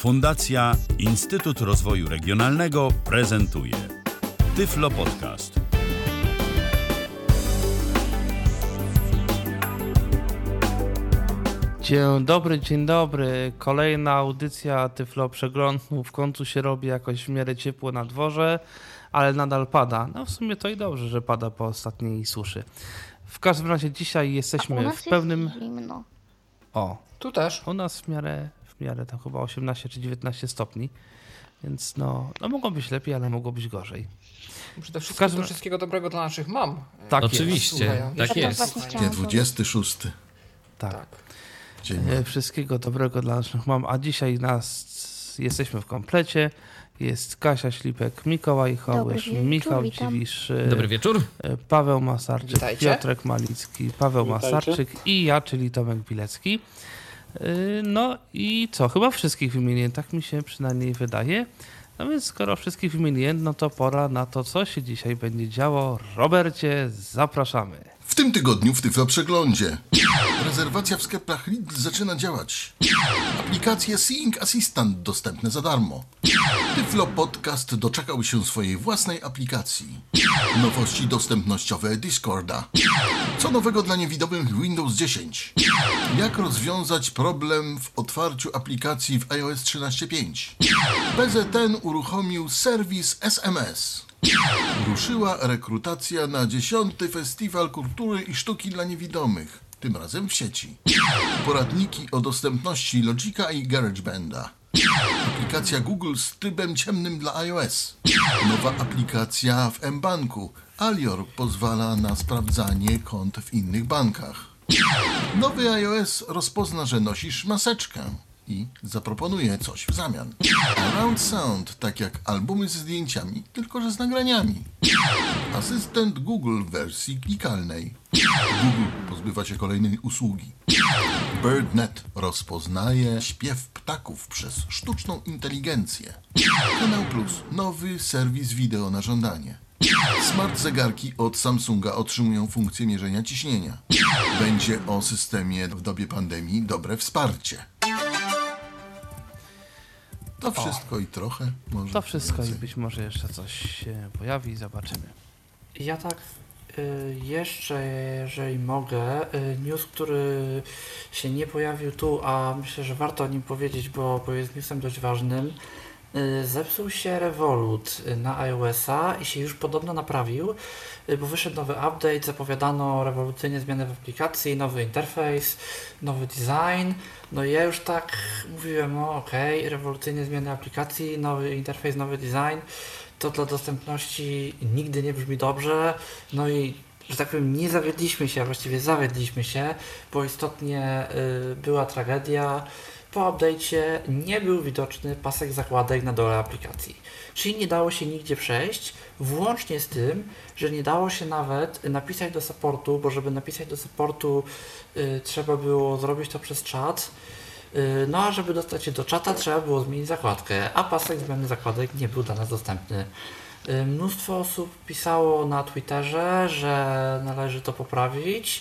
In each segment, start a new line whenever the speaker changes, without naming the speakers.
Fundacja Instytut Rozwoju Regionalnego prezentuje Tyflo Podcast.
Dzień dobry. Kolejna audycja Tyflo Przeglądu. W końcu się robi jakoś w miarę ciepło na dworze, ale nadal pada. No w sumie to i dobrze, że pada po ostatniej suszy. W każdym razie dzisiaj jesteśmy w pełnym...
Jest zimno.
O,
Tu też.
u nas w miarę tam chyba 18 czy 19 stopni, więc no mogło być lepiej, ale mogło być gorzej.
Przede wszystkim wszystkiego dobrego dla naszych mam.
Tak
oczywiście,
jest.
tak jest.
26.
Tak.
Dzień.
Wszystkiego dobrego dla naszych mam, a dzisiaj jesteśmy w komplecie. Jest Kasia Ślipek, Mikołaj Hołysz, Michał Dziwisz,
Dobry wieczór.
Paweł Masarczyk,
Witajcie.
Piotrek Malicki, Paweł Masarczyk i ja, czyli Tomek Bilecki. No i co? Chyba wszystkich wymieniłem, tak mi się przynajmniej wydaje. No więc skoro wszystkich wymieniłem, no to pora na to, co się dzisiaj będzie działo. Robercie, zapraszamy.
W tym tygodniu w Tyflo Przeglądzie. Rezerwacja w sklepach Lidl zaczyna działać. Aplikacje Seeing Assistant dostępne za darmo. Tyflo Podcast doczekał się swojej własnej aplikacji. Nowości dostępnościowe Discorda. Co nowego dla niewidomych w Windows 10? Jak rozwiązać problem w otwarciu aplikacji w iOS 13.5? PZN uruchomił serwis SMS. Ruszyła rekrutacja na 10. Festiwal Kultury i Sztuki dla Niewidomych, tym razem w sieci. Poradniki o dostępności Logica i GarageBanda. Aplikacja Google z trybem ciemnym dla iOS. Nowa aplikacja w mBanku. Alior pozwala na sprawdzanie kont w innych bankach. Nowy iOS rozpozna, że nosisz maseczkę i zaproponuje coś w zamian. Around Sound, tak jak albumy ze zdjęciami, tylko że z nagraniami. Asystent Google w wersji klikalnej. Google pozbywa się kolejnej usługi. BirdNet rozpoznaje śpiew ptaków przez sztuczną inteligencję. Kanał Plus, nowy serwis wideo na żądanie. Smart zegarki od Samsunga otrzymują funkcję mierzenia ciśnienia. Będzie o systemie w dobie pandemii dobre wsparcie. To wszystko i trochę. Może
To wszystko i
więcej.
być może jeszcze coś się pojawi, zobaczymy.
Ja tak jeszcze, jeżeli mogę, news, który się nie pojawił tu, a myślę, że warto o nim powiedzieć, bo jest newsem dość ważnym. Zepsuł się Revolut na iOS-a i się już podobno naprawił, bo wyszedł nowy update, zapowiadano rewolucyjne zmiany w aplikacji, nowy interfejs, nowy design. No i ja już tak mówiłem, okej, rewolucyjne zmiany aplikacji, nowy interfejs, nowy design, to dla dostępności nigdy nie brzmi dobrze. No i, że tak powiem, nie zawiedliśmy się, a właściwie zawiedliśmy się, bo istotnie była tragedia. Po update'cie nie był widoczny pasek zakładek na dole aplikacji. Czyli nie dało się nigdzie przejść, włącznie z tym, że nie dało się nawet napisać do supportu, bo żeby napisać do supportu trzeba było zrobić to przez czat. No a żeby dostać się do czata, trzeba było zmienić zakładkę, a pasek zmiany zakładek nie był dla nas dostępny. Mnóstwo osób pisało na Twitterze, że należy to poprawić.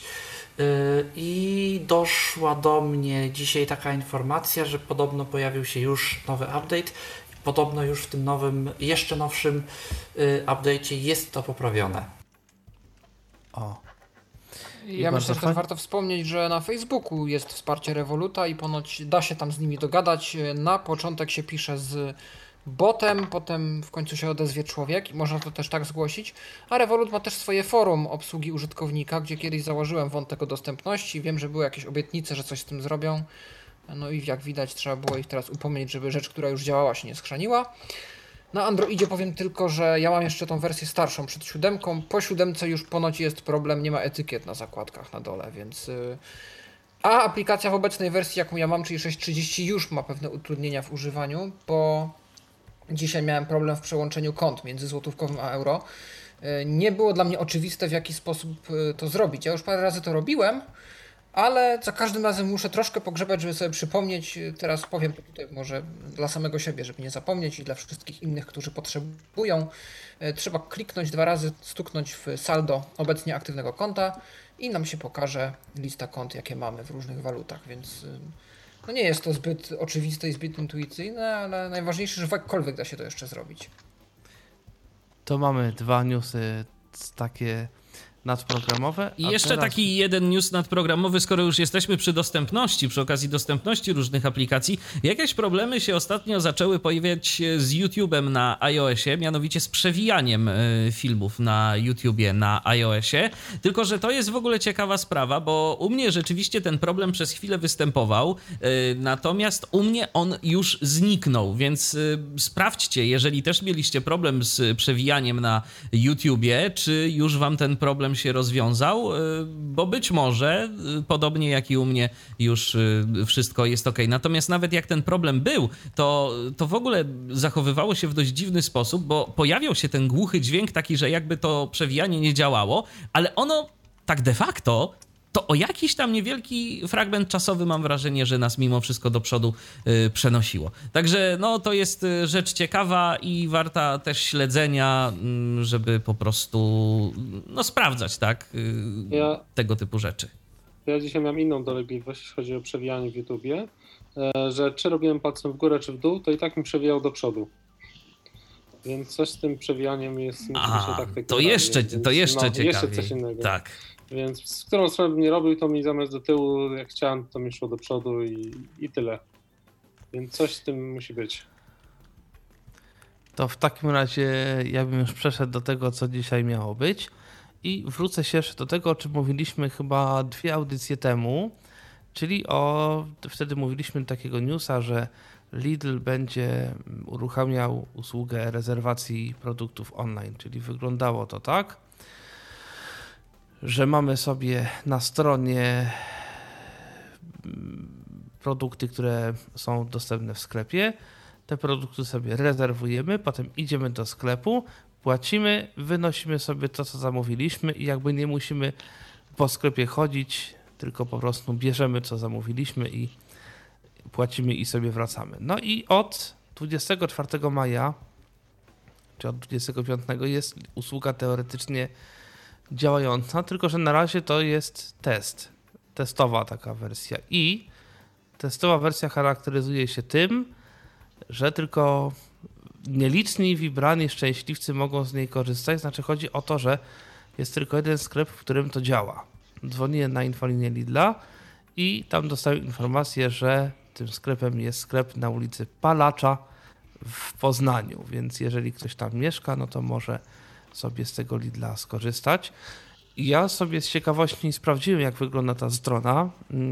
I doszła do mnie dzisiaj taka informacja, że podobno pojawił się już nowy update i podobno już w tym nowym, jeszcze nowszym update'cie jest to poprawione.
O.
Ja
bardzo
myślę, że
fajnie.
też warto wspomnieć, że na Facebooku jest wsparcie Revoluta i ponoć da się tam z nimi dogadać. Na początek się pisze z botem, potem w końcu się odezwie człowiek i można to też tak zgłosić. A Revolut ma też swoje forum obsługi użytkownika, gdzie kiedyś założyłem wątek o dostępności. Wiem, że były jakieś obietnice, że coś z tym zrobią. No i jak widać, trzeba było ich teraz upomnieć, żeby rzecz, która już działała, się nie schrzaniła. Na Androidzie powiem tylko, że ja mam jeszcze tą wersję starszą przed 7. Po 7 już ponoć jest problem, nie ma etykiet na zakładkach na dole, więc... A aplikacja w obecnej wersji, jaką ja mam, czyli 6.30, już ma pewne utrudnienia w używaniu, bo dzisiaj miałem problem w przełączeniu kont między złotówkowym a euro. Nie było dla mnie oczywiste, w jaki sposób to zrobić. Ja już parę razy to robiłem, ale za każdym razem muszę troszkę pogrzebać, żeby sobie przypomnieć. Teraz powiem to tutaj może dla samego siebie, żeby nie zapomnieć i dla wszystkich innych, którzy potrzebują. Trzeba kliknąć 2 razy, stuknąć w saldo obecnie aktywnego konta i nam się pokaże lista kont, jakie mamy w różnych walutach, więc
No nie jest to zbyt oczywiste i zbyt intuicyjne, ale najważniejsze, że jakkolwiek da się to jeszcze zrobić.
To mamy 2 newsy takie nadprogramowe.
I jeszcze taki jeden news nadprogramowy, skoro już jesteśmy przy dostępności, przy okazji dostępności różnych aplikacji. Jakieś problemy się ostatnio zaczęły pojawiać z YouTube'em na iOSie, mianowicie z przewijaniem filmów na YouTubie na iOSie. Tylko że to jest w ogóle ciekawa sprawa, bo u mnie rzeczywiście ten problem przez chwilę występował, natomiast u mnie on już zniknął, więc sprawdźcie, jeżeli też mieliście problem z przewijaniem na YouTubie, czy już wam ten problem się rozwiązał, bo być może, podobnie jak i u mnie, już wszystko jest ok. Natomiast nawet jak ten problem był, to w ogóle zachowywało się w dość dziwny sposób, bo pojawiał się ten głuchy dźwięk taki, że jakby to przewijanie nie działało, ale ono tak de facto to o jakiś tam niewielki fragment czasowy mam wrażenie, że nas mimo wszystko do przodu przenosiło. Także no to jest rzecz ciekawa i warta też śledzenia, żeby po prostu sprawdzać, tak, tego typu rzeczy.
Ja dzisiaj mam inną dolegliwość, jeśli chodzi o przewijanie w YouTubie, że czy robiłem palcem w górę, czy w dół, to i tak mi przewijał do przodu. Więc coś z tym przewijaniem jest...
To jeszcze ciekawiej.
Jeszcze coś innego.
Tak.
Więc z którą stronę bym nie robił, to mi zamiast do tyłu, jak chciałem, to mi szło do przodu i tyle. Więc coś z tym musi być.
To w takim razie ja bym już przeszedł do tego, co dzisiaj miało być i wrócę się jeszcze do tego, o czym mówiliśmy chyba 2 audycje temu, czyli wtedy mówiliśmy takiego newsa, że Lidl będzie uruchamiał usługę rezerwacji produktów online, czyli wyglądało to tak, że mamy sobie na stronie produkty, które są dostępne w sklepie. Te produkty sobie rezerwujemy, potem idziemy do sklepu, płacimy, wynosimy sobie to, co zamówiliśmy i jakby nie musimy po sklepie chodzić, tylko po prostu bierzemy, co zamówiliśmy i płacimy i sobie wracamy. No i od 24 maja, czy od 25 jest usługa teoretycznie działająca, tylko że na razie to jest testowa taka wersja i testowa wersja charakteryzuje się tym, że tylko nieliczni, wybrani szczęśliwcy mogą z niej korzystać, znaczy chodzi o to, że jest tylko jeden sklep, w którym to działa. Dzwoniłem na infolinię Lidla i tam dostałem informację, że tym sklepem jest sklep na ulicy Palacza w Poznaniu, więc jeżeli ktoś tam mieszka, no to może sobie z tego Lidla skorzystać. Ja sobie z ciekawości sprawdziłem, jak wygląda ta strona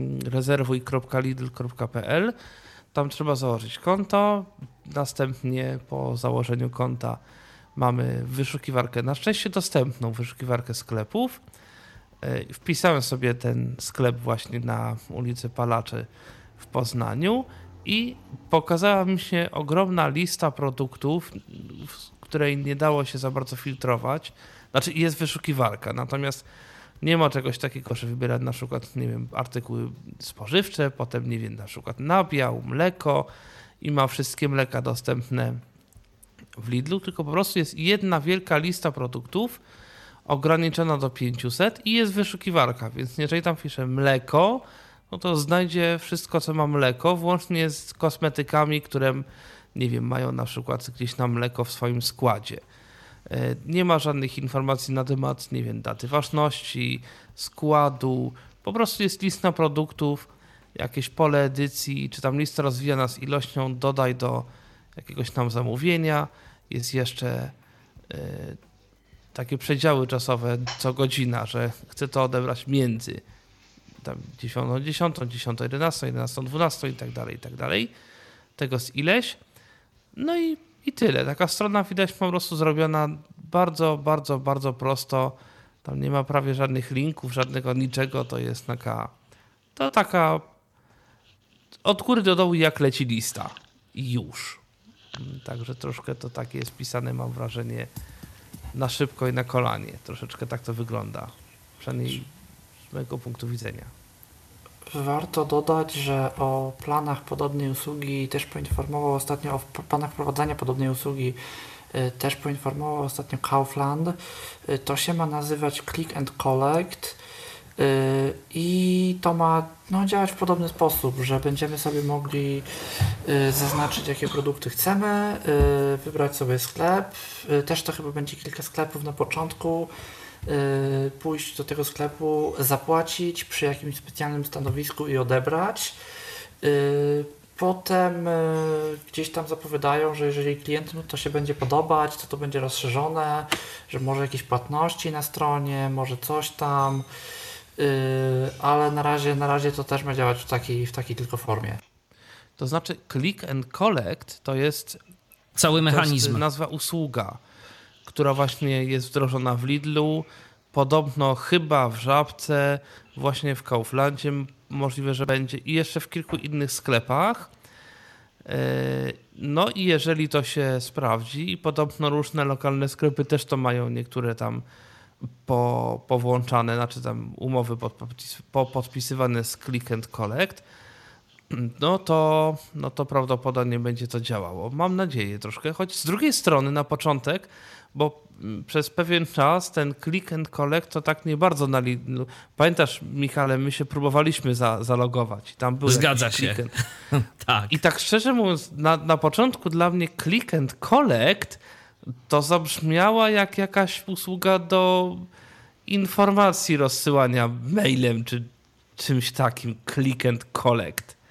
rezerwuj.lidl.pl. Tam trzeba założyć konto, następnie po założeniu konta mamy wyszukiwarkę, na szczęście dostępną wyszukiwarkę sklepów. Wpisałem sobie ten sklep właśnie na ulicy Palaczy w Poznaniu i pokazała mi się ogromna lista produktów, której nie dało się za bardzo filtrować. Znaczy jest wyszukiwarka, natomiast nie ma czegoś takiego, że wybierać na przykład, nie wiem, artykuły spożywcze, potem, nie wiem, na przykład nabiał, mleko i ma wszystkie mleka dostępne w Lidlu, tylko po prostu jest jedna wielka lista produktów ograniczona do 500 i jest wyszukiwarka, więc jeżeli tam pisze mleko, no to znajdzie wszystko, co ma mleko, włącznie z kosmetykami, które, nie wiem, mają na przykład gdzieś na mleko w swoim składzie. Nie ma żadnych informacji na temat, nie wiem, daty ważności, składu, po prostu jest lista produktów, jakieś pole edycji, czy tam lista rozwijana z ilością, dodaj do jakiegoś tam zamówienia, jest jeszcze takie przedziały czasowe co godzina, że chcę to odebrać między tam 10:10, 10:11, 11:12 i tak dalej. Tego jest ileś. No i tyle. Taka strona widać po prostu zrobiona bardzo, bardzo, bardzo prosto. Tam nie ma prawie żadnych linków, żadnego niczego. To jest taka od góry do dołu jak leci lista. I już. Także troszkę to takie jest pisane, mam wrażenie, na szybko i na kolanie. Troszeczkę tak to wygląda. Przynajmniej z mojego punktu widzenia.
Warto dodać, że o planach podobnej usługi też poinformował ostatnio, o planach wprowadzania podobnej usługi też poinformował ostatnio Kaufland. To się ma nazywać Click and Collect I to ma działać w podobny sposób, że będziemy sobie mogli zaznaczyć, jakie produkty chcemy, wybrać sobie sklep. Też to chyba będzie kilka sklepów na początku. Pójść do tego sklepu, zapłacić przy jakimś specjalnym stanowisku i odebrać. Potem gdzieś tam zapowiadają, że jeżeli klientom to się będzie podobać, to będzie rozszerzone, że może jakieś płatności na stronie, może coś tam, ale na razie to też ma działać w takiej tylko formie.
To znaczy click and collect to jest
cały mechanizm. To jest
nazwa usługa, która właśnie jest wdrożona w Lidlu, podobno chyba w Żabce, właśnie w Kauflandzie możliwe, że będzie i jeszcze w kilku innych sklepach. No i jeżeli to się sprawdzi i podobno różne lokalne sklepy też to mają, niektóre tam powłączane, znaczy tam umowy podpisywane z click and collect, no to prawdopodobnie będzie to działało. Mam nadzieję troszkę, choć z drugiej strony na początek, bo przez pewien czas ten click and collect to tak nie bardzo Pamiętasz, Michale, my się próbowaliśmy zalogować. Tam był
Zgadza się.
Tak. I tak szczerze mówiąc, na początku dla mnie click and collect to zabrzmiała jak jakaś usługa do informacji rozsyłania mailem czy czymś takim. Click and collect.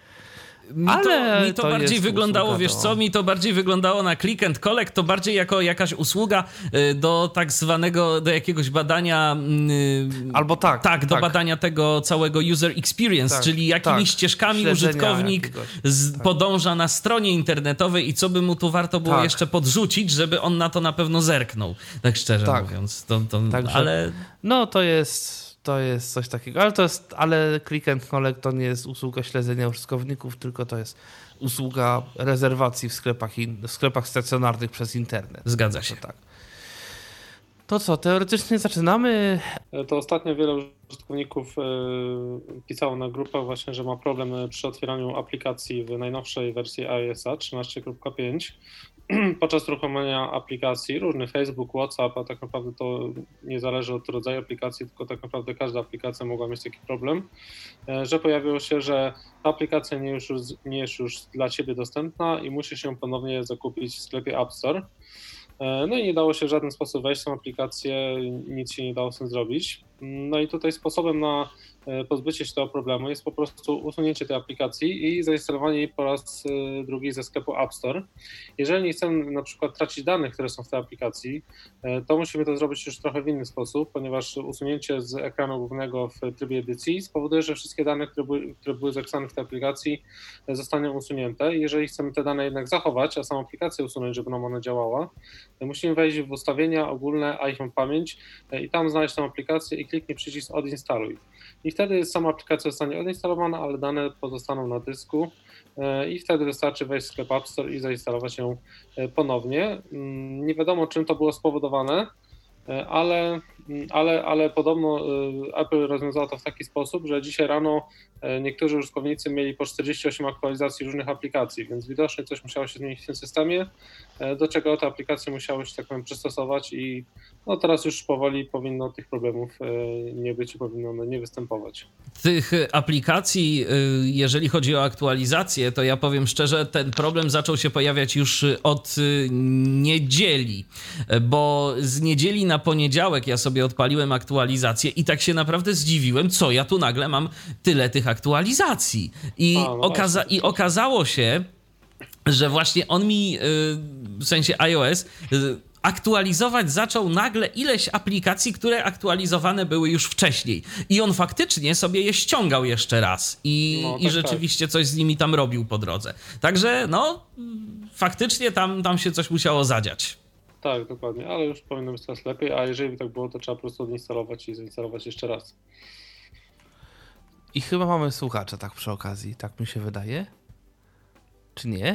Mi to bardziej wyglądało, wiesz co, mi to bardziej wyglądało na click and collect, to bardziej jako jakaś usługa do tak zwanego, do jakiegoś badania,
albo
do badania tego całego user experience, czyli jakimi ścieżkami użytkownik podąża na stronie internetowej i co by mu tu warto było jeszcze podrzucić, żeby on na to na pewno zerknął, tak szczerze mówiąc.
Także,
ale...
No to jest coś takiego, ale click and collect to nie jest usługa śledzenia użytkowników, tylko to jest usługa rezerwacji w sklepach stacjonarnych przez internet.
Zgadza się.
Tak. To co, teoretycznie zaczynamy?
To ostatnio wiele użytkowników pisało na grupach właśnie, że ma problem przy otwieraniu aplikacji w najnowszej wersji iOS-a 13.5. Podczas uruchomienia aplikacji różnych, Facebook, WhatsApp, a tak naprawdę to nie zależy od rodzaju aplikacji, tylko tak naprawdę każda aplikacja mogła mieć taki problem, że pojawiło się, że ta aplikacja nie jest już dla Ciebie dostępna i musisz ją ponownie zakupić w sklepie App Store. No i nie dało się w żaden sposób wejść w tę aplikację, nic się nie dało z tym zrobić. No i tutaj sposobem na pozbycie się tego problemu jest po prostu usunięcie tej aplikacji i zainstalowanie jej po raz drugi ze sklepu App Store. Jeżeli nie chcemy na przykład tracić danych, które są w tej aplikacji, to musimy to zrobić już trochę w inny sposób, ponieważ usunięcie z ekranu głównego w trybie edycji spowoduje, że wszystkie dane, które były zapisane w tej aplikacji, zostaną usunięte. Jeżeli chcemy te dane jednak zachować, a samą aplikację usunąć, żeby nam ona działała, musimy wejść w ustawienia ogólne iPhone pamięć i tam znaleźć tę aplikację i kliknij przycisk odinstaluj. I wtedy sama aplikacja zostanie odinstalowana, ale dane pozostaną na dysku i wtedy wystarczy wejść w sklep App Store i zainstalować ją ponownie. Nie wiadomo, czym to było spowodowane, ale podobno Apple rozwiązało to w taki sposób, że dzisiaj rano niektórzy użytkownicy mieli po 48 aktualizacji różnych aplikacji, więc widocznie coś musiało się zmienić w tym systemie, do czego te aplikacje musiały się tak powiem przystosować i no teraz już powoli powinno tych problemów nie być i powinno one nie występować.
Tych aplikacji, jeżeli chodzi o aktualizację, to ja powiem szczerze, ten problem zaczął się pojawiać już od niedzieli, bo z niedzieli na poniedziałek ja sobie odpaliłem aktualizację i tak się naprawdę zdziwiłem, co ja tu nagle mam tyle tych aktualizacji. I okazało się, że właśnie on mi, w sensie iOS, aktualizować zaczął nagle ileś aplikacji, które aktualizowane były już wcześniej. I on faktycznie sobie je ściągał jeszcze raz. I rzeczywiście coś z nimi tam robił po drodze. Także faktycznie tam się coś musiało zadziać.
Tak, dokładnie, ale już powinno być teraz lepiej, a jeżeli by tak było, to trzeba po prostu odinstalować i zainstalować jeszcze raz.
I chyba mamy słuchacza tak przy okazji, tak mi się wydaje. Czy nie?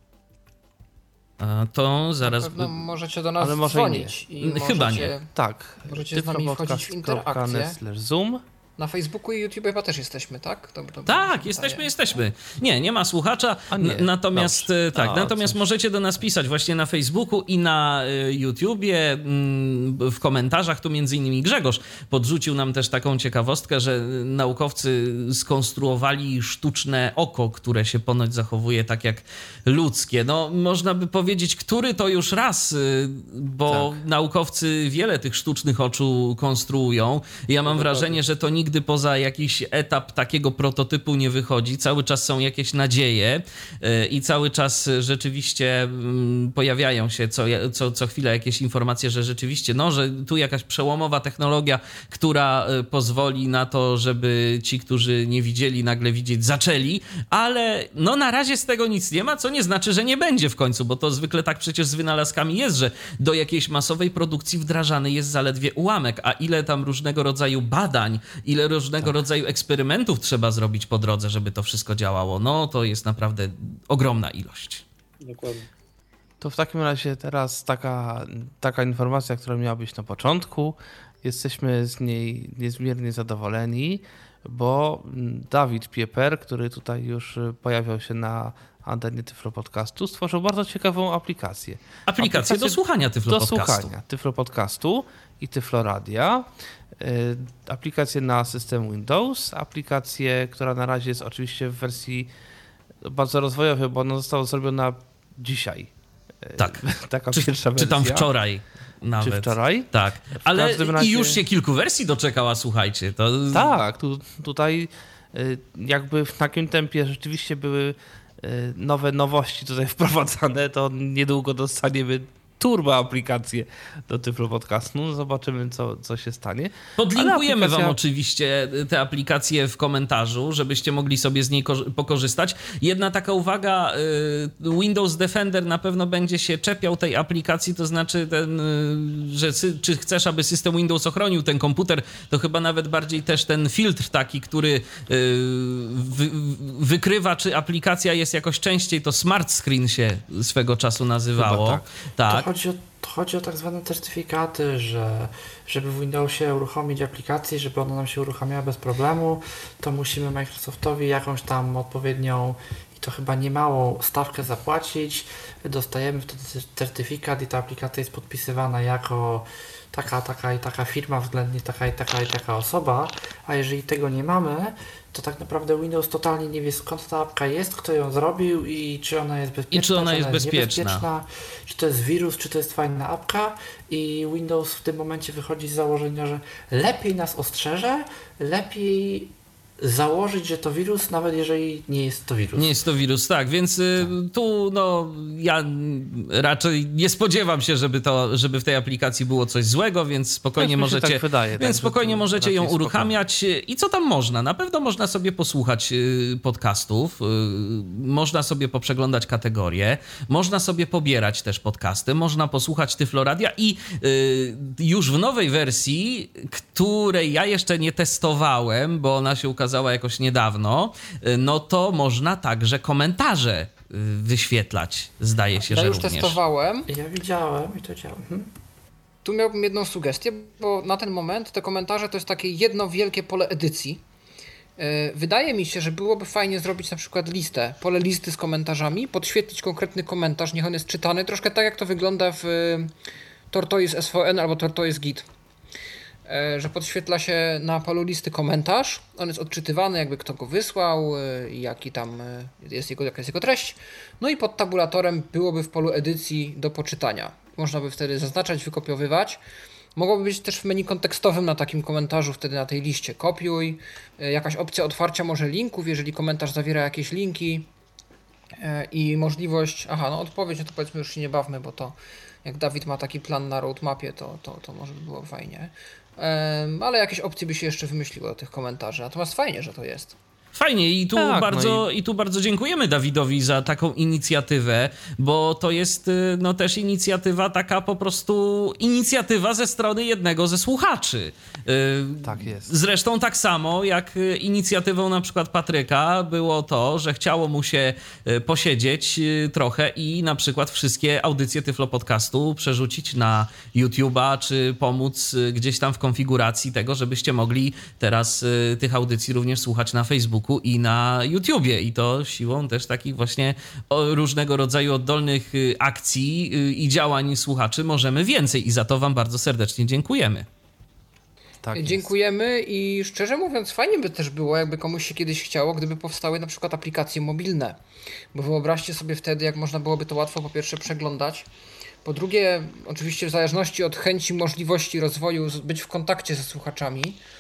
To zaraz...
możecie do nas
ale
dzwonić.
Chyba nie.
Tak.
Możecie z nami wchodzić w interakcję.
Zoom.
Na Facebooku i YouTube chyba też jesteśmy, tak?
Tak, jesteśmy. Nie ma słuchacza, natomiast natomiast możecie do nas pisać właśnie na Facebooku i na YouTubie, w komentarzach. Tu między innymi Grzegorz podrzucił nam też taką ciekawostkę, że naukowcy skonstruowali sztuczne oko, które się ponoć zachowuje tak jak ludzkie. No, można by powiedzieć, który to już raz, bo naukowcy wiele tych sztucznych oczu konstruują. Ja mam wrażenie, że to nigdy poza jakiś etap takiego prototypu nie wychodzi. Cały czas są jakieś nadzieje i cały czas rzeczywiście pojawiają się co chwilę jakieś informacje, że rzeczywiście, że tu jakaś przełomowa technologia, która pozwoli na to, żeby ci, którzy nie widzieli, nagle widzieć zaczęli, ale na razie z tego nic nie ma, co nie znaczy, że nie będzie w końcu, bo to zwykle tak przecież z wynalazkami jest, że do jakiejś masowej produkcji wdrażany jest zaledwie ułamek, a ile tam różnego rodzaju badań, ile różnego rodzaju eksperymentów trzeba zrobić po drodze, żeby to wszystko działało, to jest naprawdę ogromna ilość.
Dokładnie.
To w takim razie teraz taka informacja, która miała być na początku. Jesteśmy z niej niezmiernie zadowoleni, bo Dawid Pieper, który tutaj już pojawiał się na antenie Tyflo Podcastu, stworzył bardzo ciekawą aplikację.
Aplikację do słuchania Tyflo Podcastu.
Do słuchania Tyflo Podcastu i Tyflo Radia. Aplikację na system Windows, aplikację, która na razie jest oczywiście w wersji bardzo rozwojowej, bo ona została zrobiona dzisiaj.
Tak.
Taka pierwsza wersja.
Czy tam wczoraj nawet.
Czy wczoraj?
Tak. Ale i już się kilku wersji doczekała, słuchajcie.
Tak, tutaj jakby w takim tempie rzeczywiście były nowe nowości tutaj wprowadzane, to niedługo dostaniemy turbo aplikację do Tyflo Podcastu. Zobaczymy, co się stanie.
Podlinkujemy wam oczywiście te aplikacje w komentarzu, żebyście mogli sobie z niej pokorzystać. Jedna taka uwaga, Windows Defender na pewno będzie się czepiał tej aplikacji, to znaczy że czy chcesz, aby system Windows ochronił ten komputer, to chyba nawet bardziej też ten filtr taki, który wykrywa, czy aplikacja jest jakoś częściej, to Smart Screen się swego czasu nazywało.
Chyba
tak.
To chodzi o tak zwane certyfikaty, że żeby w Windowsie uruchomić aplikację, żeby ona nam się uruchamiała bez problemu, to musimy Microsoftowi jakąś tam odpowiednią i to chyba niemałą stawkę zapłacić. Dostajemy wtedy certyfikat i ta aplikacja jest podpisywana jako taka firma względnie taka i taka osoba, a jeżeli tego nie mamy, to tak naprawdę Windows totalnie nie wie, skąd ta apka jest, kto ją zrobił i czy ona jest bezpieczna,
czy ona jest bezpieczna,
czy to jest wirus, czy to jest fajna apka, i Windows w tym momencie wychodzi z założenia, że lepiej nas ostrzeże, lepiej założyć, że to wirus, nawet jeżeli nie jest to wirus.
Nie jest to wirus, tak, więc tu ja raczej nie spodziewam się, żeby w tej aplikacji było coś złego, więc spokojnie możecie ją uruchamiać. I co tam można? Na pewno można sobie posłuchać podcastów, można sobie poprzeglądać kategorie, można sobie pobierać też podcasty, można posłuchać Tyflo Radia i już w nowej wersji, której ja jeszcze nie testowałem, bo ona się ukazała jakoś niedawno, to można także komentarze wyświetlać, zdaje się, że
już
również.
Testowałem.
Ja widziałem i to działa.
Tu miałbym jedną sugestię, bo na ten moment te komentarze to jest takie jedno wielkie pole edycji. Wydaje mi się, że byłoby fajnie zrobić na przykład pole listy z komentarzami, podświetlić konkretny komentarz, niech on jest czytany, troszkę tak jak to wygląda w Tortoise SVN albo Tortoise Git. Że podświetla się na polu listy komentarz, on jest odczytywany, jakby kto go wysłał, jaka jest jego treść, i pod tabulatorem byłoby w polu edycji do poczytania. Można by wtedy zaznaczać, wykopiowywać. Mogłoby być też w menu kontekstowym na takim komentarzu, wtedy na tej liście kopiuj, jakaś opcja otwarcia może linków, jeżeli komentarz zawiera jakieś linki i możliwość, odpowiedź, to powiedzmy już się nie bawmy, bo to jak Dawid ma taki plan na roadmapie, to może by było fajnie. Ale jakieś opcje by się jeszcze wymyśliło do tych komentarzy. Natomiast fajnie, że to jest.
Fajnie i tu bardzo dziękujemy Dawidowi za taką inicjatywę, bo to jest też inicjatywa taka po prostu inicjatywa ze strony jednego ze słuchaczy.
Tak jest.
Zresztą tak samo jak inicjatywą na przykład Patryka było to, że chciało mu się posiedzieć trochę i na przykład wszystkie audycje Tyflo Podcastu przerzucić na YouTube'a, czy pomóc gdzieś tam w konfiguracji tego, żebyście mogli teraz tych audycji również słuchać na Facebooku i na YouTubie i to siłą też takich właśnie różnego rodzaju oddolnych akcji i działań słuchaczy możemy więcej i za to wam bardzo serdecznie dziękujemy.
Tak
dziękujemy i szczerze mówiąc fajnie by też było, jakby komuś się kiedyś chciało, gdyby powstały na przykład aplikacje mobilne, bo wyobraźcie sobie wtedy, jak można byłoby to łatwo po pierwsze przeglądać, po drugie oczywiście w zależności od chęci, możliwości rozwoju być w kontakcie ze słuchaczami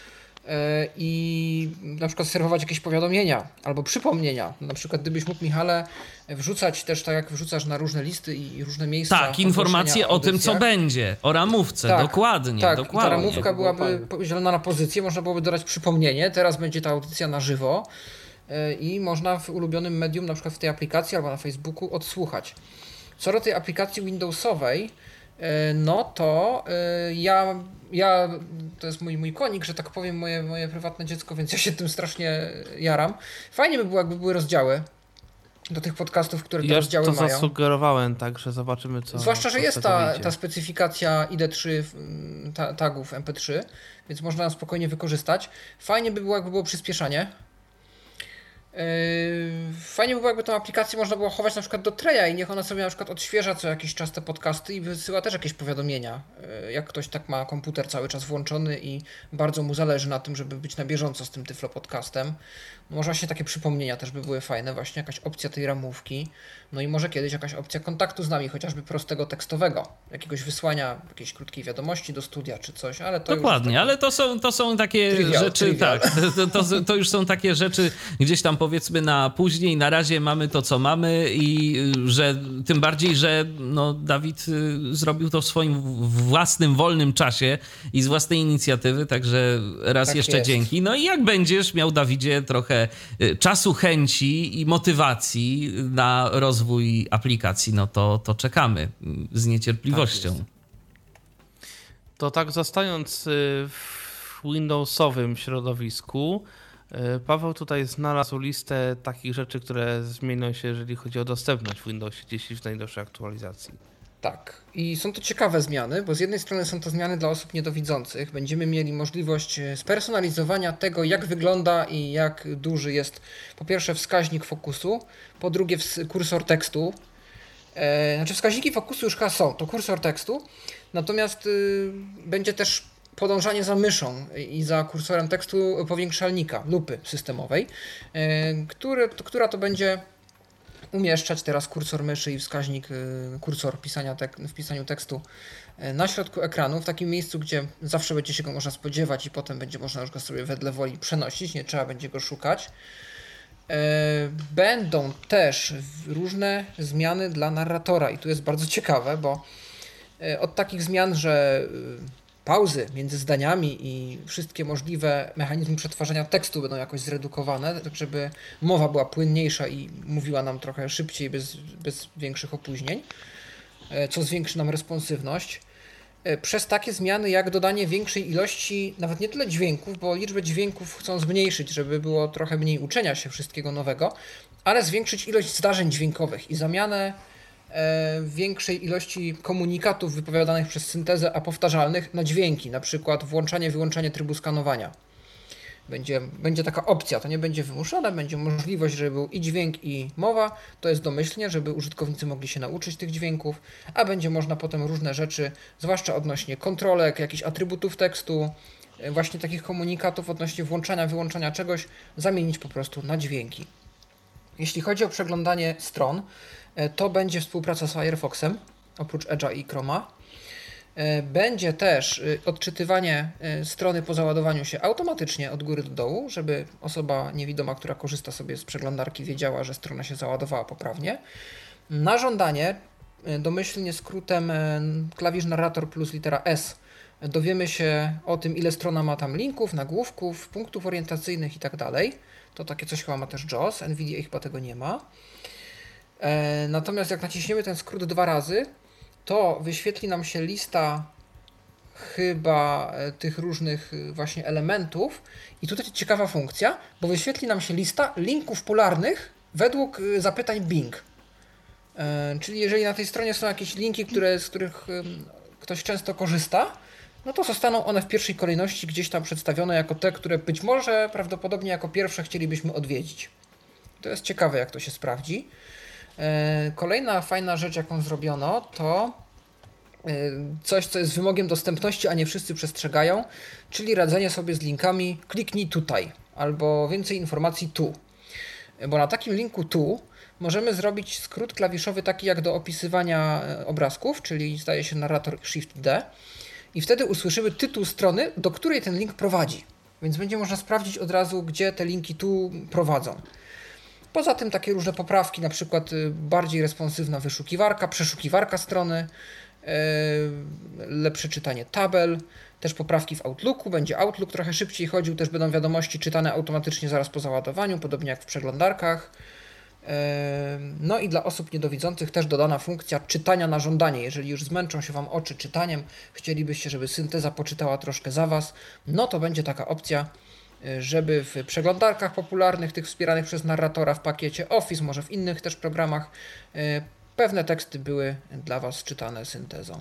i na przykład serwować jakieś powiadomienia albo przypomnienia. Na przykład gdybyś mógł, Michale, wrzucać też tak jak wrzucasz na różne listy i różne miejsca.
Tak, informacje o tym, co będzie, o ramówce,
tak,
dokładnie.
Tak,
dokładnie.
Ta ramówka byłaby podzielona na pozycję, można byłoby dodać przypomnienie, teraz będzie ta audycja na żywo i można w ulubionym medium, na przykład w tej aplikacji albo na Facebooku odsłuchać. Co do tej aplikacji Windowsowej, no to ja to jest mój konik, że tak powiem, moje prywatne dziecko, więc ja się tym strasznie jaram. Fajnie by było, jakby były rozdziały do tych podcastów, które te rozdziały mają.
Ja to zasugerowałem, także zobaczymy co.
Zwłaszcza, że jest ta specyfikacja ID3 tagów MP3, więc można ją spokojnie wykorzystać. Fajnie by było, jakby było przyspieszanie. Fajnie by było, jakby tą aplikację można było chować na przykład do Treya i niech ona sobie na przykład odświeża co jakiś czas te podcasty i wysyła też jakieś powiadomienia. Jak ktoś tak ma komputer cały czas włączony i bardzo mu zależy na tym, żeby być na bieżąco z tym Tyflo Podcastem. Może właśnie takie przypomnienia też by były fajne, właśnie jakaś opcja tej ramówki. No i może kiedyś jakaś opcja kontaktu z nami, chociażby prostego tekstowego, jakiegoś wysłania jakiejś krótkiej wiadomości do studia czy coś, ale to
dokładnie,
już
ale to są takie rzeczy, tak, to już są takie rzeczy gdzieś tam powiedzmy na później, na razie mamy to, co mamy i że tym bardziej, że no, Dawid zrobił to w swoim własnym, wolnym czasie i z własnej inicjatywy, także raz tak jeszcze jest. Dzięki. No i jak będziesz miał, Dawidzie, trochę czasu, chęci i motywacji na rozwój aplikacji, no to czekamy z niecierpliwością.
Tak to tak zostając w Windowsowym środowisku, Paweł tutaj znalazł listę takich rzeczy, które zmienią się, jeżeli chodzi o dostępność w Windowsie 10 w najnowszej aktualizacji.
Tak. I są to ciekawe zmiany, bo z jednej strony są to zmiany dla osób niedowidzących. Będziemy mieli możliwość spersonalizowania tego, jak wygląda i jak duży jest po pierwsze wskaźnik fokusu, po drugie kursor tekstu. Znaczy wskaźniki fokusu już chyba są, to kursor tekstu, natomiast będzie też podążanie za myszą i za kursorem tekstu powiększalnika, lupy systemowej, która to będzie umieszczać teraz kursor myszy i wskaźnik, kursor w pisaniu tekstu na środku ekranu, w takim miejscu, gdzie zawsze będzie się go można spodziewać i potem będzie można już go sobie wedle woli przenosić, nie trzeba będzie go szukać. Będą też różne zmiany dla narratora i tu jest bardzo ciekawe, bo od takich zmian, że pauzy między zdaniami i wszystkie możliwe mechanizmy przetwarzania tekstu będą jakoś zredukowane, tak żeby mowa była płynniejsza i mówiła nam trochę szybciej, bez większych opóźnień, co zwiększy nam responsywność. Przez takie zmiany jak dodanie większej ilości, nawet nie tyle dźwięków, bo liczbę dźwięków chcą zmniejszyć, żeby było trochę mniej uczenia się wszystkiego nowego, ale zwiększyć ilość zdarzeń dźwiękowych i zamianę większej ilości komunikatów wypowiadanych przez syntezę, a powtarzalnych na dźwięki, na przykład włączanie, wyłączanie trybu skanowania. Będzie taka opcja, to nie będzie wymuszone, będzie możliwość, żeby był i dźwięk, i mowa, to jest domyślnie, żeby użytkownicy mogli się nauczyć tych dźwięków, a będzie można potem różne rzeczy, zwłaszcza odnośnie kontrolek, jakichś atrybutów tekstu, właśnie takich komunikatów odnośnie włączania, wyłączania czegoś, zamienić po prostu na dźwięki. Jeśli chodzi o przeglądanie stron, to będzie współpraca z Firefoxem, oprócz Edge'a i Chroma. Będzie też odczytywanie strony po załadowaniu się automatycznie od góry do dołu, żeby osoba niewidoma, która korzysta sobie z przeglądarki, wiedziała, że strona się załadowała poprawnie. Na żądanie, domyślnie skrótem klawisz narrator plus litera S, dowiemy się o tym, ile strona ma tam linków, nagłówków, punktów orientacyjnych i tak dalej. To takie coś chyba ma też JAWS, NVIDIA chyba tego nie ma. Natomiast jak naciśniemy ten skrót 2 razy, to wyświetli nam się lista chyba tych różnych właśnie elementów i tutaj ciekawa funkcja, bo wyświetli nam się lista linków polarnych według zapytań Bing. Czyli jeżeli na tej stronie są jakieś linki, z których ktoś często korzysta, no to zostaną one w pierwszej kolejności gdzieś tam przedstawione jako te, które być może prawdopodobnie jako pierwsze chcielibyśmy odwiedzić. To jest ciekawe, jak to się sprawdzi. Kolejna fajna rzecz, jaką zrobiono, to coś, co jest wymogiem dostępności, a nie wszyscy przestrzegają, czyli radzenie sobie z linkami kliknij tutaj, albo więcej informacji tu. Bo na takim linku tu możemy zrobić skrót klawiszowy taki jak do opisywania obrazków, czyli zdaje się narrator Shift-D i wtedy usłyszymy tytuł strony, do której ten link prowadzi. Więc będzie można sprawdzić od razu, gdzie te linki tu prowadzą. Poza tym takie różne poprawki, na przykład bardziej responsywna wyszukiwarka, przeszukiwarka strony, lepsze czytanie tabel, też poprawki w Outlooku, będzie Outlook trochę szybciej chodził, też będą wiadomości czytane automatycznie zaraz po załadowaniu, podobnie jak w przeglądarkach. No i dla osób niedowidzących też dodana funkcja czytania na żądanie. Jeżeli już zmęczą się Wam oczy czytaniem, chcielibyście, żeby synteza poczytała troszkę za Was, no to będzie taka opcja, żeby w przeglądarkach popularnych, tych wspieranych przez narratora w pakiecie Office, może w innych też programach, pewne teksty były dla Was czytane syntezą.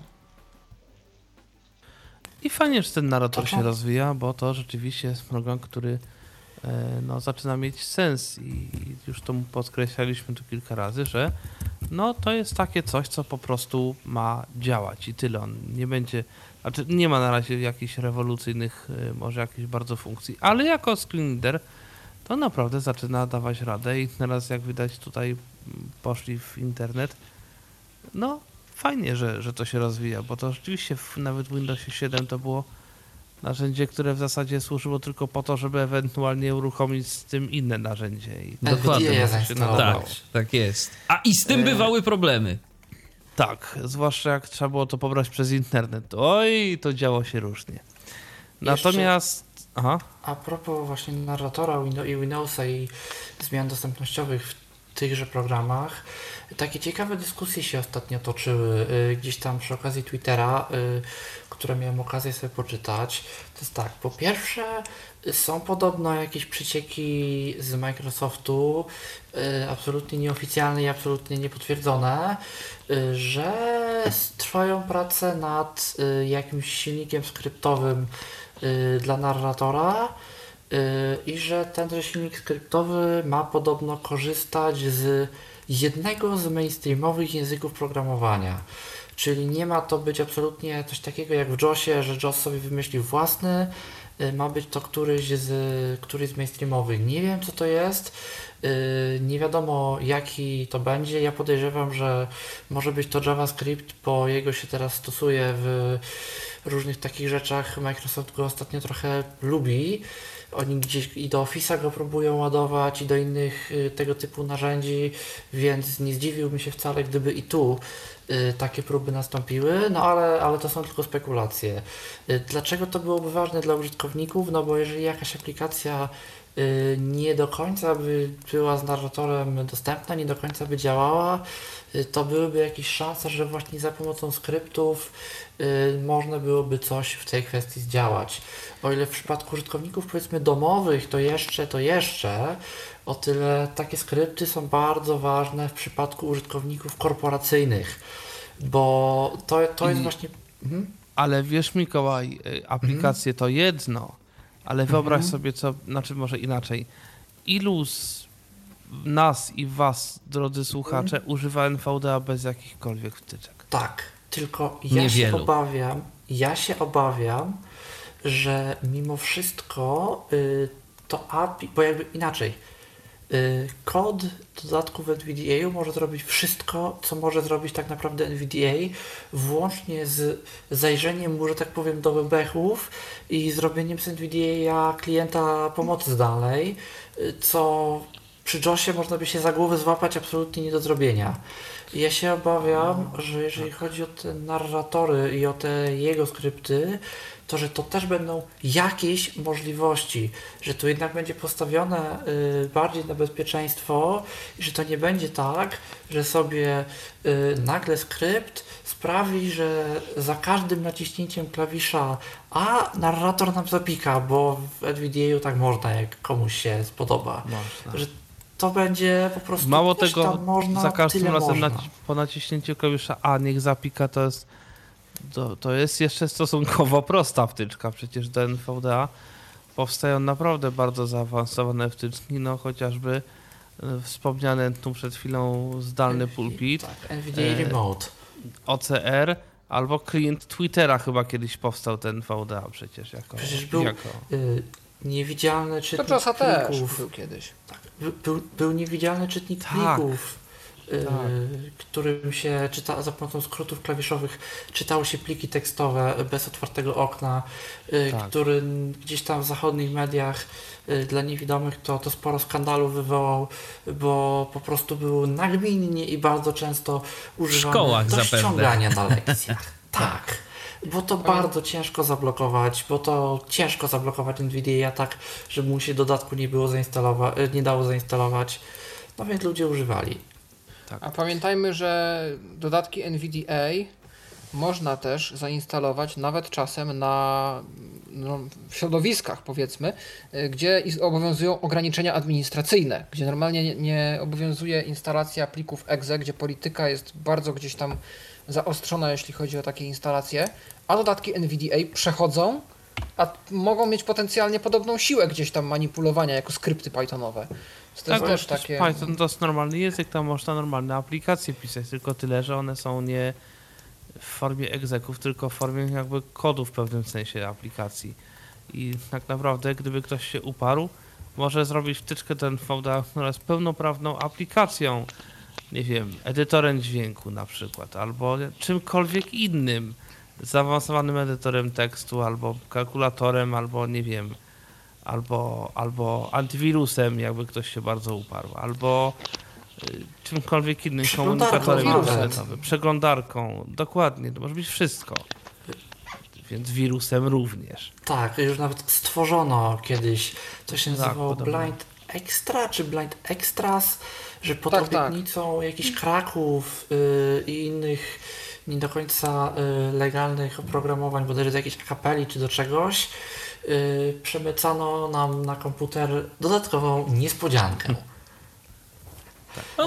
I fajnie, że ten narrator się rozwija, bo to rzeczywiście jest program, który zaczyna mieć sens i już to podkreślaliśmy tu kilka razy, że to jest takie coś, co po prostu ma działać i tyle. On nie będzie, nie ma na razie jakichś rewolucyjnych, może jakichś bardzo funkcji, ale jako screen reader to naprawdę zaczyna dawać radę i teraz jak widać tutaj poszli w internet, fajnie, że to się rozwija, bo to rzeczywiście nawet w Windowsie 7 to było narzędzie, które w zasadzie służyło tylko po to, żeby ewentualnie uruchomić z tym inne narzędzie. I
dokładnie. Tak jest. A i z tym bywały problemy.
Tak, zwłaszcza jak trzeba było to pobrać przez internet. Oj, to działo się różnie. Natomiast...
A propos właśnie narratora i Windowsa i zmian dostępnościowych w tychże programach, takie ciekawe dyskusje się ostatnio toczyły gdzieś tam przy okazji Twittera, które miałem okazję sobie poczytać. To jest tak, po pierwsze są podobno jakieś przecieki z Microsoftu, absolutnie nieoficjalne i absolutnie niepotwierdzone, że trwają prace nad jakimś silnikiem skryptowym dla narratora i że ten silnik skryptowy ma podobno korzystać z jednego z mainstreamowych języków programowania. Czyli nie ma to być absolutnie coś takiego jak w JAWSie, że JAWS sobie wymyślił własny, ma być to któryś z mainstreamowych. Nie wiem, co to jest, nie wiadomo jaki to będzie. Ja podejrzewam, że może być to JavaScript, bo jego się teraz stosuje w różnych takich rzeczach. Microsoft go ostatnio trochę lubi. Oni gdzieś i do Office'a go próbują ładować i do innych tego typu narzędzi, więc nie zdziwiłbym się wcale, gdyby i tu takie próby nastąpiły, ale to są tylko spekulacje. Dlaczego to byłoby ważne dla użytkowników? No bo jeżeli jakaś aplikacja nie do końca by była z narratorem dostępna, nie do końca by działała, to byłyby jakieś szanse, że właśnie za pomocą skryptów można byłoby coś w tej kwestii zdziałać. O ile w przypadku użytkowników powiedzmy domowych to jeszcze, o tyle takie skrypty są bardzo ważne w przypadku użytkowników korporacyjnych, bo to jest właśnie...
Ale wiesz, Mikołaj, aplikacje to jedno, ale wyobraź sobie może inaczej, ilu z nas i was, drodzy słuchacze, używa NVDA bez jakichkolwiek wtyczek?
Tak, tylko
Niewielu.
ja się obawiam, że mimo wszystko to API, bo jakby inaczej, kod dodatku w NVDA może zrobić wszystko, co może zrobić tak naprawdę NVDA, włącznie z zajrzeniem mu, że tak powiem, do bebechów i zrobieniem z NVDA klienta pomocy zdalnej, co przy JAWSie można by się za głowę złapać absolutnie nie do zrobienia. Ja się obawiam, że jeżeli chodzi o te narratory i o te jego skrypty, to że to też będą jakieś możliwości, że tu jednak będzie postawione bardziej na bezpieczeństwo i że to nie będzie tak, że sobie nagle skrypt sprawi, że za każdym naciśnięciem klawisza A narrator nam zapika, bo w NVDA tak można, jak komuś się spodoba.
Można.
Że to będzie po prostu...
Mało tego,
tam można,
za każdym razem
można.
po naciśnięciu klawisza A niech zapika, to jest jeszcze stosunkowo prosta wtyczka. Przecież do NVDA powstają naprawdę bardzo zaawansowane wtyczki, no chociażby wspomniany tu przed chwilą zdalny pulpit,
Tak, NVDA Remote.
OCR albo klient Twittera chyba kiedyś powstał ten NVDA przecież jako...
Przecież był niewidzialny czytnik
To Josa też
plików.
był kiedyś.
Tak, był niewidzialny czytnik
Tak.
plików, którym się czyta za pomocą skrótów klawiszowych czytało się pliki tekstowe bez otwartego okna,
Tak.
który gdzieś tam w zachodnich mediach dla niewidomych to sporo skandalów wywołał, bo po prostu był nagminnie i bardzo często używany
szkołach
do
zapewne.
ściągania na lekcjach. Tak. Bo to bardzo ciężko zablokować, NVDA tak, żeby mu się dodatku nie dało zainstalować. No więc ludzie używali.
A pamiętajmy, że dodatki NVDA można też zainstalować nawet czasem na w środowiskach, powiedzmy, gdzie obowiązują ograniczenia administracyjne, gdzie normalnie nie obowiązuje instalacja plików exe, gdzie polityka jest bardzo gdzieś tam zaostrzona, jeśli chodzi o takie instalacje, a dodatki NVDA przechodzą, a mogą mieć potencjalnie podobną siłę gdzieś tam manipulowania jako skrypty Pythonowe. To jest też takie...
Python to jest normalny język, tam można normalne aplikacje pisać, tylko tyle, że one są nie w formie egzeków, tylko w formie jakby kodu w pewnym sensie aplikacji. I tak naprawdę, gdyby ktoś się uparł, może zrobić wtyczkę do NVDA, która jest pełnoprawną aplikacją, nie wiem, edytorem dźwięku na przykład, albo czymkolwiek innym, zaawansowanym edytorem tekstu, albo kalkulatorem, albo nie wiem, albo antywirusem, jakby ktoś się bardzo uparł, albo czymkolwiek innym komunikatorem internetowym, przeglądarką, dokładnie, to może być wszystko. Więc wirusem również.
Tak, już nawet stworzono kiedyś, to się nazywało Blind Extra, czy Blind Extras, że pod obietnicą jakichś kraków i innych nie do końca legalnych oprogramowań, bodajże do jakiejś akapeli czy do czegoś, przemycano nam na komputer dodatkową niespodziankę.
No,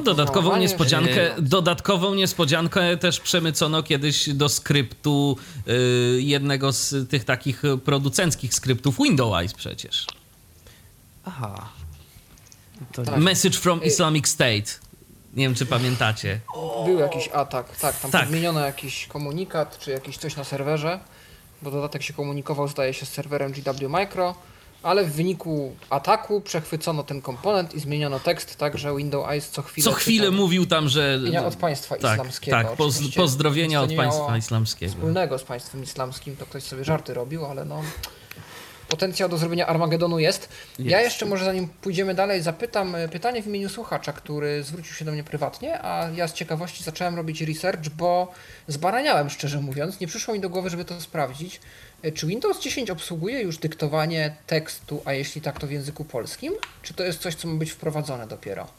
dodatkową niespodziankę też przemycono kiedyś do skryptu jednego z tych takich producenckich skryptów Windows przecież.
Aha.
Message from Islamic State. Nie wiem, czy pamiętacie.
Był jakiś atak, tam podmieniono jakiś komunikat, czy jakieś coś na serwerze, bo dodatek się komunikował, zdaje się, z serwerem GW Micro, ale w wyniku ataku przechwycono ten komponent i zmieniono tekst tak, że Windows Eyes co chwilę
mówił tam, że...
Od państwa islamskiego.
Tak, pozdrowienia od państwa islamskiego.
Wspólnego z państwem islamskim, to ktoś sobie żarty robił, ale no... Potencjał do zrobienia Armagedonu jest. Ja jeszcze może zanim pójdziemy dalej zapytam pytanie w imieniu słuchacza, który zwrócił się do mnie prywatnie, a ja z ciekawości zacząłem robić research, bo zbaraniałem, szczerze mówiąc. Nie przyszło mi do głowy, żeby to sprawdzić. Czy Windows 10 obsługuje już dyktowanie tekstu, a jeśli tak, to w języku polskim? Czy to jest coś, co ma być wprowadzone dopiero?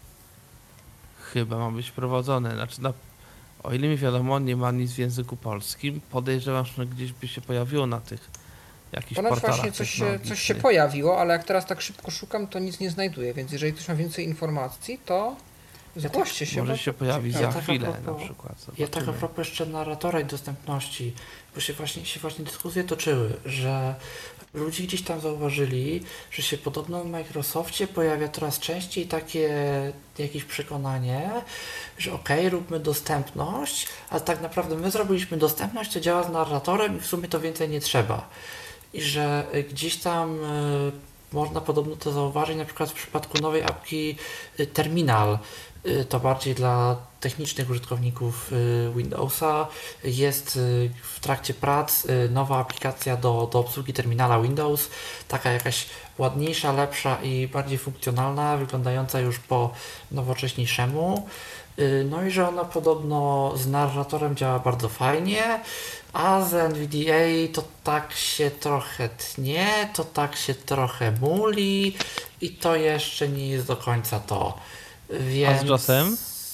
Chyba ma być wprowadzone. Znaczy, o ile mi wiadomo, nie ma nic w języku polskim. Podejrzewam, że gdzieś by się pojawiło na tych jakichś portalach.
Właśnie coś się pojawiło, ale jak teraz tak szybko szukam, to nic nie znajduję, więc jeżeli ktoś ma więcej informacji, to zgłoście się.
Może się pojawi za chwilę na przykład.
Ja tak a propos jeszcze narratora i dostępności, bo się właśnie dyskusje toczyły, że ludzie gdzieś tam zauważyli, że się podobno w Microsoftie pojawia coraz częściej takie jakieś przekonanie, że róbmy dostępność, ale tak naprawdę my zrobiliśmy dostępność, to działa z narratorem i w sumie to więcej nie trzeba. I że gdzieś tam można podobno to zauważyć na przykład w przypadku nowej apki Terminal. To bardziej dla technicznych użytkowników Windowsa. Jest w trakcie prac nowa aplikacja do obsługi terminala Windows, taka jakaś ładniejsza, lepsza i bardziej funkcjonalna, wyglądająca już po nowocześniejszemu. No i że ona podobno z narratorem działa bardzo fajnie, a z NVDA to tak się trochę tnie, to tak się trochę muli i to jeszcze nie jest do końca to. Więc
A z JOS-em?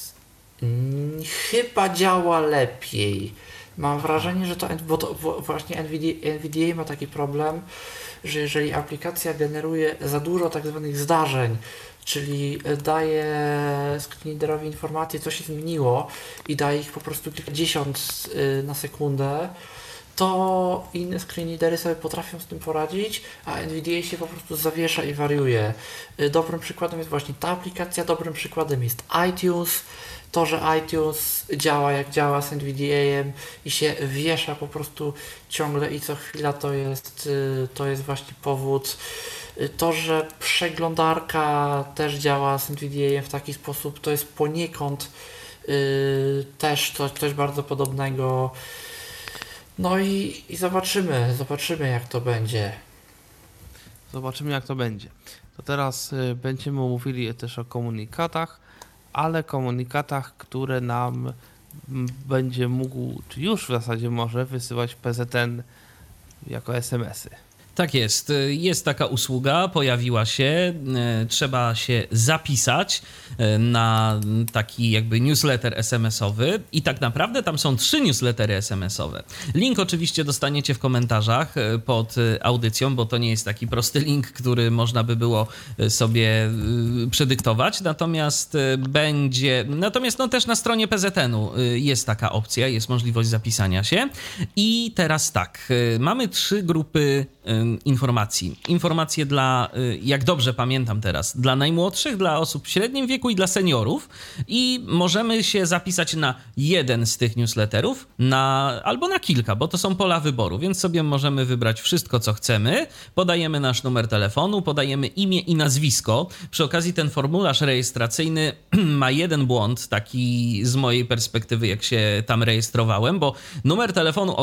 Chyba działa lepiej. Mam wrażenie, że bo właśnie NVDA ma taki problem, że jeżeli aplikacja generuje za dużo tak zwanych zdarzeń, czyli daje screenreaderowi informacje, co się zmieniło i daje ich po prostu kilkadziesiąt na sekundę, to inne screenreadery sobie potrafią z tym poradzić, a NVDA się po prostu zawiesza i wariuje. Dobrym przykładem jest właśnie ta aplikacja, dobrym przykładem jest iTunes. To, że iTunes działa jak działa z NVDA-em i się wiesza po prostu ciągle i co chwila, to jest właśnie powód. To, że przeglądarka też działa z NVDA-em w taki sposób, to jest poniekąd też coś bardzo podobnego. No i zobaczymy jak to będzie.
Zobaczymy jak to będzie. To teraz będziemy mówili też o komunikatach, ale komunikatach, które nam będzie mógł, czy już w zasadzie może wysyłać PZN jako SMS-y.
Tak jest. Jest taka usługa, pojawiła się. Trzeba się zapisać na taki jakby newsletter SMS-owy i tak naprawdę tam są 3 newslettery SMS-owe. Link oczywiście dostaniecie w komentarzach pod audycją, bo to nie jest taki prosty link, który można by było sobie przedyktować. Natomiast no też na stronie PZN-u jest taka opcja, jest możliwość zapisania się. I teraz tak, mamy 3 grupy informacji. Informacje dla, jak dobrze pamiętam teraz, dla najmłodszych, dla osób w średnim wieku i dla seniorów i możemy się zapisać na jeden z tych newsletterów, albo na kilka, bo to są pola wyboru, więc sobie możemy wybrać wszystko, co chcemy. Podajemy nasz numer telefonu, podajemy imię i nazwisko. Przy okazji ten formularz rejestracyjny ma jeden błąd, taki z mojej perspektywy, jak się tam rejestrowałem, bo numer telefonu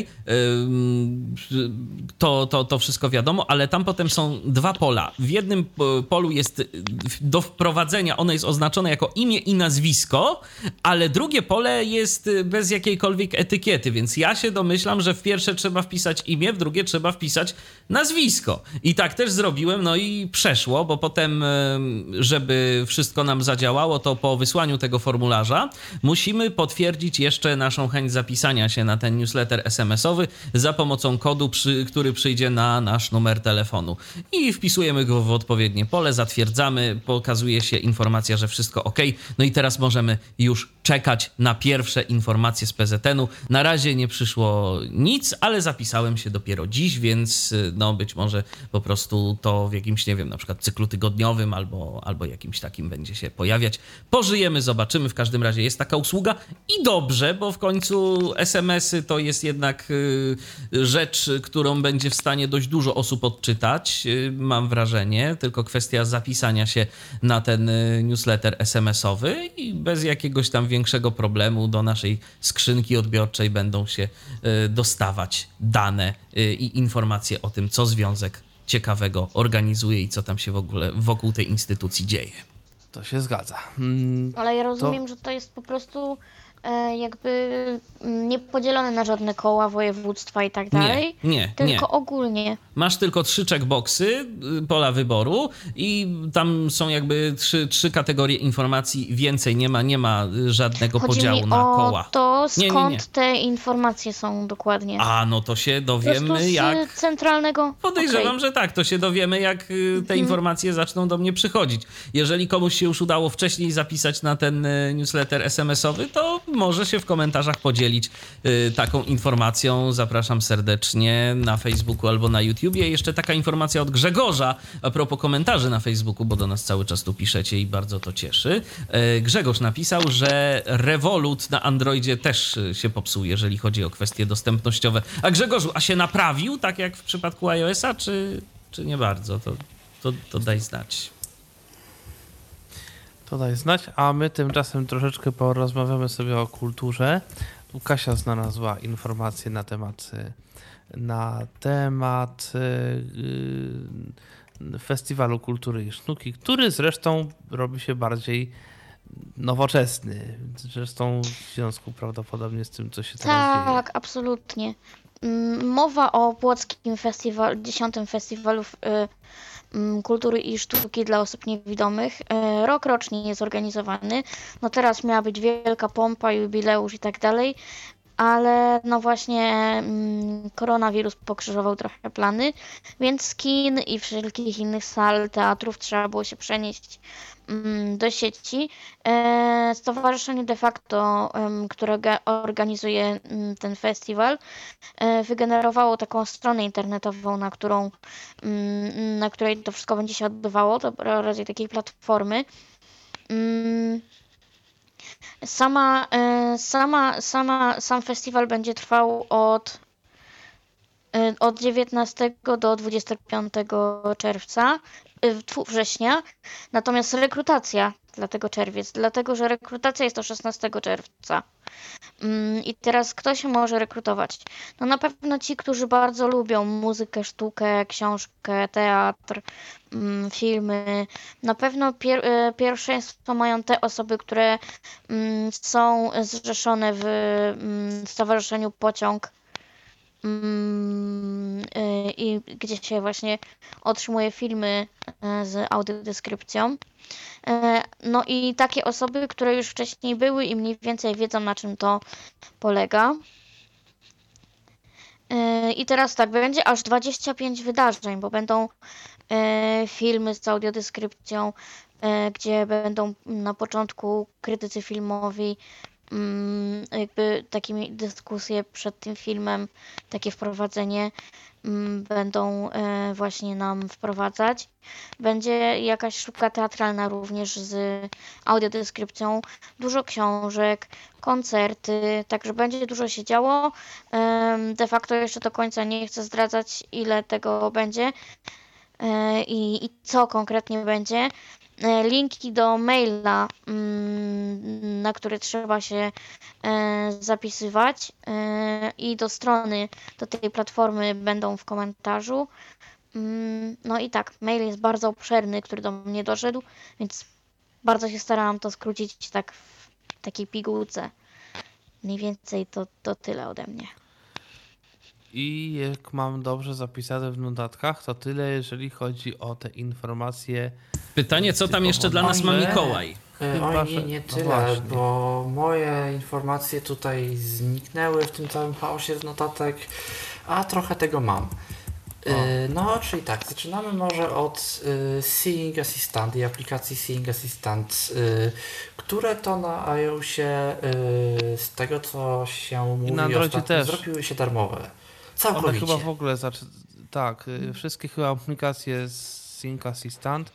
to wszystko wiadomo, ale tam potem są 2 pola. W jednym polu jest do wprowadzenia, ono jest oznaczone jako imię i nazwisko, ale drugie pole jest bez jakiejkolwiek etykiety, więc ja się domyślam, że w pierwsze trzeba wpisać imię, w drugie trzeba wpisać nazwisko. I tak też zrobiłem, no i przeszło, bo potem, żeby wszystko nam zadziałało, to po wysłaniu tego formularza musimy potwierdzić jeszcze naszą chęć zapisania się na ten newsletter SMS-owy za pomocą kodu, który przyjdzie na nasz numer telefonu. I wpisujemy go w odpowiednie pole, zatwierdzamy, pokazuje się informacja, że wszystko ok. No i teraz możemy już czekać na pierwsze informacje z PZN-u. Na razie nie przyszło nic, ale zapisałem się dopiero dziś, więc no być może po prostu to w jakimś, nie wiem, na przykład cyklu tygodniowym albo jakimś takim będzie się pojawiać. Pożyjemy, zobaczymy. W każdym razie jest taka usługa i dobrze, bo w końcu SMS-y to jest jednak rzecz, którą będzie w stanie dość dużo osób odczytać, mam wrażenie, tylko kwestia zapisania się na ten newsletter SMS-owy i bez jakiegoś tam większego problemu do naszej skrzynki odbiorczej będą się dostawać dane i informacje o tym, co związek ciekawego organizuje i co tam się w ogóle wokół tej instytucji dzieje.
To się zgadza.
Ale ja rozumiem, że to jest po prostu jakby nie podzielone na żadne koła, województwa i tak dalej.
Nie.
Tylko ogólnie.
Masz tylko 3 checkboxy, pola wyboru i tam są jakby 3 kategorie informacji, więcej nie ma żadnego podziału na koła.
To skąd te informacje są dokładnie?
A, no to się dowiemy
z centralnego...
Podejrzewam, że tak, to się dowiemy, jak te informacje zaczną do mnie przychodzić. Jeżeli komuś się już udało wcześniej zapisać na ten newsletter SMS-owy, to może się w komentarzach podzielić taką informacją. Zapraszam serdecznie na Facebooku albo na YouTubie. Jeszcze taka informacja od Grzegorza a propos komentarzy na Facebooku, bo do nas cały czas tu piszecie i bardzo to cieszy. Grzegorz napisał, że Revolut na Androidzie też się popsuł, jeżeli chodzi o kwestie dostępnościowe. A Grzegorzu, a się naprawił, tak jak w przypadku iOS-a, czy nie bardzo? To daj znać.
To daj znać, a my tymczasem troszeczkę porozmawiamy sobie o kulturze. Tu Kasia znalazła informacje na temat Festiwalu Kultury i Sztuki, który zresztą robi się bardziej nowoczesny. Zresztą w związku prawdopodobnie z tym, co się teraz dzieje.
Tak, absolutnie. Mowa o Płockim 10. Festiwalu Kultury i Sztuki dla osób niewidomych. Rok rocznie jest organizowany. No teraz miała być wielka pompa, jubileusz i tak dalej, ale no właśnie koronawirus pokrzyżował trochę plany, więc z kin i wszelkich innych sal, teatrów trzeba było się przenieść do sieci. Stowarzyszenie de facto, które organizuje ten festiwal, wygenerowało taką stronę internetową, na której to wszystko będzie się odbywało, to przy okazji takiej platformy. Sam festiwal będzie trwał od 19 do 25 września, natomiast rekrutacja, dlatego czerwiec, dlatego że rekrutacja jest do 16 czerwca. I teraz kto się może rekrutować? No na pewno ci, którzy bardzo lubią muzykę, sztukę, książkę, teatr, filmy. Na pewno pierwszeństwo mają te osoby, które są zrzeszone w Stowarzyszeniu Pociąg i gdzie się właśnie otrzymuje filmy z audiodeskrypcją. No i takie osoby, które już wcześniej były i mniej więcej wiedzą, na czym to polega. I teraz tak, będzie aż 25 wydarzeń, bo będą filmy z audiodeskrypcją, gdzie będą na początku krytycy filmowi, jakby takimi dyskusje przed tym filmem, takie wprowadzenie będą właśnie nam wprowadzać. Będzie jakaś sztuka teatralna również z audiodeskrypcją, dużo książek, koncerty, także będzie dużo się działo. De facto jeszcze do końca nie chcę zdradzać, ile tego będzie i co konkretnie będzie. Linki do maila, na który trzeba się zapisywać, i do strony, do tej platformy będą w komentarzu. No i tak, mail jest bardzo obszerny, który do mnie doszedł, więc bardzo się starałam to skrócić tak w takiej pigułce. Mniej więcej to tyle ode mnie.
I jak mam dobrze zapisane w notatkach, to tyle, jeżeli chodzi o te informacje.
Pytanie, co tam jeszcze dla nas ma Mikołaj?
Oj, nie tyle, bo moje informacje tutaj zniknęły w tym całym chaosie z notatek, a trochę tego mam. No, czyli tak, zaczynamy może od Seeing Assistant i aplikacji Seeing Assistant, które to na iOSie, z tego co się mówi ostatnio, zrobiły się darmowe. Całkowicie.
One chyba w ogóle, tak, wszystkie chyba aplikacje z Seeing Assistant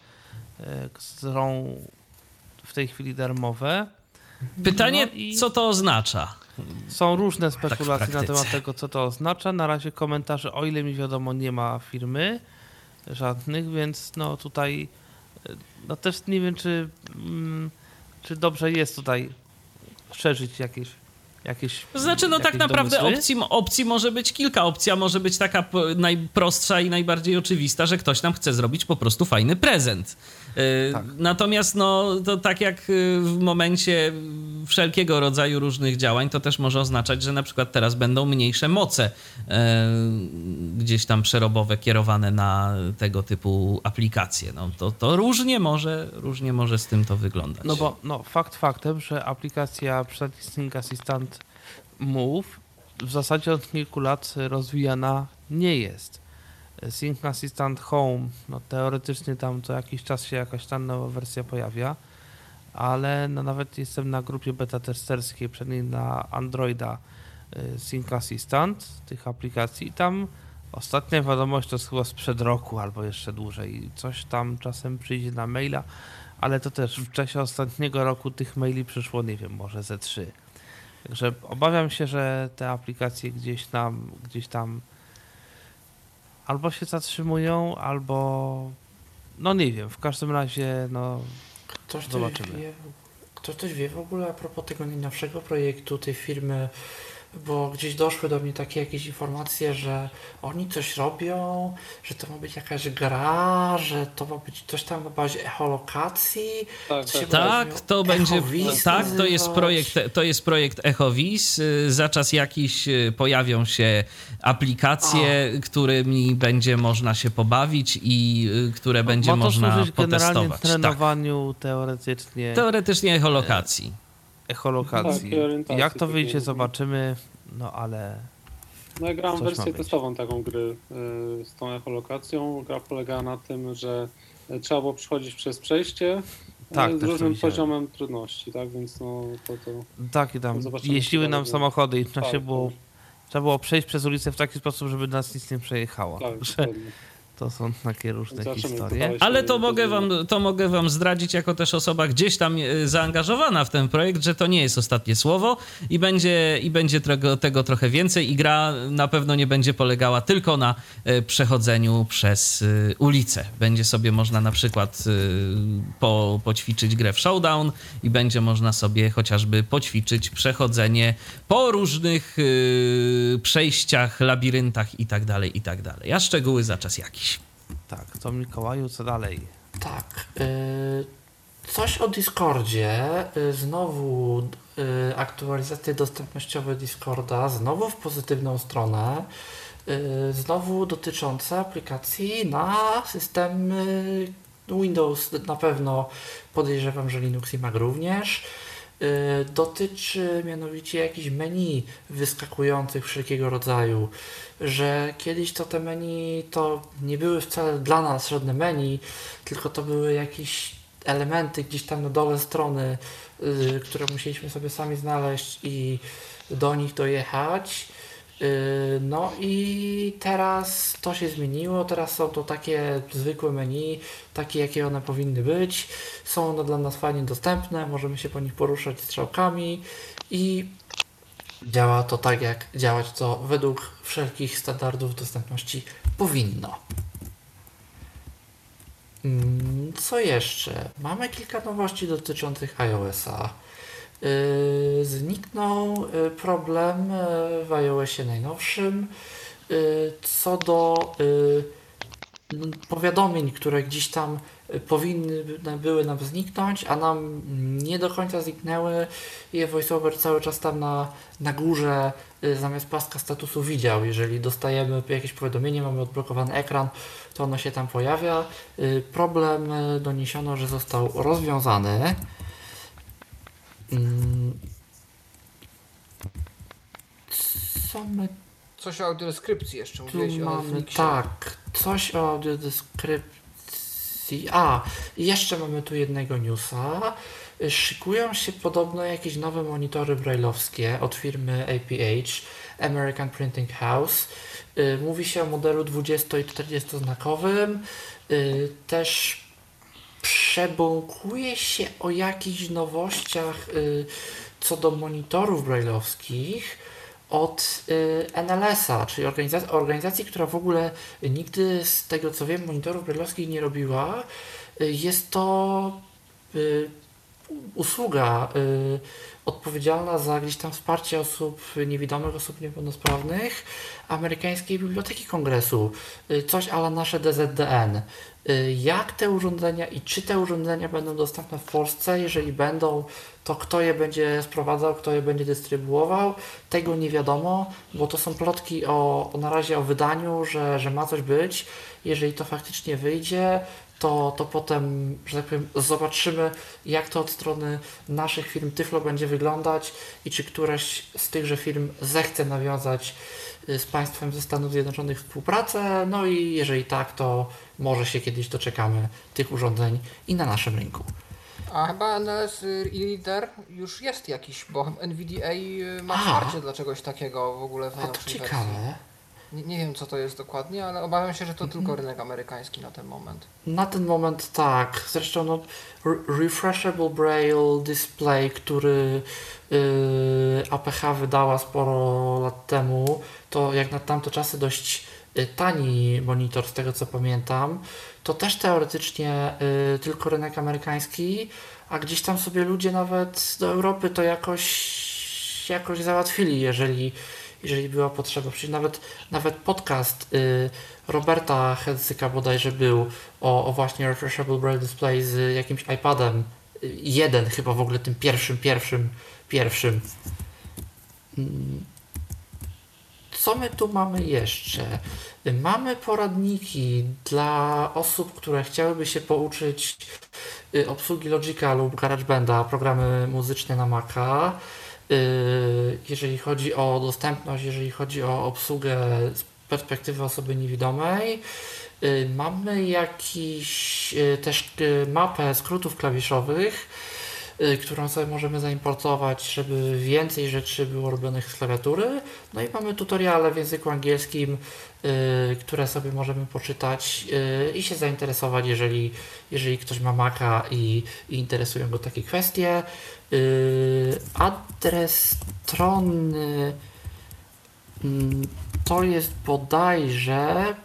są w tej chwili darmowe.
Pytanie, co to oznacza?
Są różne spekulacje na temat tego, co to oznacza. Na razie komentarzy, o ile mi wiadomo, nie ma firmy żadnych, więc no tutaj no też nie wiem, czy dobrze jest tutaj szerzyć jakieś
znaczy, no tak naprawdę opcji może być kilka. Opcja może być taka najprostsza i najbardziej oczywista, że ktoś nam chce zrobić po prostu fajny prezent. Tak. Natomiast no to tak jak w momencie wszelkiego rodzaju różnych działań, to też może oznaczać, że na przykład teraz będą mniejsze moce gdzieś tam przerobowe kierowane na tego typu aplikacje. No to różnie może z tym to wyglądać.
No bo fakt faktem, że aplikacja Seeing Assistant Move w zasadzie od kilku lat rozwijana nie jest. Seeing Assistant Home, no teoretycznie tam co jakiś czas się jakaś tam nowa wersja pojawia, ale no nawet jestem na grupie beta testerskiej, przynajmniej na Androida, Seeing Assistant, tych aplikacji. Tam ostatnia wiadomość to jest chyba sprzed roku albo jeszcze dłużej. Coś tam czasem przyjdzie na maila, ale to też w czasie ostatniego roku tych maili przyszło, nie wiem, może ze 3. Także obawiam się, że te aplikacje gdzieś tam albo się zatrzymują, albo no nie wiem, w każdym razie no zobaczymy.
Ktoś wie w ogóle a propos tego najnowszego projektu tej firmy bo gdzieś doszły do mnie takie jakieś informacje, że oni coś robią, że to ma być jakaś gra, że to ma być coś tam na bazie echolokacji.
To będzie. Tak, to jest projekt EchoWiz. Za czas jakiś pojawią się aplikacje, którymi będzie można się pobawić i które będzie można potestować.
Generalnie trenowaniu
teoretycznie echolokacji.
Jak to wyjdzie, zobaczymy, no ale...
No ja grałem wersję testową taką gry z tą echolokacją. Gra polegała na tym, że trzeba było przechodzić przez przejście z różnym poziomem trudności, tak? Więc no to...
Tak, i tam jeździły nam samochody i trzeba było przejść przez ulicę w taki sposób, żeby nas nic nie przejechało.
Tak,
to są takie różne historie.
Ale to mogę wam zdradzić jako też osoba gdzieś tam zaangażowana w ten projekt, że to nie jest ostatnie słowo i będzie tego trochę więcej i gra na pewno nie będzie polegała tylko na przechodzeniu przez ulicę. Będzie sobie można na przykład poćwiczyć grę w Showdown i będzie można sobie chociażby poćwiczyć przechodzenie po różnych przejściach, labiryntach i tak dalej, a szczegóły za czas jakiś.
Tak, to Mikołaju, co dalej?
Tak, coś o Discordzie, znowu aktualizacje dostępnościowe Discorda, znowu w pozytywną stronę, znowu dotyczące aplikacji na system Windows, na pewno podejrzewam, że Linux i Mac również. Dotyczy mianowicie jakichś menu wyskakujących wszelkiego rodzaju, że kiedyś to te menu to nie były wcale dla nas żadne menu, tylko to były jakieś elementy gdzieś tam na dole strony, które musieliśmy sobie sami znaleźć i do nich dojechać. No i teraz to się zmieniło, teraz są to takie zwykłe menu, takie jakie one powinny być, są one dla nas fajnie dostępne, możemy się po nich poruszać strzałkami i działa to tak, jak działać to według wszelkich standardów dostępności powinno. Co jeszcze? Mamy kilka nowości dotyczących iOS-a. Zniknął problem w iOSie najnowszym co do powiadomień, które gdzieś tam powinny były nam zniknąć, a nam nie do końca zniknęły i VoiceOver cały czas tam na górze zamiast paska statusu widział. Jeżeli dostajemy jakieś powiadomienie, mamy odblokowany ekran, to ono się tam pojawia. Problem doniesiono, że został rozwiązany. Co my
Coś o audiodeskrypcji jeszcze mówiłeś o Netflixie.
Tak, coś o audiodeskrypcji. Jeszcze mamy tu jednego newsa. Szykują się podobno jakieś nowe monitory braille'owskie od firmy APH, American Printing House. Mówi się o modelu 20 i 40 znakowym. Też przebąkuje się o jakichś nowościach co do monitorów braille'owskich od NLS-a, czyli organizacji, która w ogóle nigdy z tego co wiem monitorów braille'owskich nie robiła. Jest to usługa odpowiedzialna za gdzieś tam wsparcie osób niewidomych, osób niepełnosprawnych Amerykańskiej Biblioteki Kongresu. Coś a la nasze DZDN. Jak te urządzenia i czy te urządzenia będą dostępne w Polsce? Jeżeli będą, to kto je będzie sprowadzał, kto je będzie dystrybuował? Tego nie wiadomo, bo to są plotki na razie o wydaniu, że ma coś być. Jeżeli to faktycznie wyjdzie, to potem, że tak powiem, zobaczymy, jak to od strony naszych firm Tyflo będzie wyglądać i czy któraś z tychże firm zechce nawiązać z państwem ze Stanów Zjednoczonych współpracę. No i jeżeli tak, to może się kiedyś doczekamy tych urządzeń i na naszym rynku.
A chyba NLS e-reader już jest jakiś, bo NVDA ma wsparcie dla czegoś takiego w ogóle w najnowszej wersji.
Ciekawe.
Nie wiem, co to jest dokładnie, ale obawiam się, że to tylko rynek amerykański na ten moment.
Na ten moment tak. Zresztą Refreshable Braille Display, który APH wydała sporo lat temu, to jak na tamte czasy dość tani monitor, z tego co pamiętam, to też teoretycznie tylko rynek amerykański, a gdzieś tam sobie ludzie nawet do Europy to jakoś jakoś załatwili, jeżeli była potrzeba. Przecież nawet podcast Roberta Hensyka bodajże był o właśnie Refreshable Braille Display z jakimś iPadem. Jeden chyba w ogóle tym pierwszym. Co my tu mamy jeszcze? Mamy poradniki dla osób, które chciałyby się pouczyć obsługi Logica lub GarageBanda, programy muzyczne na Maca. Jeżeli chodzi o dostępność, jeżeli chodzi o obsługę z perspektywy osoby niewidomej. Mamy jakiś też mapę skrótów klawiszowych, którą sobie możemy zaimportować, żeby więcej rzeczy było robionych z klawiatury. No i mamy tutoriale w języku angielskim, które sobie możemy poczytać i się zainteresować, jeżeli ktoś ma Maca i interesują go takie kwestie. Adres strony to jest bodajże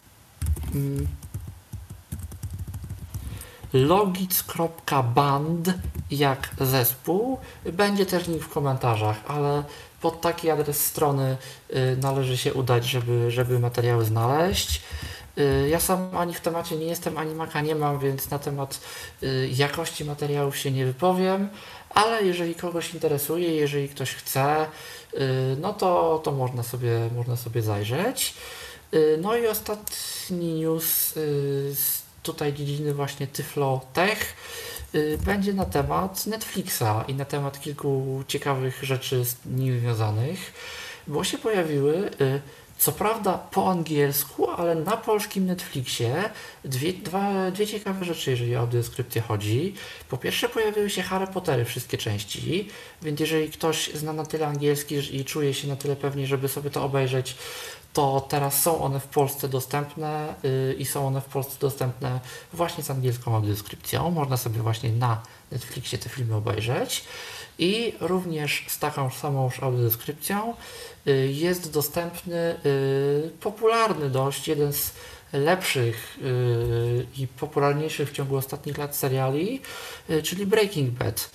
logic.band jak zespół. Będzie też link w komentarzach, ale pod taki adres strony należy się udać, żeby materiały znaleźć. Ja sam ani w temacie nie jestem, ani Maca nie mam, więc na temat jakości materiałów się nie wypowiem, ale jeżeli kogoś interesuje, jeżeli ktoś chce, no to można sobie zajrzeć. No i ostatni news z tutaj dziedziny właśnie Tyflo Tech będzie na temat Netflixa i na temat kilku ciekawych rzeczy z nim związanych, bo się pojawiły, co prawda po angielsku, ale na polskim Netflixie dwie ciekawe rzeczy, jeżeli o audiodeskrypcję chodzi. Po pierwsze pojawiły się Harry Pottery, wszystkie części, więc jeżeli ktoś zna na tyle angielski i czuje się na tyle pewnie, żeby sobie to obejrzeć, to teraz są one w Polsce dostępne i są one w Polsce dostępne właśnie z angielską audiodeskrypcją. Można sobie właśnie na Netflixie te filmy obejrzeć. I również z taką samą już audiodeskrypcją jest dostępny popularny dość, jeden z lepszych i popularniejszych w ciągu ostatnich lat seriali, czyli Breaking Bad.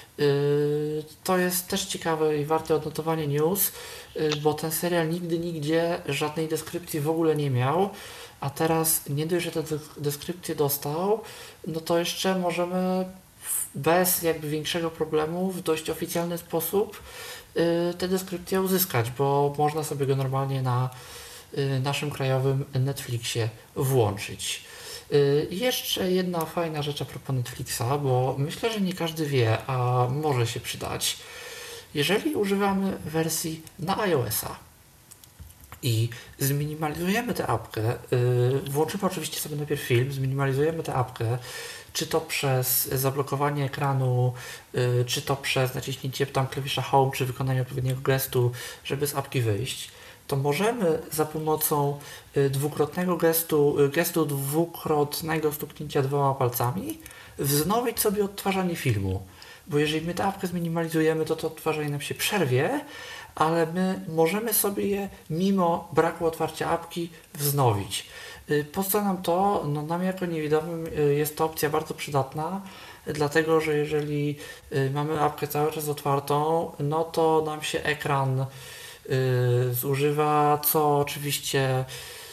To jest też ciekawe i warte odnotowania news, bo ten serial nigdy nigdzie żadnej deskrypcji w ogóle nie miał, a teraz nie dość, że tę deskrypcję dostał, no to jeszcze możemy bez jakby większego problemu w dość oficjalny sposób tę deskrypcję uzyskać, bo można sobie go normalnie na naszym krajowym Netflixie włączyć. Jeszcze jedna fajna rzecz a propos Netflixa, bo myślę, że nie każdy wie, a może się przydać. Jeżeli używamy wersji na iOS-a i zminimalizujemy tę apkę, włączymy oczywiście sobie najpierw film, zminimalizujemy tę apkę, czy to przez zablokowanie ekranu, czy to przez naciśnięcie tam klawisza Home, czy wykonanie odpowiedniego gestu, żeby z apki wyjść, to możemy za pomocą gestu dwukrotnego stuknięcia dwoma palcami wznowić sobie odtwarzanie filmu. Bo jeżeli my tę apkę zminimalizujemy, to odtwarzanie nam się przerwie, ale my możemy sobie je mimo braku otwarcia apki wznowić. Po co nam to? No nam jako niewidomym jest to opcja bardzo przydatna, dlatego że jeżeli mamy apkę cały czas otwartą, no to nam się ekran zużywa, co oczywiście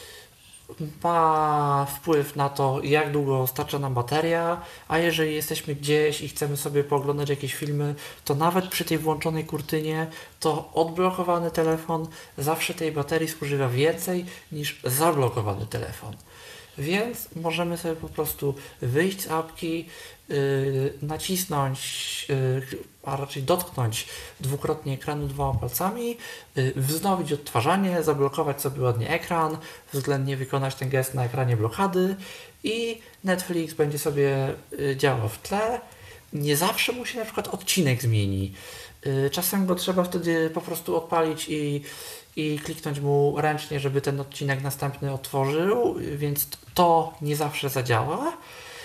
ma wpływ na to, jak długo starcza nam bateria, a jeżeli jesteśmy gdzieś i chcemy sobie pooglądać jakieś filmy, to nawet przy tej włączonej kurtynie, to odblokowany telefon zawsze tej baterii zużywa więcej niż zablokowany telefon. Więc możemy sobie po prostu wyjść z apki, nacisnąć, a raczej dotknąć dwukrotnie ekranu dwoma palcami, wznowić odtwarzanie, zablokować sobie ładnie ekran, względnie wykonać ten gest na ekranie blokady i Netflix będzie sobie działał w tle. Nie zawsze mu się na przykład odcinek zmieni. Czasem go trzeba wtedy po prostu odpalić i kliknąć mu ręcznie, żeby ten odcinek następny otworzył, więc to nie zawsze zadziała,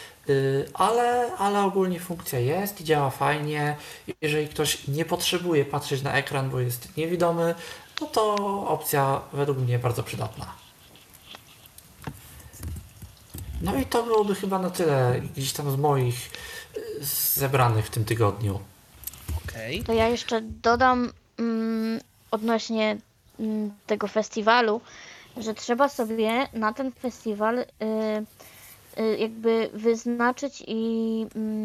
ale ogólnie funkcja jest i działa fajnie. Jeżeli ktoś nie potrzebuje patrzeć na ekran, bo jest niewidomy, no to opcja według mnie bardzo przydatna. No i to byłoby chyba na tyle gdzieś tam z moich zebranych w tym tygodniu.
To ja jeszcze dodam odnośnie tego festiwalu, że trzeba sobie na ten festiwal jakby wyznaczyć i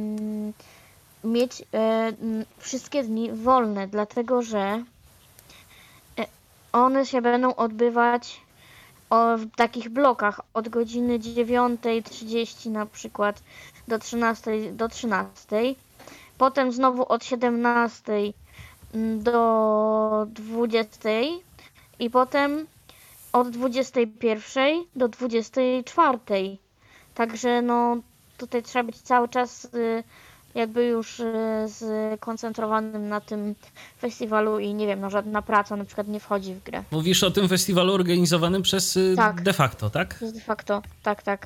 mieć wszystkie dni wolne, dlatego że one się będą odbywać w takich blokach od godziny 9:30 na przykład do 13:00, potem znowu od 17:00 do 20:00 i potem od 21:00 do 24:00. Także no tutaj trzeba być cały czas jakby już skoncentrowanym na tym festiwalu i nie wiem, no żadna praca na przykład nie wchodzi w grę.
Mówisz o tym festiwalu organizowanym przez De Facto, tak?
Przez De Facto, tak.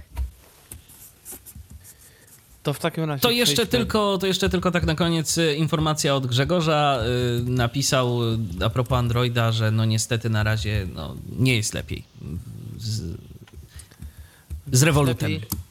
To w takim razie...
To jeszcze tylko tak na koniec informacja od Grzegorza. Napisał a propos Androida, że no niestety na razie no, nie jest lepiej z Revolutem.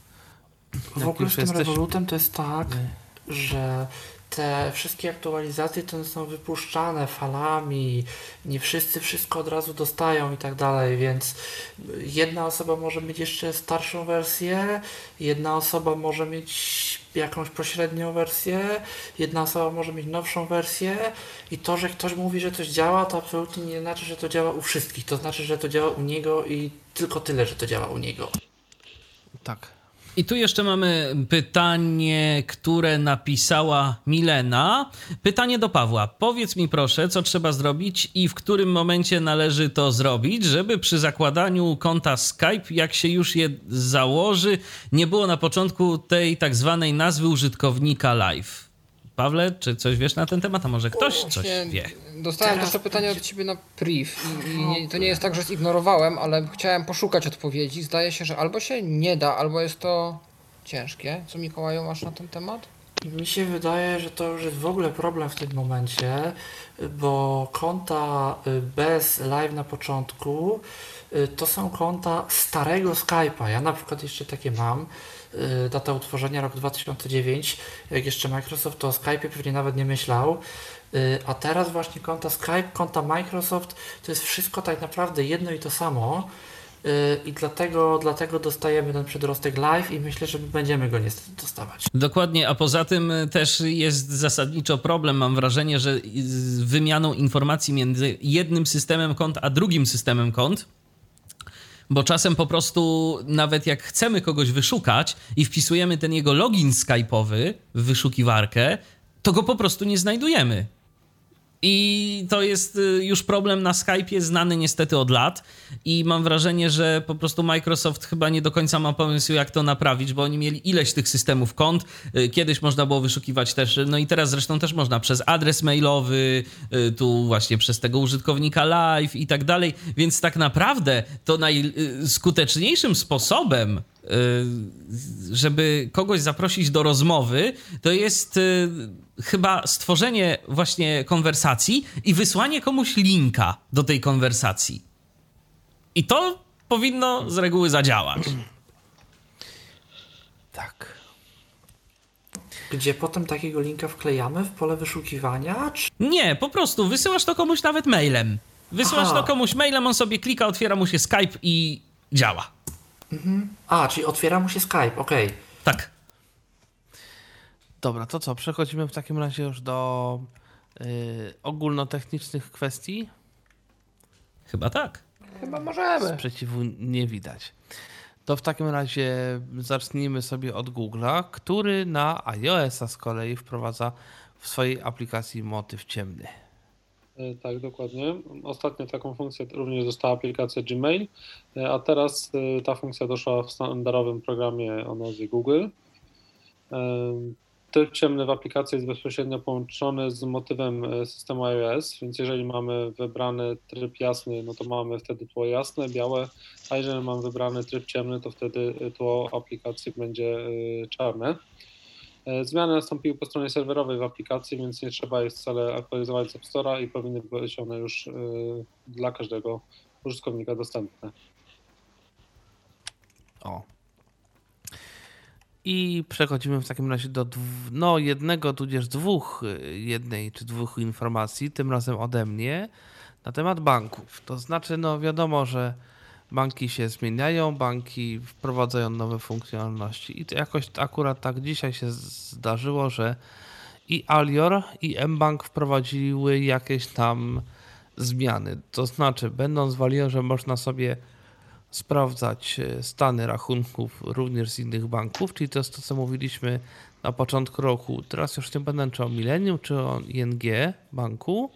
W ogóle z tym Revolutem to jest tak, że te wszystkie aktualizacje to są wypuszczane falami, nie wszyscy wszystko od razu dostają i tak dalej, więc jedna osoba może mieć jeszcze starszą wersję, jedna osoba może mieć jakąś pośrednią wersję, jedna osoba może mieć nowszą wersję i to, że ktoś mówi, że coś działa, to absolutnie nie znaczy, że to działa u wszystkich, to znaczy, że to działa u niego i tylko tyle, że to działa u niego.
Tak.
I tu jeszcze mamy pytanie, które napisała Milena. Pytanie do Pawła. Powiedz mi proszę, co trzeba zrobić i w którym momencie należy to zrobić, żeby przy zakładaniu konta Skype, jak się już je założy, nie było na początku tej tak zwanej nazwy użytkownika live. Pawle, czy coś wiesz na ten temat? A może ktoś coś wie?
Dostałem też to pytanie od ciebie na priv i to nie jest tak, że zignorowałem, ale chciałem poszukać odpowiedzi. Zdaje się, że albo się nie da, albo jest to ciężkie. Co, Mikołaju, masz na ten temat?
Mi się wydaje, że to już jest w ogóle problem w tym momencie, bo konta bez live na początku to są konta starego Skype'a. Ja na przykład jeszcze takie mam. Data utworzenia rok 2009, jak jeszcze Microsoft o Skype'ie pewnie nawet nie myślał, a teraz właśnie konta Skype, konta Microsoft to jest wszystko tak naprawdę jedno i to samo i dlatego dostajemy ten przedrostek live i myślę, że będziemy go niestety dostawać.
Dokładnie, a poza tym też jest zasadniczo problem, mam wrażenie, że z wymianą informacji między jednym systemem kont a drugim systemem kont. Bo czasem po prostu nawet jak chcemy kogoś wyszukać i wpisujemy ten jego login skype'owy w wyszukiwarkę, to go po prostu nie znajdujemy. I to jest już problem na Skype'ie znany niestety od lat i mam wrażenie, że po prostu Microsoft chyba nie do końca ma pomysł, jak to naprawić, bo oni mieli ileś tych systemów kont. Kiedyś można było wyszukiwać też, no i teraz zresztą też można przez adres mailowy, tu właśnie przez tego użytkownika live i tak dalej, więc tak naprawdę to najskuteczniejszym sposobem, żeby kogoś zaprosić do rozmowy, to jest chyba stworzenie właśnie konwersacji i wysłanie komuś linka do tej konwersacji. I to powinno z reguły zadziałać.
Tak.
Gdzie potem takiego linka wklejamy w pole wyszukiwania? Czy...
Nie, po prostu wysyłasz to komuś nawet mailem. Wysyłasz to komuś mailem, on sobie klika, otwiera mu się Skype i działa.
Mhm. Czyli otwiera mu się Skype, okej.
Tak.
Dobra, to co? Przechodzimy w takim razie już do ogólnotechnicznych kwestii.
Chyba tak.
Chyba możemy.
Sprzeciwu nie widać. To w takim razie zacznijmy sobie od Google'a, który na iOS-a z kolei wprowadza w swojej aplikacji motyw ciemny.
Tak, dokładnie. Ostatnio taką funkcję również dostała aplikacja Gmail, a teraz ta funkcja doszła w standardowym programie o nazwie Google. Tryb ciemny w aplikacji jest bezpośrednio połączony z motywem systemu iOS, więc jeżeli mamy wybrany tryb jasny, no to mamy wtedy tło jasne, białe, a jeżeli mamy wybrany tryb ciemny, to wtedy tło aplikacji będzie czarne. Zmiany nastąpiły po stronie serwerowej w aplikacji, więc nie trzeba jej wcale aktualizować z App Store'a i powinny być one już dla każdego użytkownika dostępne.
O. I przechodzimy w takim razie do jednego, tudzież jednej czy dwóch informacji, tym razem ode mnie, na temat banków. To znaczy, wiadomo, że banki się zmieniają, banki wprowadzają nowe funkcjonalności i to jakoś akurat tak dzisiaj się zdarzyło, że i Alior, i mBank wprowadziły jakieś tam zmiany. To znaczy, będąc w Aliorze można sobie sprawdzać stany rachunków również z innych banków, czyli to jest to, co mówiliśmy na początku roku. Teraz już nie będę czy o Millennium, czy o ING banku.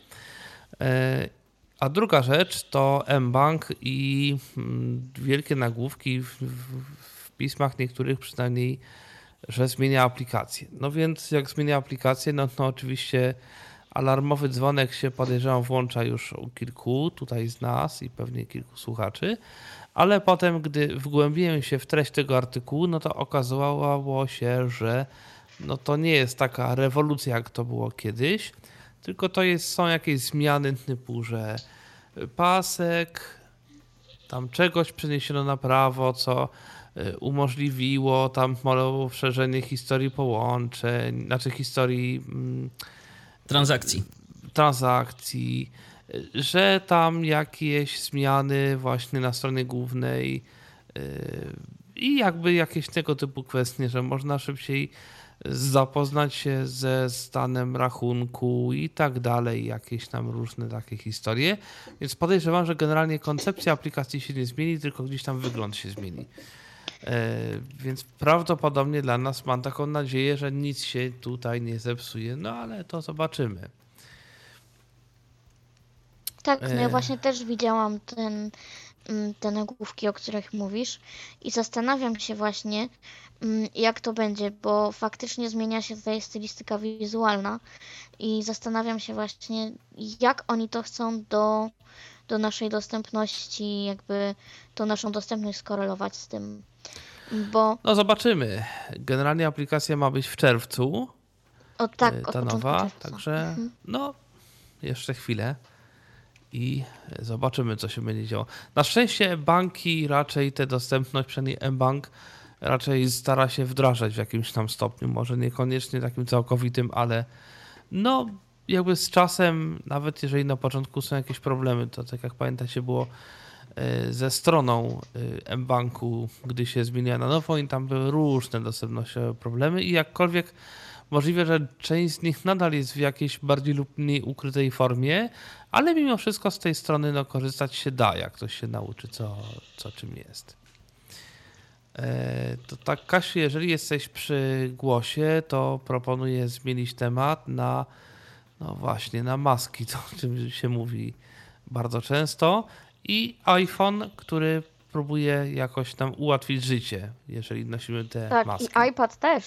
A druga rzecz to mBank i wielkie nagłówki w pismach niektórych przynajmniej, że zmienia aplikację. No więc jak zmienia aplikację, to oczywiście alarmowy dzwonek się, podejrzewam, włącza już u kilku tutaj z nas i pewnie kilku słuchaczy, ale potem, gdy wgłębiłem się w treść tego artykułu, to okazało się, że to nie jest taka rewolucja, jak to było kiedyś, tylko to są jakieś zmiany typu, że pasek, tam czegoś przeniesiono na prawo, co umożliwiło tam szerzenie historii połączeń, znaczy historii transakcji, że tam jakieś zmiany właśnie na stronie głównej i jakby jakieś tego typu kwestie, że można szybciej zapoznać się ze stanem rachunku i tak dalej, jakieś tam różne takie historie, więc podejrzewam, że generalnie koncepcja aplikacji się nie zmieni, tylko gdzieś tam wygląd się zmieni. Więc prawdopodobnie dla nas, mam taką nadzieję, że nic się tutaj nie zepsuje, ale to zobaczymy.
Tak, ja właśnie też widziałam te nagłówki, o których mówisz i zastanawiam się właśnie, jak to będzie, bo faktycznie zmienia się tutaj stylistyka wizualna i zastanawiam się właśnie, jak oni to chcą do naszej dostępności, jakby tą naszą dostępność skorelować z tym, bo...
zobaczymy. Generalnie aplikacja ma być w czerwcu, ta nowa,
czerwca.
Także jeszcze chwilę i zobaczymy, co się będzie działo. Na szczęście banki raczej tę dostępność, przynajmniej mBank, raczej stara się wdrażać w jakimś tam stopniu, może niekoniecznie takim całkowitym, ale jakby z czasem, nawet jeżeli na początku są jakieś problemy, to tak jak pamiętacie było ze stroną mBanku, gdy się zmieniała na nowo i tam były różne dostępnościowe problemy i jakkolwiek możliwe, że część z nich nadal jest w jakiejś bardziej lub mniej ukrytej formie, ale mimo wszystko z tej strony korzystać się da, jak ktoś się nauczy, co czym jest. To tak, Kasiu, jeżeli jesteś przy głosie, to proponuję zmienić temat na właśnie na maski, to o czym się mówi bardzo często, i iPhone, który próbuje jakoś tam ułatwić życie, jeżeli nosimy te maski.
Tak, i iPad też.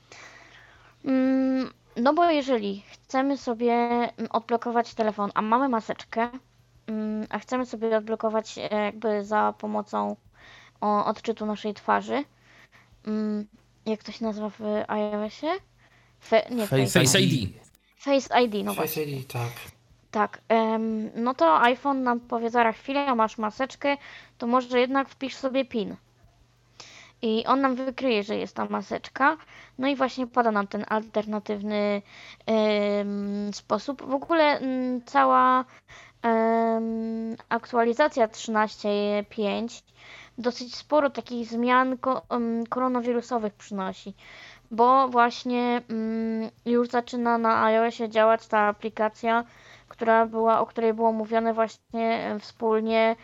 Bo jeżeli chcemy sobie odblokować telefon, a mamy maseczkę, a chcemy sobie odblokować jakby za pomocą odczytu naszej twarzy, jak to się nazywa w iOSie?
Face ID.
Face ID,
Face ID, tak.
Tak, to iPhone nam powie za chwilę, masz maseczkę, to może jednak wpisz sobie PIN. I on nam wykryje, że jest ta maseczka. No i właśnie poda nam ten alternatywny sposób. W ogóle cała aktualizacja 13.5 dosyć sporo takich zmian koronawirusowych przynosi. Bo właśnie już zaczyna na iOSie działać ta aplikacja, o której było mówione właśnie wspólnie,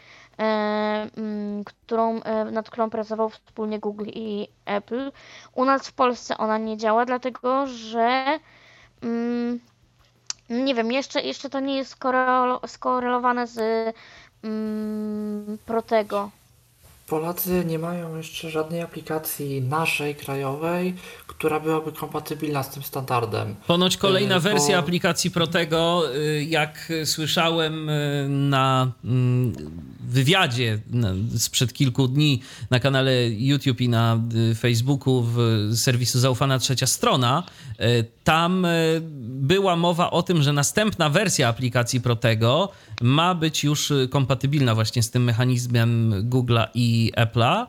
nad którą pracował wspólnie Google i Apple. U nas w Polsce ona nie działa, dlatego że nie wiem, jeszcze to nie jest skorelowane z Protego.
Polacy nie mają jeszcze żadnej aplikacji naszej, krajowej, która byłaby kompatybilna z tym standardem.
Ponoć kolejna wersja aplikacji Protego, jak słyszałem na wywiadzie sprzed kilku dni na kanale YouTube i na Facebooku z serwisu Zaufana Trzecia Strona, tam była mowa o tym, że następna wersja aplikacji Protego ma być już kompatybilna właśnie z tym mechanizmem Google'a i Apple'a.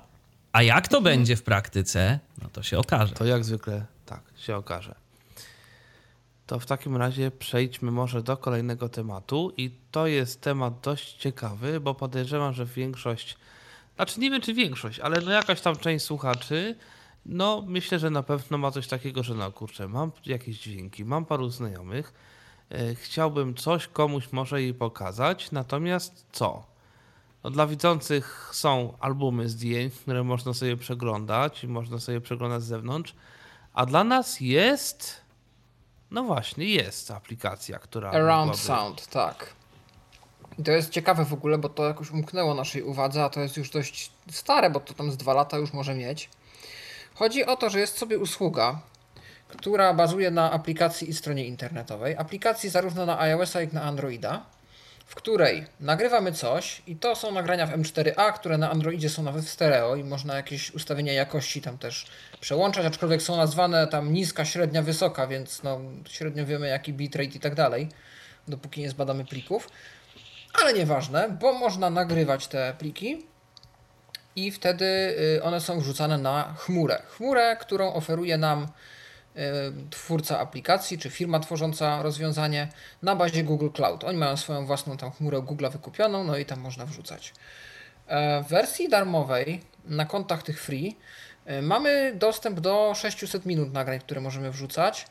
A jak to będzie w praktyce, no to się okaże.
To jak zwykle tak się okaże. To w takim razie przejdźmy może do kolejnego tematu i to jest temat dość ciekawy, bo podejrzewam, że większość, znaczy nie wiem czy większość, ale no jakaś tam część słuchaczy, no myślę, że na pewno ma coś takiego, że no kurczę, mam jakieś dźwięki, mam paru znajomych, chciałbym coś komuś może jej pokazać, natomiast co? No dla widzących są albumy zdjęć, które można sobie przeglądać i można sobie przeglądać z zewnątrz, a dla nas jest, no właśnie, jest aplikacja, która
Around Sound, tak. I to jest ciekawe w ogóle, bo to jakoś umknęło naszej uwadze, a to jest już dość stare, bo to tam z 2 lata już może mieć. Chodzi o to, że jest sobie usługa, która bazuje na aplikacji i stronie internetowej. Aplikacji zarówno na iOS-a, jak i na Androida, w której nagrywamy coś i to są nagrania w M4A, które na Androidzie są nawet w stereo i można jakieś ustawienia jakości tam też przełączać, aczkolwiek są nazwane tam niska, średnia, wysoka, więc no średnio wiemy jaki bitrate i tak dalej, dopóki nie zbadamy plików. Ale nieważne, bo można nagrywać te pliki i wtedy one są wrzucane na chmurę. Chmurę, którą oferuje nam twórca aplikacji, czy firma tworząca rozwiązanie na bazie Google Cloud. Oni mają swoją własną tam chmurę Google'a wykupioną, no i tam można wrzucać. W wersji darmowej na kontach tych free mamy dostęp do 600 minut nagrań, które możemy wrzucać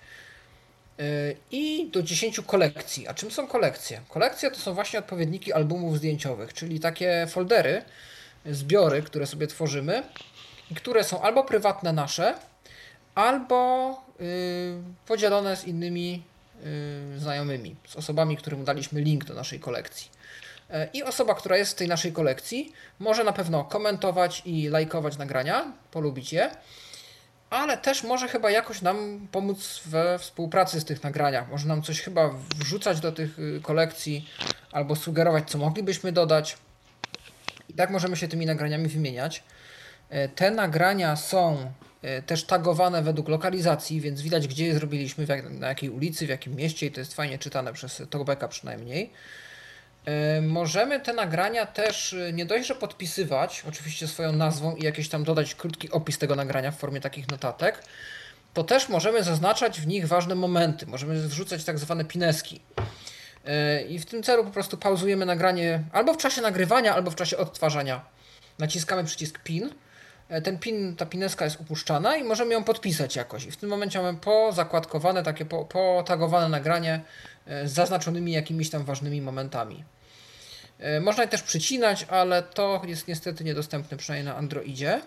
i do 10 kolekcji. A czym są kolekcje? Kolekcje to są właśnie odpowiedniki albumów zdjęciowych, czyli takie foldery, zbiory, które sobie tworzymy i które są albo prywatne nasze, albo podzielone z innymi znajomymi, z osobami, którym daliśmy link do naszej kolekcji. I osoba, która jest w tej naszej kolekcji, może na pewno komentować i lajkować nagrania, polubić je, ale też może chyba jakoś nam pomóc we współpracy z tych nagraniach. Może nam coś chyba wrzucać do tych kolekcji albo sugerować, co moglibyśmy dodać. I tak możemy się tymi nagraniami wymieniać. Te nagrania są też tagowane według lokalizacji, więc widać, gdzie je zrobiliśmy, na jakiej ulicy, w jakim mieście i to jest fajnie czytane przez talkbacka przynajmniej. Możemy te nagrania też nie dość, że podpisywać, oczywiście swoją nazwą i jakieś tam dodać krótki opis tego nagrania w formie takich notatek, to też możemy zaznaczać w nich ważne momenty, możemy wrzucać tak zwane pineski. I w tym celu po prostu pauzujemy nagranie albo w czasie nagrywania, albo w czasie odtwarzania. Naciskamy przycisk pin. Ta pineska jest upuszczana i możemy ją podpisać jakoś. I w tym momencie mamy pozakładkowane, takie potagowane nagranie z zaznaczonymi jakimiś tam ważnymi momentami. Można je też przycinać, ale to jest niestety niedostępne, przynajmniej na Androidzie.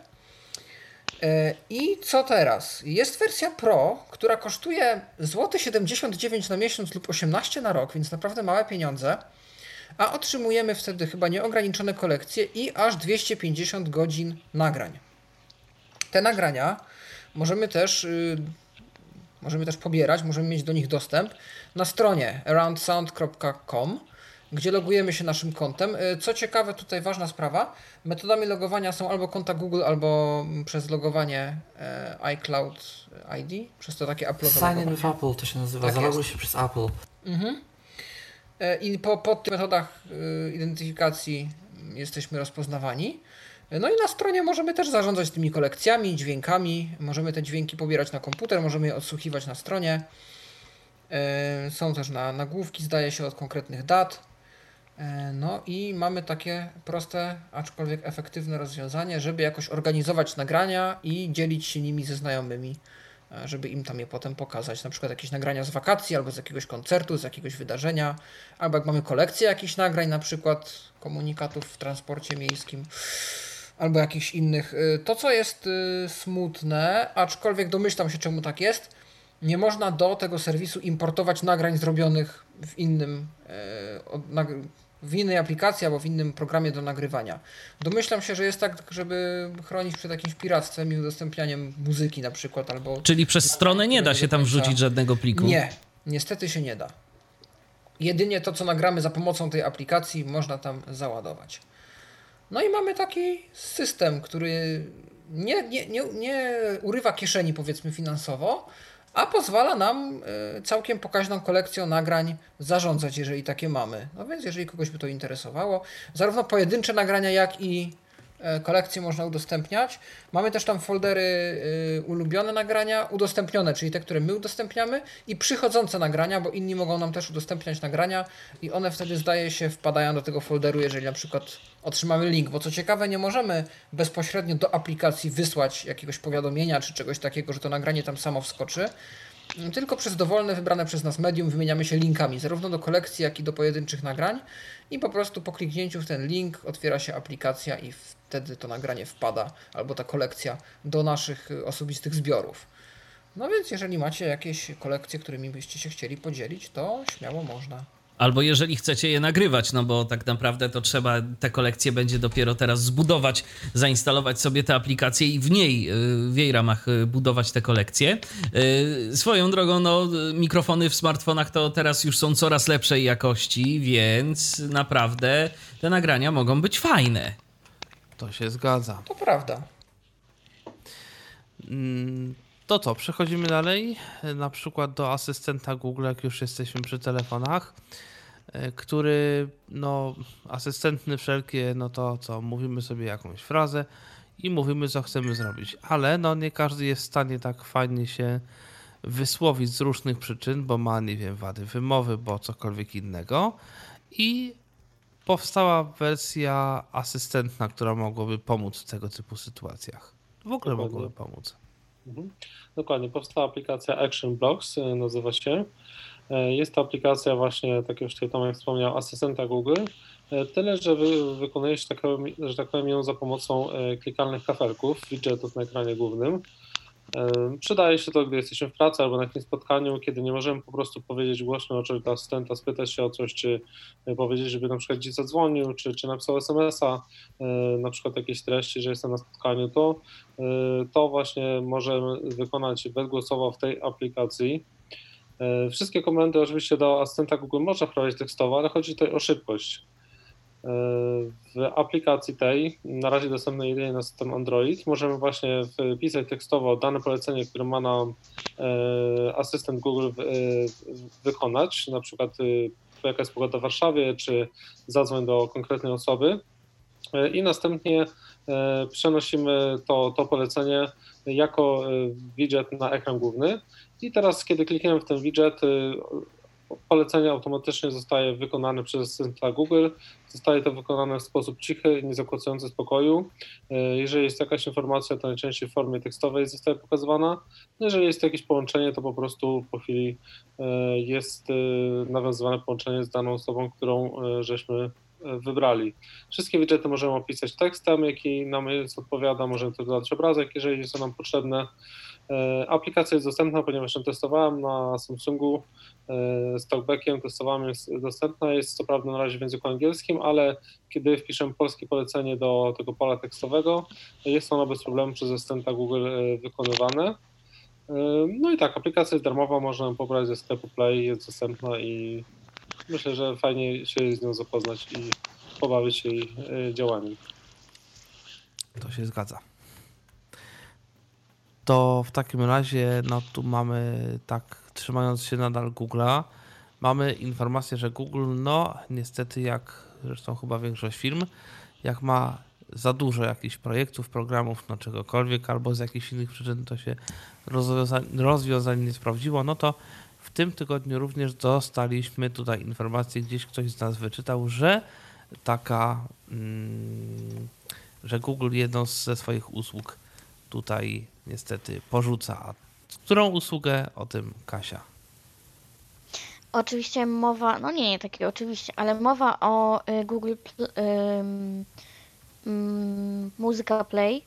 I co teraz? Jest wersja Pro, która kosztuje złoty 79 na miesiąc lub 18 na rok, więc naprawdę małe pieniądze. A otrzymujemy wtedy chyba nieograniczone kolekcje i aż 250 godzin nagrań. Te nagrania możemy też pobierać, możemy mieć do nich dostęp na stronie aroundsound.com, gdzie logujemy się naszym kontem. Co ciekawe, tutaj ważna sprawa, metodami logowania są albo konta Google, albo przez logowanie iCloud ID, przez to takie Apple'owe
Sign in
logowanie.
with Apple to się nazywa,
Tak
zaloguj
jest.
się przez Apple.
I po tych metodach identyfikacji jesteśmy rozpoznawani. No i na stronie możemy też zarządzać tymi kolekcjami, dźwiękami. Możemy te dźwięki pobierać na komputer, możemy je odsłuchiwać na stronie. Są też nagłówki, zdaje się, od konkretnych dat. No i mamy takie proste, aczkolwiek efektywne rozwiązanie, żeby jakoś organizować nagrania i dzielić się nimi ze znajomymi, żeby im tam je potem pokazać. Na przykład jakieś nagrania z wakacji, albo z jakiegoś koncertu, z jakiegoś wydarzenia, albo jak mamy kolekcję jakichś nagrań, na przykład komunikatów w transporcie miejskim, albo jakichś innych. To, co jest smutne, aczkolwiek domyślam się, czemu tak jest, nie można do tego serwisu importować nagrań zrobionych w innej aplikacji albo w innym programie do nagrywania. Domyślam się, że jest tak, żeby chronić przed jakimś piractwem i udostępnianiem muzyki na przykład, albo...
Czyli przez stronę nie da się tam wrzucić żadnego pliku?
Nie, niestety się nie da. Jedynie to, co nagramy za pomocą tej aplikacji, można tam załadować. No i mamy taki system, który nie urywa kieszeni, powiedzmy, finansowo, a pozwala nam całkiem pokaźną kolekcją nagrań zarządzać, jeżeli takie mamy. No więc jeżeli kogoś by to interesowało, zarówno pojedyncze nagrania, jak i kolekcje można udostępniać. Mamy też tam foldery ulubione nagrania, udostępnione, czyli te, które my udostępniamy i przychodzące nagrania, bo inni mogą nam też udostępniać nagrania i one wtedy, zdaje się, wpadają do tego folderu, jeżeli na przykład otrzymamy link, bo co ciekawe, nie możemy bezpośrednio do aplikacji wysłać jakiegoś powiadomienia czy czegoś takiego, że to nagranie tam samo wskoczy, tylko przez dowolne wybrane przez nas medium wymieniamy się linkami, zarówno do kolekcji, jak i do pojedynczych nagrań i po prostu po kliknięciu w ten link otwiera się aplikacja i wtedy to nagranie wpada, albo ta kolekcja do naszych osobistych zbiorów. No więc jeżeli macie jakieś kolekcje, którymi byście się chcieli podzielić, to śmiało można.
Albo jeżeli chcecie je nagrywać, no bo tak naprawdę to trzeba te kolekcje będzie dopiero teraz zbudować, zainstalować sobie te aplikacje i w jej ramach budować te kolekcje. Swoją drogą, no mikrofony w smartfonach to teraz już są coraz lepszej jakości, więc naprawdę te nagrania mogą być fajne.
To się zgadza.
To prawda.
To co, przechodzimy dalej, na przykład do asystenta Google, jak już jesteśmy przy telefonach, który, no, asystentny wszelkie, no to co, mówimy sobie jakąś frazę i mówimy, co chcemy zrobić, ale no nie każdy jest w stanie tak fajnie się wysłowić z różnych przyczyn, bo ma, nie wiem, wady wymowy, bo cokolwiek innego i powstała wersja asystentna, która mogłaby pomóc w tego typu sytuacjach. W ogóle mogłaby pomóc.
Dokładnie, powstała aplikacja Action Blocks, nazywa się. Jest to aplikacja właśnie, tak jak już tutaj Tomek wspomniał, asystenta Google, tyle, że wykonuje się, że tak powiem, ją za pomocą klikalnych kafelków, widgetów na ekranie głównym. Przydaje się to, gdy jesteśmy w pracy albo na jakimś spotkaniu, kiedy nie możemy po prostu powiedzieć głośno oczywiście do asystenta, spytać się o coś, czy powiedzieć, żeby na przykład gdzieś zadzwonił, czy napisał SMS-a, na przykład jakieś treści, że jestem na spotkaniu, to właśnie możemy wykonać bezgłosowo w tej aplikacji. Wszystkie komendy oczywiście do asystenta Google można wprowadzić tekstowo, ale chodzi tutaj o szybkość. W aplikacji tej, na razie dostępnej jedynie na system Android, możemy właśnie wpisać tekstowo dane polecenie, które ma nam asystent Google wykonać, na przykład jaka jest pogoda w Warszawie, czy zadzwoń do konkretnej osoby i następnie przenosimy to polecenie jako widget na ekran główny i teraz, kiedy klikniemy w ten widget, polecenie automatycznie zostaje wykonane przez asystenta Google. Zostaje to wykonane w sposób cichy, niezakłócający spokoju. Jeżeli jest jakaś informacja, to najczęściej w formie tekstowej zostaje pokazywana. Jeżeli jest jakieś połączenie, to po prostu po chwili jest nawiązywane połączenie z daną osobą, którą żeśmy wybrali. Wszystkie widgety możemy opisać tekstem, jaki nam odpowiada, możemy też dodać obrazek, jeżeli jest to nam potrzebne. Aplikacja jest dostępna, ponieważ ją testowałem na Samsungu z talkbackiem, testowałem, jest dostępna, jest co prawda na razie w języku angielskim, ale kiedy wpiszę polskie polecenie do tego pola tekstowego, jest ono bez problemu przez asystenta Google wykonywane. No i tak, aplikacja jest darmowa, można ją pobrać ze sklepu Play, jest dostępna i myślę, że fajnie się z nią zapoznać i pobawić się jej działaniem.
To się zgadza. To w takim razie, no tu mamy, tak trzymając się nadal Google'a, mamy informację, że Google, no niestety jak zresztą chyba większość firm, jak ma za dużo jakichś projektów, programów, no czegokolwiek, albo z jakichś innych przyczyn to się rozwiązanie nie sprawdziło, no to w tym tygodniu również dostaliśmy tutaj informację, gdzieś ktoś z nas wyczytał, że że Google jedną ze swoich usług tutaj niestety porzuca. A którą usługę? O tym Kasia.
Oczywiście mowa, no nie takie oczywiście, ale mowa o Google Muzyka Play.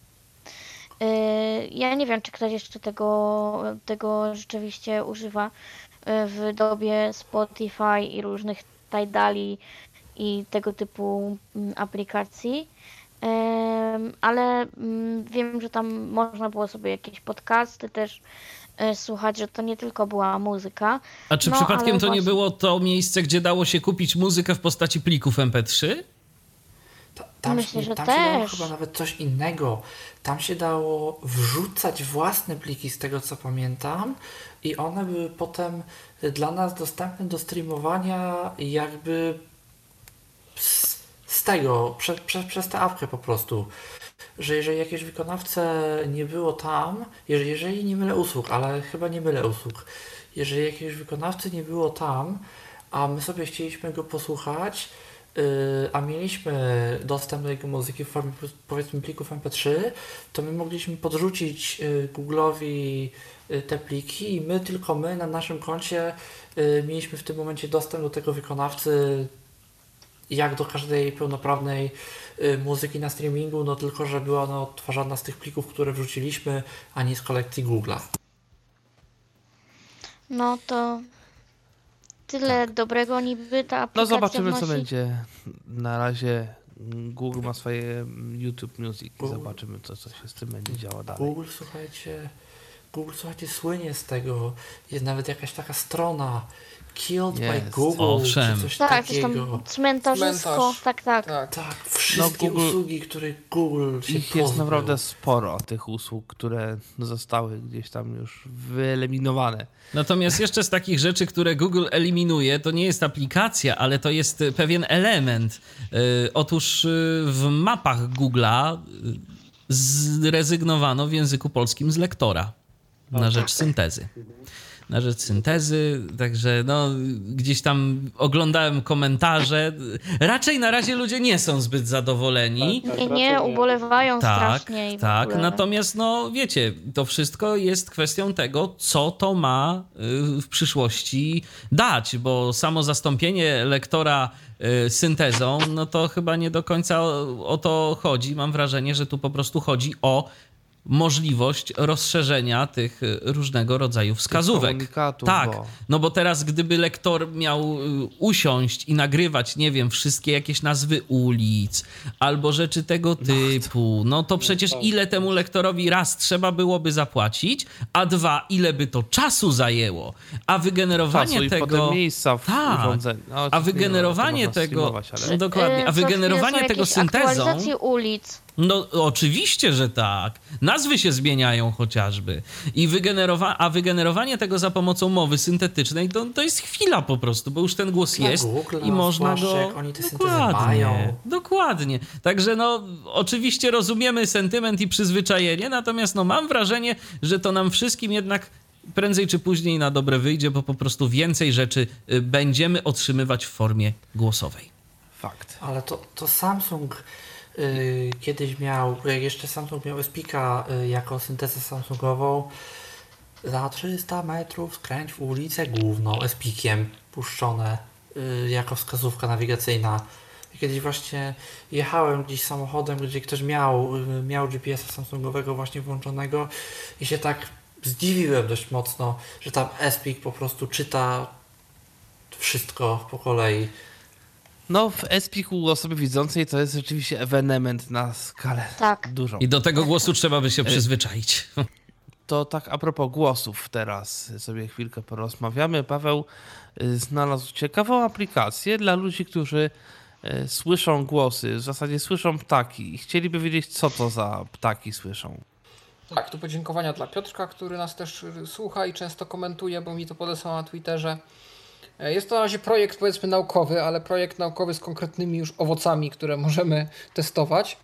Ja nie wiem, czy ktoś jeszcze tego rzeczywiście używa w dobie Spotify i różnych Tidali i tego typu aplikacji. Ale wiem, że tam można było sobie jakieś podcasty też słuchać, że to nie tylko była muzyka.
A czy przypadkiem to nie było to miejsce, gdzie dało się kupić muzykę w postaci plików MP3?
Myślę, że
tam
też.
się dało chyba nawet coś innego. Tam się dało wrzucać własne pliki, z tego co pamiętam, i one były potem dla nas dostępne do streamowania jakby z tego, przez tę apkę po prostu, że jeżeli jakieś wykonawcę nie było tam, jeżeli nie mylę usług, ale chyba nie mylę usług, jeżeli jakiegoś wykonawcy nie było tam, a my sobie chcieliśmy go posłuchać, a mieliśmy dostęp do jego muzyki w formie, powiedzmy, plików MP3, to my mogliśmy podrzucić Google'owi te pliki i tylko my na naszym koncie mieliśmy w tym momencie dostęp do tego wykonawcy jak do każdej pełnoprawnej muzyki na streamingu, no tylko, że była ona odtwarzana z tych plików, które wrzuciliśmy, a nie z kolekcji Google'a.
No to tyle dobrego niby ta aplikacja
No zobaczymy,
wnosi.
co będzie. Na razie Google ma swoje YouTube Music i zobaczymy, co się z tym będzie działo dalej.
Google, słuchajcie, słynie z tego. Jest nawet jakaś taka strona Killed by Google,
owszem.
czy coś
Tak, coś
takiego.
tam cmentarzysko, tak.
Tak, wszystkie
Google,
usługi, które Google się
ich jest naprawdę sporo, tych usług, które zostały gdzieś tam już wyeliminowane.
Natomiast jeszcze z takich rzeczy, które Google eliminuje, to nie jest aplikacja, ale to jest pewien element. Otóż w mapach Google'a zrezygnowano w języku polskim z lektora na rzecz syntezy. Także no, gdzieś tam oglądałem komentarze. Raczej na razie ludzie nie są zbyt zadowoleni.
Nie, ubolewają strasznie. I
tak. Natomiast no wiecie, to wszystko jest kwestią tego, co to ma w przyszłości dać, bo samo zastąpienie lektora syntezą, no to chyba nie do końca o to chodzi. Mam wrażenie, że tu po prostu chodzi o możliwość rozszerzenia tych różnego rodzaju wskazówek. Tak, no bo teraz gdyby lektor miał usiąść i nagrywać, nie wiem, wszystkie jakieś nazwy ulic albo rzeczy tego typu, no to przecież ile temu lektorowi raz trzeba byłoby zapłacić, a dwa, ile by to czasu zajęło, a wygenerowanie tego...
potem miejsca w urządzeniu. No,
a wygenerowanie tego... Dokładnie, a wygenerowanie tego syntezą...
Aktualizacje ulic.
No oczywiście, że tak. Nazwy się zmieniają chociażby. I wygenerowanie tego za pomocą mowy syntetycznej to jest chwila po prostu, bo już ten głos jest
Google,
i można go...
jak oni te syntezy mają.
Dokładnie. Także no oczywiście rozumiemy sentyment i przyzwyczajenie, natomiast no mam wrażenie, że to nam wszystkim jednak prędzej czy później na dobre wyjdzie, bo po prostu więcej rzeczy będziemy otrzymywać w formie głosowej.
Fakt.
Ale to Samsung... kiedyś miał, jak jeszcze Samsung miał Speaka jako syntezę Samsungową, za 300 metrów skręć w ulicę główną Speakiem puszczone jako wskazówka nawigacyjna. Kiedyś właśnie jechałem gdzieś samochodem, gdzie ktoś miał GPS-a Samsungowego właśnie włączonego i się tak zdziwiłem dość mocno, że tam Speak po prostu czyta wszystko po kolei.
No w Espiku u osoby widzącej to jest rzeczywiście ewenement na skalę dużą.
I do tego głosu trzeba by się przyzwyczaić.
To tak a propos głosów teraz sobie chwilkę porozmawiamy. Paweł znalazł ciekawą aplikację dla ludzi, którzy słyszą głosy, w zasadzie słyszą ptaki i chcieliby wiedzieć, co to za ptaki słyszą.
Tak, tu podziękowania dla Piotrka, który nas też słucha i często komentuje, bo mi to podesłał na Twitterze. Jest to na razie projekt, powiedzmy, naukowy, ale projekt naukowy z konkretnymi już owocami, które możemy testować.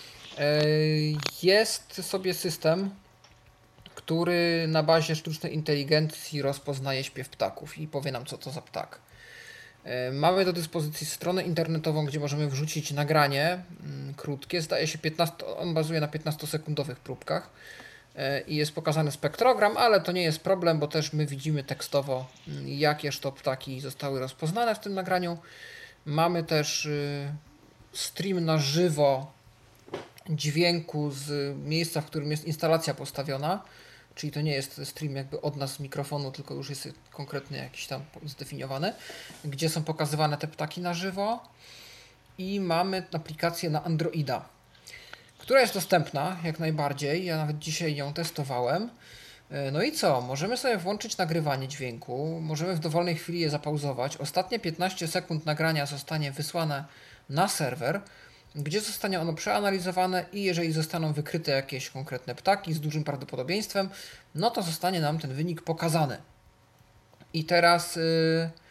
Jest sobie system, który na bazie sztucznej inteligencji rozpoznaje śpiew ptaków i powie nam, co to za ptak. Mamy do dyspozycji stronę internetową, gdzie możemy wrzucić nagranie krótkie. Zdaje się, on bazuje na 15-sekundowych próbkach i jest pokazany spektrogram, ale to nie jest problem, bo też my widzimy tekstowo, jakież to ptaki zostały rozpoznane w tym nagraniu. Mamy też stream na żywo dźwięku z miejsca, w którym jest instalacja postawiona, czyli to nie jest stream jakby od nas z mikrofonu, tylko już jest konkretnie jakiś tam zdefiniowany, gdzie są pokazywane te ptaki na żywo. I mamy aplikację na Androida, która jest dostępna jak najbardziej. Ja nawet dzisiaj ją testowałem. No i co? Możemy sobie włączyć nagrywanie dźwięku, możemy w dowolnej chwili je zapauzować. Ostatnie 15 sekund nagrania zostanie wysłane na serwer, gdzie zostanie ono przeanalizowane i jeżeli zostaną wykryte jakieś konkretne ptaki z dużym prawdopodobieństwem, no to zostanie nam ten wynik pokazany. I teraz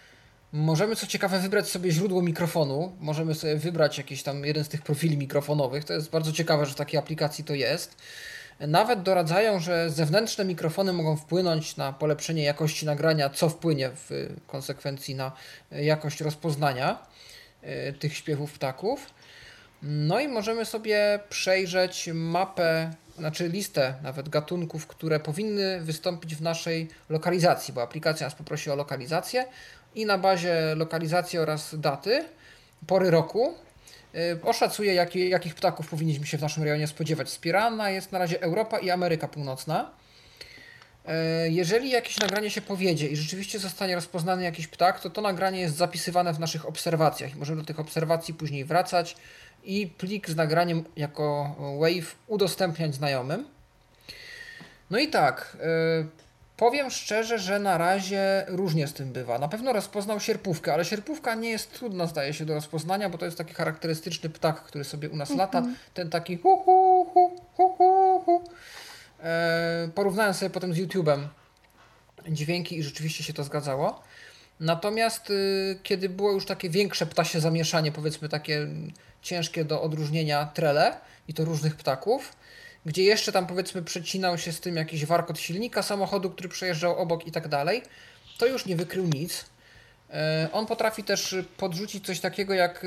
Możemy, co ciekawe, wybrać sobie źródło mikrofonu. Możemy sobie wybrać jakiś tam jeden z tych profili mikrofonowych. To jest bardzo ciekawe, że w takiej aplikacji to jest. Nawet doradzają, że zewnętrzne mikrofony mogą wpłynąć na polepszenie jakości nagrania, co wpłynie w konsekwencji na jakość rozpoznania tych śpiewów ptaków. No i możemy sobie przejrzeć mapę, znaczy listę nawet gatunków, które powinny wystąpić w naszej lokalizacji, bo aplikacja nas poprosi o lokalizację i na bazie lokalizacji oraz daty, pory roku oszacuje, jakich ptaków powinniśmy się w naszym rejonie spodziewać. Wspierana jest na razie Europa i Ameryka Północna. Jeżeli jakieś nagranie się powiedzie i rzeczywiście zostanie rozpoznany jakiś ptak, to nagranie jest zapisywane w naszych obserwacjach i możemy do tych obserwacji później wracać i plik z nagraniem jako WAV udostępniać znajomym. No i tak, powiem szczerze, że na razie różnie z tym bywa. Na pewno rozpoznał sierpówkę, ale sierpówka nie jest trudna, zdaje się, do rozpoznania, bo to jest taki charakterystyczny ptak, który sobie u nas lata. Ten taki hu hu hu hu hu hu. Porównałem sobie potem z YouTube'em dźwięki i rzeczywiście się to zgadzało. Natomiast kiedy było już takie większe ptasie zamieszanie, powiedzmy takie ciężkie do odróżnienia trele i to różnych ptaków, gdzie jeszcze tam powiedzmy przecinał się z tym jakiś warkot silnika samochodu, który przejeżdżał obok i tak dalej, to już nie wykrył nic. On potrafi też podrzucić coś takiego jak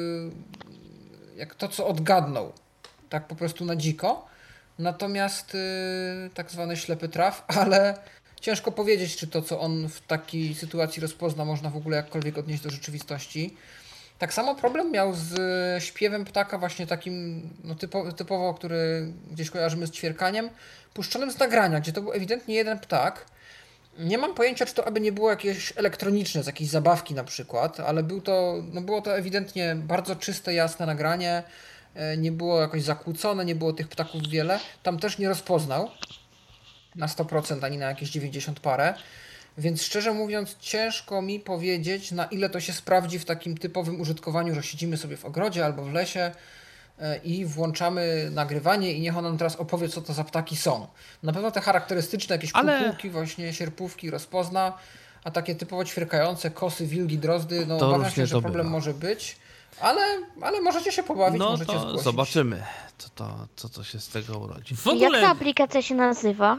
to, co odgadnął, tak po prostu na dziko. Natomiast tak zwany ślepy traf, ale ciężko powiedzieć, czy to, co on w takiej sytuacji rozpozna, można w ogóle jakkolwiek odnieść do rzeczywistości. Tak samo problem miał z śpiewem ptaka właśnie takim typowo, który gdzieś kojarzymy z ćwierkaniem, puszczonym z nagrania, gdzie to był ewidentnie jeden ptak. Nie mam pojęcia, czy to aby nie było jakieś elektroniczne, z jakiejś zabawki na przykład, ale było to ewidentnie bardzo czyste, jasne nagranie, nie było jakoś zakłócone, nie było tych ptaków wiele. Tam też nie rozpoznał na 100% ani na jakieś 90 parę. Więc szczerze mówiąc ciężko mi powiedzieć, na ile to się sprawdzi w takim typowym użytkowaniu, że siedzimy sobie w ogrodzie albo w lesie i włączamy nagrywanie i niech on nam teraz opowie, co to za ptaki są. Na pewno te charakterystyczne jakieś kukułki, właśnie sierpówki rozpozna, a takie typowo ćwierkające kosy, wilgi, drozdy, no obawiam się, że problem może być. Ale możecie się pobawić, możecie zgłosić.
No to zobaczymy, co się z tego urodzi.
W ogóle... Jak ta aplikacja się nazywa?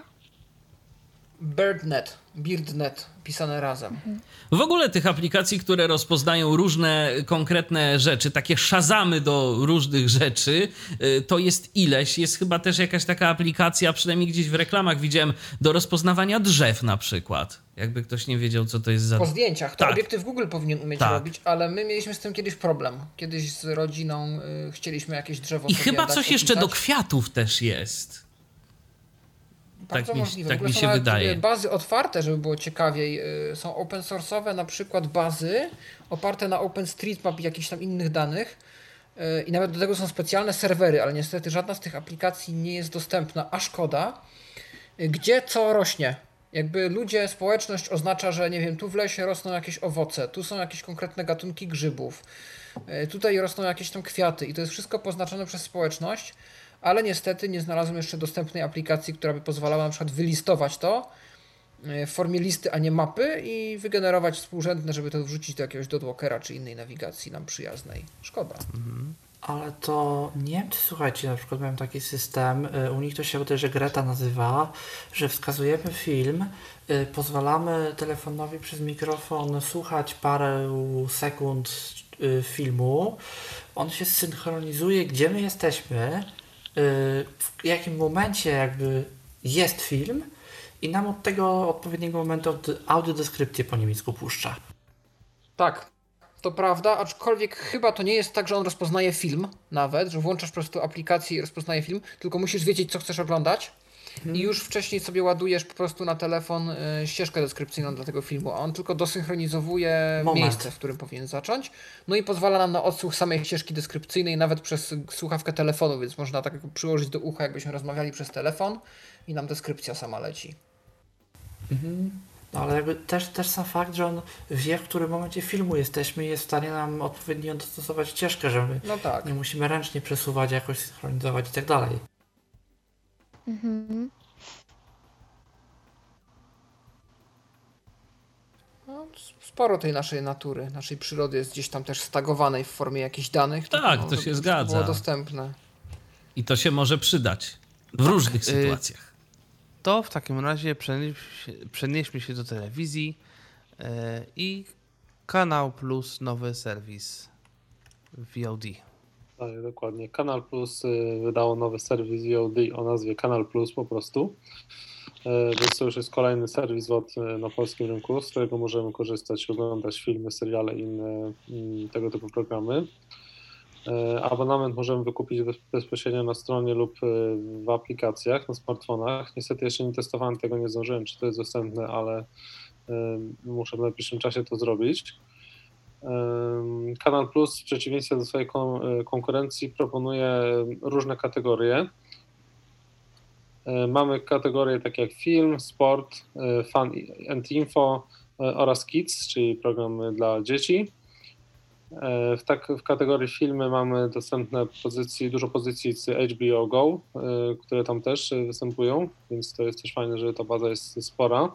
Birdnet, pisane razem.
W ogóle tych aplikacji, które rozpoznają różne konkretne rzeczy, takie szazamy do różnych rzeczy, to jest ileś. Jest chyba też jakaś taka aplikacja, przynajmniej gdzieś w reklamach widziałem, do rozpoznawania drzew na przykład. Jakby ktoś nie wiedział, co to jest za...
Po zdjęciach. To obiektyw Google powinien umieć robić, ale my mieliśmy z tym kiedyś problem. Kiedyś z rodziną chcieliśmy jakieś drzewo
I chyba coś jeszcze do kwiatów też jest.
Bardzo możliwe.
Tak mi się wydaje.
Bazy otwarte, żeby było ciekawiej, są open source'owe, na przykład bazy oparte na OpenStreetMap i jakichś tam innych danych i nawet do tego są specjalne serwery, ale niestety żadna z tych aplikacji nie jest dostępna, a szkoda. Gdzie co rośnie? Jakby ludzie, społeczność oznacza, że nie wiem, tu w lesie rosną jakieś owoce, tu są jakieś konkretne gatunki grzybów, tutaj rosną jakieś tam kwiaty i to jest wszystko poznaczone przez społeczność. Ale niestety nie znalazłem jeszcze dostępnej aplikacji, która by pozwalała na przykład wylistować to w formie listy, a nie mapy i wygenerować współrzędne, żeby to wrzucić do jakiegoś dotwalkera czy innej nawigacji nam przyjaznej. Szkoda.
Ale to Niemcy, słuchajcie, na przykład mają taki system, u nich to się bodajże Greta nazywa, że wskazujemy film, pozwalamy telefonowi przez mikrofon słuchać parę sekund filmu, on się synchronizuje, gdzie my jesteśmy, w jakim momencie jakby jest film i nam od tego odpowiedniego momentu audiodeskrypcję po niemiecku puszcza.
Tak, to prawda, aczkolwiek chyba to nie jest tak, że on rozpoznaje film nawet, że włączasz po prostu aplikację i rozpoznaje film, tylko musisz wiedzieć, co chcesz oglądać i już wcześniej sobie ładujesz po prostu na telefon ścieżkę deskrypcyjną dla tego filmu, a on tylko dosynchronizowuje miejsce, w którym powinien zacząć, no i pozwala nam na odsłuch samej ścieżki deskrypcyjnej nawet przez słuchawkę telefonu, więc można tak przyłożyć do ucha, jakbyśmy rozmawiali przez telefon i nam deskrypcja sama leci.
No ale jakby też sam fakt, że on wie, w którym momencie filmu jesteśmy i jest w stanie nam odpowiednio dostosować ścieżkę, że my nie musimy ręcznie przesuwać, jakoś synchronizować i tak dalej.
No, sporo tej naszej natury, naszej przyrody jest gdzieś tam też stagowanej w formie jakichś danych.
Tak, to się zgadza.
Było dostępne.
I to się może przydać w różnych sytuacjach.
To w takim razie przenieśmy się do telewizji i Kanał Plus, nowy serwis VOD.
Tak, dokładnie. Kanal Plus wydało nowy serwis VOD o nazwie Kanal Plus po prostu. Więc to już jest kolejny serwis VOD na polskim rynku, z którego możemy korzystać, oglądać filmy, seriale i inne tego typu programy. Abonament możemy wykupić bezpośrednio na stronie lub w aplikacjach na smartfonach. Niestety jeszcze nie testowałem tego, nie zdążyłem, czy to jest dostępne, ale muszę w najbliższym czasie to zrobić. Kanal Plus w przeciwieństwie do swojej konkurencji proponuje różne kategorie. Mamy kategorie takie jak film, sport, fun and info oraz kids, czyli programy dla dzieci. W kategorii filmy mamy dostępne dużo pozycji z HBO Go, które tam też występują, więc to jest też fajne, że ta baza jest spora.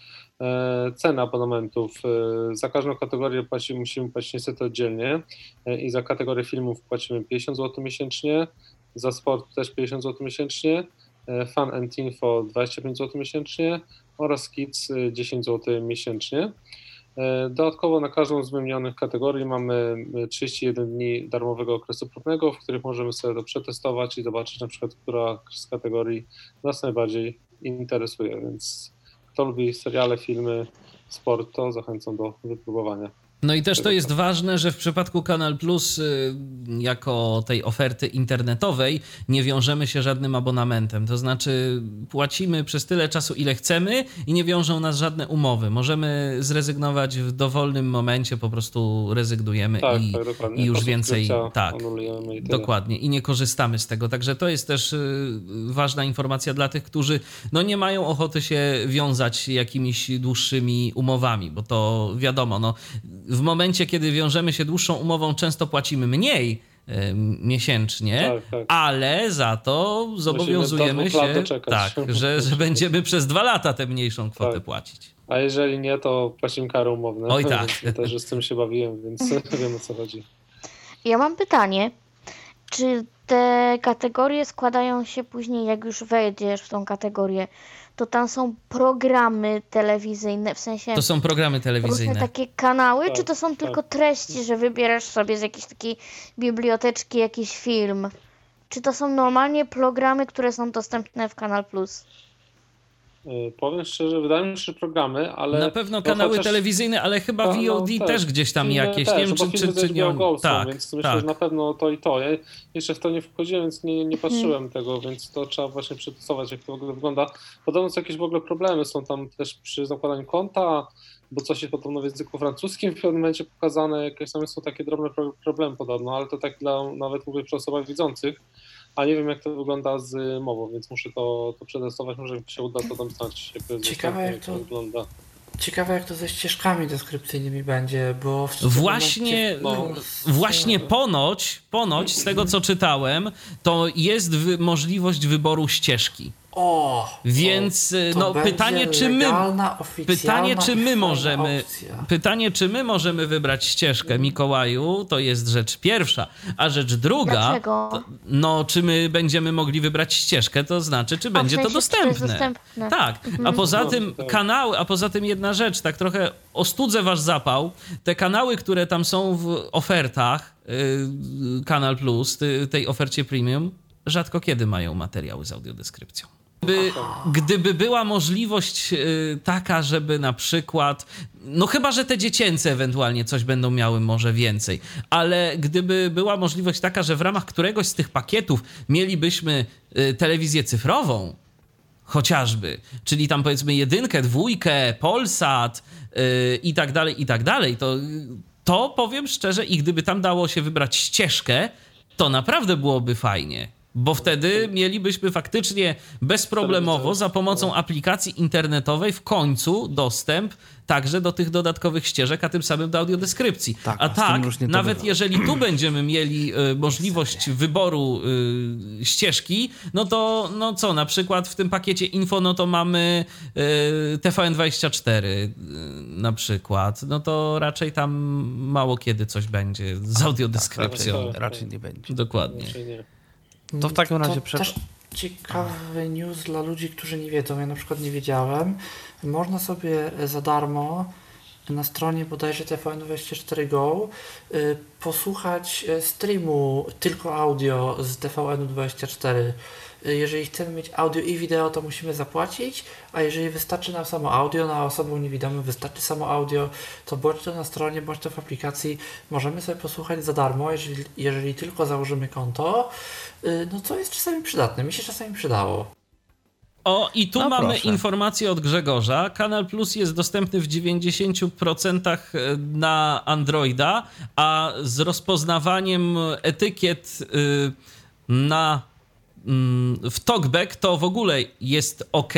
Ceny abonamentów. Za każdą kategorię musimy płacić niestety oddzielnie i za kategorię filmów płacimy 50 zł miesięcznie, za sport też 50 zł miesięcznie, Fun and Info 25 zł miesięcznie oraz Kids 10 zł miesięcznie. Dodatkowo na każdą z wymienionych kategorii mamy 31 dni darmowego okresu próbnego, w których możemy sobie to przetestować i zobaczyć na przykład, która z kategorii nas najbardziej interesuje, więc kto lubi seriale, filmy, sport, to zachęcam do wypróbowania.
No i też to jest ważne, że w przypadku Kanal Plus jako tej oferty internetowej nie wiążemy się żadnym abonamentem. To znaczy płacimy przez tyle czasu, ile chcemy i nie wiążą nas żadne umowy. Możemy zrezygnować w dowolnym momencie, po prostu rezygnujemy i już więcej. Tak, dokładnie. I nie korzystamy z tego. Także to jest też ważna informacja dla tych, którzy nie mają ochoty się wiązać jakimiś dłuższymi umowami, bo to wiadomo, w momencie, kiedy wiążemy się dłuższą umową, często płacimy mniej miesięcznie, ale za to zobowiązujemy się, że będziemy przez 2 lata tę mniejszą kwotę płacić.
A jeżeli nie, to płacimy kary umowne.
Oj tak.
Ja też z tym się bawiłem, więc wiem, o co chodzi.
Ja mam pytanie, czy te kategorie składają się później, jak już wejdziesz w tą kategorię, to tam są programy telewizyjne, w sensie...
To są programy telewizyjne.
Różne takie kanały, czy to są tylko treści, że wybierasz sobie z jakiejś takiej biblioteczki jakiś film? Czy to są normalnie programy, które są dostępne w Kanal Plus?
Powiem szczerze, wydaje mi się, że programy, ale...
Na pewno kanały telewizyjne, ale chyba VOD też gdzieś tam jakieś, nie wiem czy nie...
Tak, więc myślę, że na pewno to i to. Ja jeszcze w to nie wchodziłem, więc nie patrzyłem tego, więc to trzeba właśnie przetestować, jak to w ogóle wygląda. Podobno jakieś w ogóle problemy są tam też przy zakładaniu konta, bo coś jest podobno w języku francuskim w pewnym momencie pokazane, jakieś tam są takie drobne problemy podobno, ale to tak dla nawet mówię przy osobach widzących. A nie wiem, jak to wygląda z mową, więc muszę to przetestować, może mi się uda to tam znać, jak to jest jak to wygląda.
Ciekawe, jak to ze ścieżkami deskrypcyjnymi będzie, bo...
Właśnie ponoć, z tego co czytałem, to jest możliwość wyboru ścieżki. Więc pytanie, czy my możemy wybrać ścieżkę, Mikołaju, to jest rzecz pierwsza, a rzecz druga, czy my będziemy mogli wybrać ścieżkę, to znaczy, czy będzie to dostępne. Tak, a poza tym jedna rzecz, tak trochę ostudzę wasz zapał, te kanały, które tam są w ofertach Kanal Plus, tej ofercie premium, rzadko kiedy mają materiały z audiodeskrypcją. Gdyby była możliwość taka, żeby na przykład, chyba że te dziecięce ewentualnie coś będą miały może więcej, ale gdyby była możliwość taka, że w ramach któregoś z tych pakietów mielibyśmy telewizję cyfrową, chociażby, czyli tam powiedzmy 1, 2, Polsat i tak dalej, to powiem szczerze, i gdyby tam dało się wybrać ścieżkę, to naprawdę byłoby fajnie. Bo wtedy mielibyśmy faktycznie bezproblemowo za pomocą aplikacji internetowej w końcu dostęp także do tych dodatkowych ścieżek, a tym samym do audiodeskrypcji.
Tak,
a tak, nawet
bywa.
jeżeli tu będziemy mieli możliwość wyboru ścieżki, no to no co, na przykład w tym pakiecie info, no to mamy TVN24 na przykład, no to raczej tam mało kiedy coś będzie z audiodeskrypcją.
Raczej nie będzie.
Dokładnie.
To w takim razie
też ciekawy news dla ludzi, którzy nie wiedzą. Ja na przykład nie wiedziałem. Można sobie za darmo na stronie bodajże TVN24 Go posłuchać streamu tylko audio z TVN24. Jeżeli chcemy mieć audio i wideo, to musimy zapłacić, a jeżeli wystarczy nam samo audio, na osobą niewidomą wystarczy samo audio, to bądź to na stronie, bądź to w aplikacji możemy sobie posłuchać za darmo, jeżeli tylko założymy konto, no co jest czasami przydatne. Mi się czasami przydało.
O, i tu mamy informację od Grzegorza. Kanal Plus jest dostępny w 90% na Androida, a z rozpoznawaniem etykiet w TalkBack to w ogóle jest ok.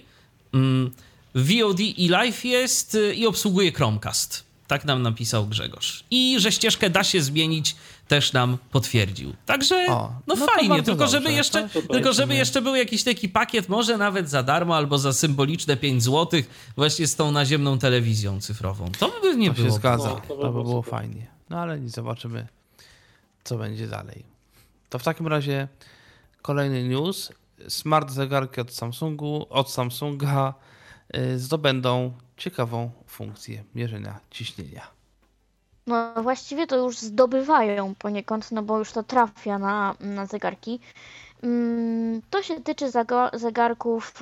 VOD i Live jest i obsługuje Chromecast. Tak nam napisał Grzegorz. I że ścieżkę da się zmienić, też nam potwierdził. Także no fajnie, tylko żeby jeszcze był jakiś taki pakiet, może nawet za darmo albo za symboliczne 5 zł właśnie z tą naziemną telewizją cyfrową. To by nie było.
Się zgadza. To by było fajnie. No ale nie, zobaczymy, co będzie dalej. To w takim razie kolejny news. Smart zegarki od Samsunga zdobędą ciekawą funkcję mierzenia ciśnienia.
No właściwie to już zdobywają poniekąd, no bo już to trafia na zegarki. To się tyczy zegarków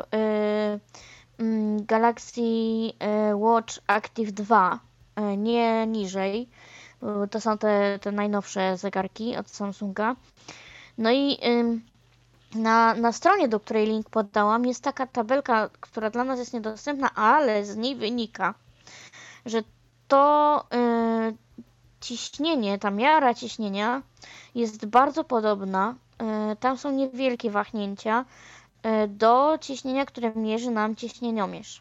Galaxy Watch Active 2, nie niżej. To są te najnowsze zegarki od Samsunga. No i na stronie, do której link poddałam, jest taka tabelka, która dla nas jest niedostępna, ale z niej wynika, że to ciśnienie, ta miara ciśnienia jest bardzo podobna. Tam są niewielkie wahnięcia do ciśnienia, które mierzy nam ciśnieniomierz.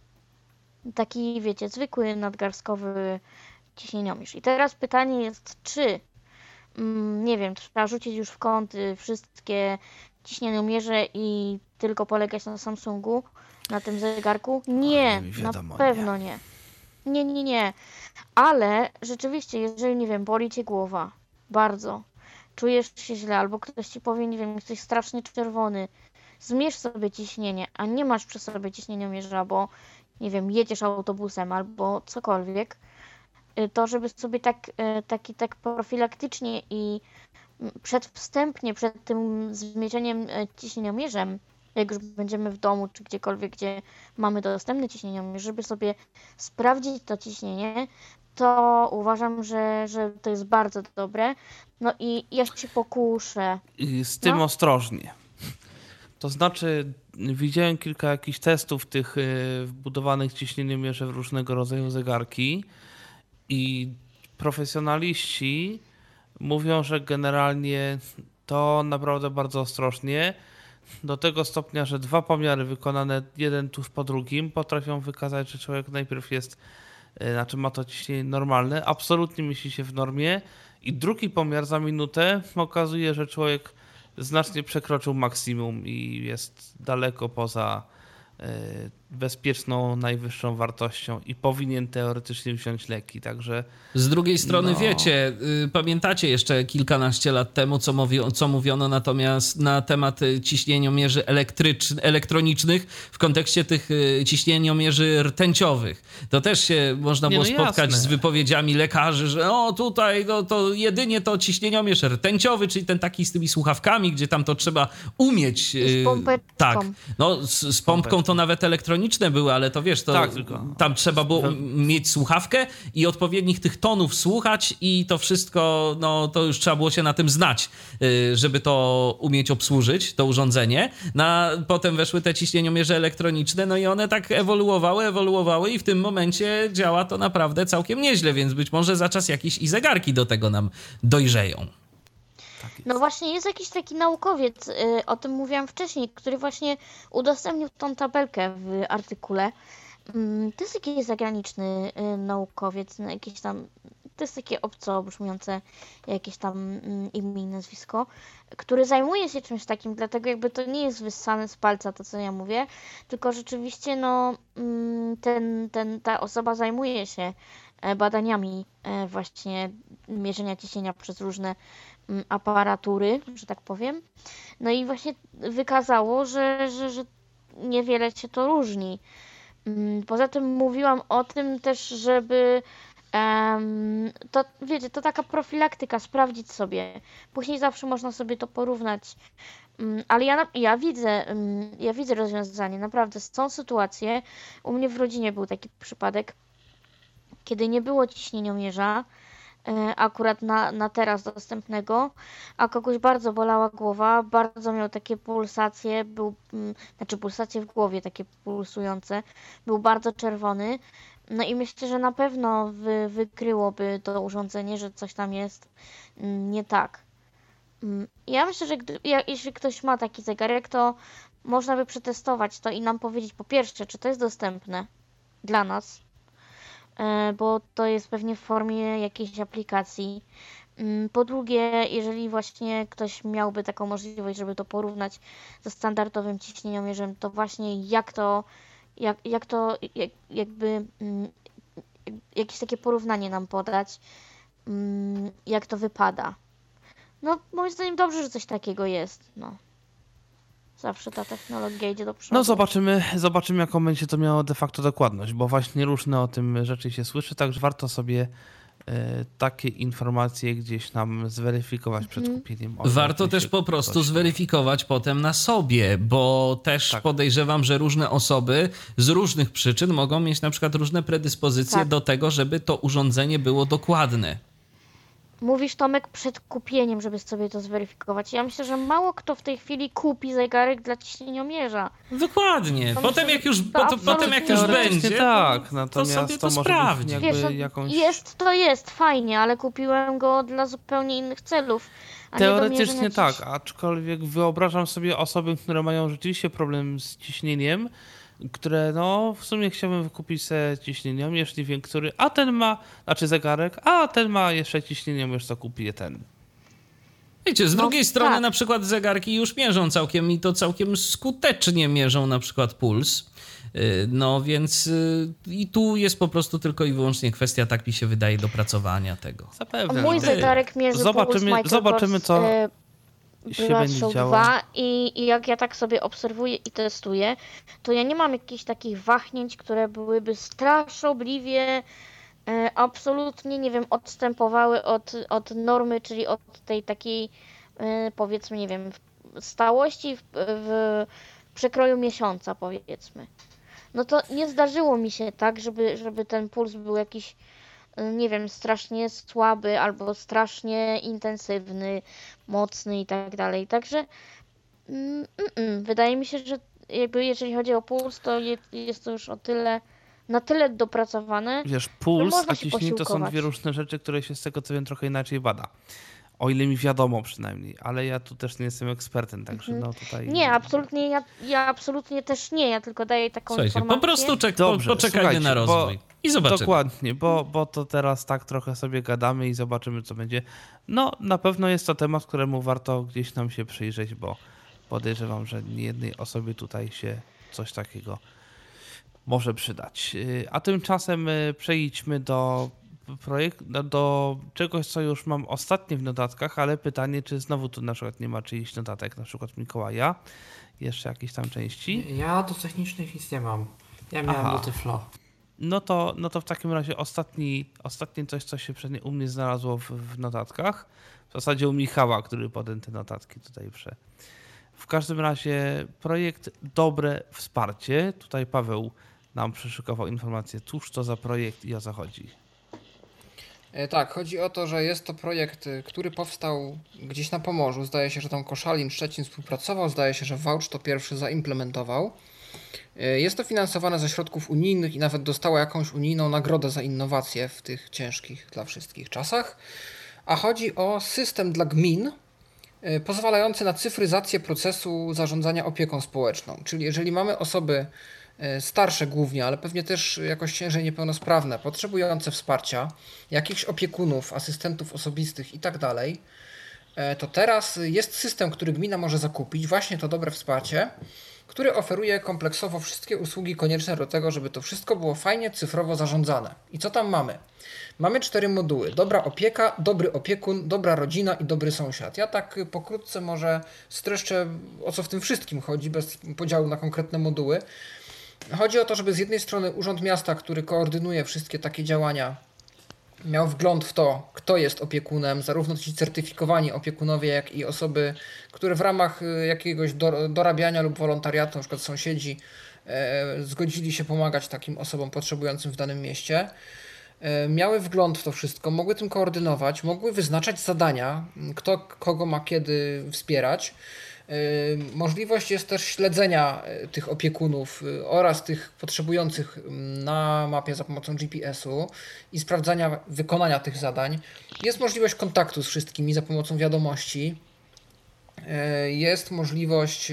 Taki, wiecie, zwykły nadgarstkowy ciśnieniomierz. I teraz pytanie jest, czy nie wiem, trzeba rzucić już w kąty wszystkie ciśnieniomierze i tylko polegać na Samsungu, na tym zegarku? Nie, na pewno nie. Nie. Ale rzeczywiście, jeżeli, nie wiem, boli cię głowa bardzo, czujesz się źle, albo ktoś ci powie, nie wiem, jesteś strasznie czerwony, zmierz sobie ciśnienie, a nie masz przy sobie ciśnieniomierza, bo, nie wiem, jedziesz autobusem albo cokolwiek, to żeby sobie tak profilaktycznie i przedwstępnie przed tym zmierzeniem ciśnieniomierzem, jak już będziemy w domu czy gdziekolwiek, gdzie mamy dostępny ciśnieniomierz, żeby sobie sprawdzić to ciśnienie, to uważam, że to jest bardzo dobre. No i ja się pokuszę.
I z tym ostrożnie. To znaczy, widziałem kilka jakichś testów tych wbudowanych ciśnieniomierzy w różnego rodzaju zegarki i profesjonaliści mówią, że generalnie to naprawdę bardzo ostrożnie, do tego stopnia, że 2 pomiary wykonane jeden tuż po drugim potrafią wykazać, że człowiek najpierw jest, znaczy ma to ciśnienie normalne, absolutnie mieści się w normie i drugi pomiar za minutę okazuje, że człowiek znacznie przekroczył maksimum i jest daleko poza bezpieczną, najwyższą wartością i powinien teoretycznie wziąć leki, także... Z drugiej strony wiecie, pamiętacie jeszcze kilkanaście lat temu, co mówiono natomiast na temat ciśnieniomierzy elektronicznych w kontekście tych ciśnieniomierzy rtęciowych. To też się można było spotkać z wypowiedziami lekarzy, że tutaj to jedynie to ciśnieniomierz rtęciowy, czyli ten taki z tymi słuchawkami, gdzie tam to trzeba umieć...
Z pompeczką.
Tak, z pompką to nawet elektroniczne były, ale to wiesz, to tam trzeba było mieć słuchawkę i odpowiednich tych tonów słuchać i to wszystko, to już trzeba było się na tym znać, żeby to umieć obsłużyć, to urządzenie. Potem weszły te ciśnieniomierze elektroniczne, i one tak ewoluowały i w tym momencie działa to naprawdę całkiem nieźle, więc być może za czas jakieś i zegarki do tego nam dojrzeją.
Tak jest.
No właśnie jest jakiś taki naukowiec, o tym mówiłam wcześniej, który właśnie udostępnił tą tabelkę w artykule. To jest jakiś zagraniczny naukowiec, jakiś tam, to jest takie obco brzmiące jakieś tam imię i nazwisko, który zajmuje się czymś takim, dlatego jakby to nie jest wyssane z palca to, co ja mówię, tylko rzeczywiście no ta osoba zajmuje się badaniami właśnie mierzenia ciśnienia przez różne aparatury, że tak powiem. No i właśnie wykazało, że niewiele się to różni. Poza tym mówiłam o tym też, żeby to, wiecie, to taka profilaktyka, sprawdzić sobie. Później zawsze można sobie to porównać. Ale ja widzę rozwiązanie, naprawdę. Są sytuacje, u mnie w rodzinie był taki przypadek, kiedy nie było ciśnieniomierza, akurat na teraz dostępnego, a kogoś bardzo bolała głowa, bardzo miał takie pulsacje, pulsacje w głowie, takie pulsujące, był bardzo czerwony. No i myślę, że na pewno wykryłoby to urządzenie, że coś tam jest nie tak. Ja myślę, że jeśli ktoś ma taki zegarek, to można by przetestować to i nam powiedzieć po pierwsze, czy to jest dostępne dla nas, bo to jest pewnie w formie jakiejś aplikacji. Po drugie, jeżeli właśnie ktoś miałby taką możliwość, żeby to porównać ze standardowym ciśnieniomierzem, to właśnie jakieś takie porównanie nam podać, jak to wypada. No, moim zdaniem dobrze, że coś takiego jest, no. Zawsze ta technologia idzie do przodu.
No zobaczymy jaką będzie to miało de facto dokładność, bo właśnie różne o tym rzeczy się słyszy, także warto sobie takie informacje gdzieś nam zweryfikować przed kupieniem.
Warto też po prostu zweryfikować potem na sobie, bo też podejrzewam, że różne osoby z różnych przyczyn mogą mieć na przykład różne predyspozycje do tego, żeby to urządzenie było dokładne.
Mówisz, Tomek, przed kupieniem, żeby sobie to zweryfikować. Ja myślę, że mało kto w tej chwili kupi zegarek dla ciśnieniomierza.
Dokładnie. Potem jak już będzie,
tak,
to sobie to sprawdzi.
Jest fajnie, ale kupiłem go dla zupełnie innych celów.
Teoretycznie tak, aczkolwiek wyobrażam sobie osoby, które mają rzeczywiście problem z ciśnieniem, które no w sumie chciałbym wykupić sobie ciśnieniomierz, nie wiem który, a ten ma, zegarek, a ten ma jeszcze ciśnieniomierz, to kupię ten.
Wiecie, z drugiej strony na przykład zegarki już mierzą całkiem skutecznie mierzą na przykład puls. No więc i tu jest po prostu tylko i wyłącznie kwestia, tak mi się wydaje, dopracowania tego.
Zapewne.
Mój zegarek mierzy puls
zobaczymy co się będzie działo.
I jak ja tak sobie obserwuję i testuję, to ja nie mam jakichś takich wahnięć, które byłyby straszliwie absolutnie, nie wiem, odstępowały od normy, czyli od tej takiej powiedzmy, nie wiem, stałości w przekroju miesiąca, powiedzmy. No to nie zdarzyło mi się tak, żeby ten puls był jakiś, nie wiem, strasznie słaby albo strasznie intensywny, mocny i tak dalej. Także wydaje mi się, że jakby jeżeli chodzi o puls, to jest to już na tyle dopracowane.
Wiesz, puls a ciśnienie to są dwie różne rzeczy, które się z tego co wiem trochę inaczej bada. O ile mi wiadomo przynajmniej, ale ja tu też nie jestem ekspertem, także no tutaj...
Nie, absolutnie, ja absolutnie też nie, ja tylko daję taką informację.
Po prostu poczekajmy na rozwój i zobaczymy.
Dokładnie, bo to teraz tak trochę sobie gadamy i zobaczymy, co będzie. No, na pewno jest to temat, któremu warto gdzieś nam się przyjrzeć, bo podejrzewam, że niejednej osobie tutaj się coś takiego może przydać. A tymczasem przejdźmy do czegoś, co już mam ostatnie w notatkach, ale pytanie, czy znowu tu na przykład nie ma czyichś notatek, na przykład Mikołaja, jeszcze jakieś tam części?
Ja do technicznych nic nie mam. Ja miałem do Tyflo.
No to w takim razie ostatnie coś, co się pewnie u mnie znalazło w notatkach. W zasadzie u Michała, który potem te notatki tutaj W każdym razie projekt Dobre Wsparcie. Tutaj Paweł nam przyszykował informację, cóż to za projekt i o co chodzi.
Tak, chodzi o to, że jest to projekt, który powstał gdzieś na Pomorzu. Zdaje się, że tam Koszalin, Szczecin współpracował. Zdaje się, że Wałcz to pierwszy zaimplementował. Jest to finansowane ze środków unijnych i nawet dostało jakąś unijną nagrodę za innowacje w tych ciężkich dla wszystkich czasach. A chodzi o system dla gmin, pozwalający na cyfryzację procesu zarządzania opieką społeczną. Czyli jeżeli mamy osoby starsze głównie, ale pewnie też jakoś ciężej niepełnosprawne, potrzebujące wsparcia, jakichś opiekunów, asystentów osobistych i tak dalej, to teraz jest system, który gmina może zakupić, właśnie to dobre wsparcie, który oferuje kompleksowo wszystkie usługi konieczne do tego, żeby to wszystko było fajnie cyfrowo zarządzane. I co tam mamy? Mamy 4 moduły. Dobra opieka, dobry opiekun, dobra rodzina i dobry sąsiad. Ja tak pokrótce może streszczę, o co w tym wszystkim chodzi, bez podziału na konkretne moduły. Chodzi o to, żeby z jednej strony Urząd Miasta, który koordynuje wszystkie takie działania, miał wgląd w to, kto jest opiekunem, zarówno ci certyfikowani opiekunowie, jak i osoby, które w ramach jakiegoś dorabiania lub wolontariatu, na przykład sąsiedzi, zgodzili się pomagać takim osobom potrzebującym w danym mieście. Miały wgląd w to wszystko, mogły tym koordynować, mogły wyznaczać zadania, kto kogo ma kiedy wspierać. Możliwość jest też śledzenia tych opiekunów oraz tych potrzebujących na mapie za pomocą GPS-u i sprawdzania wykonania tych zadań. Jest możliwość kontaktu z wszystkimi za pomocą wiadomości. Jest możliwość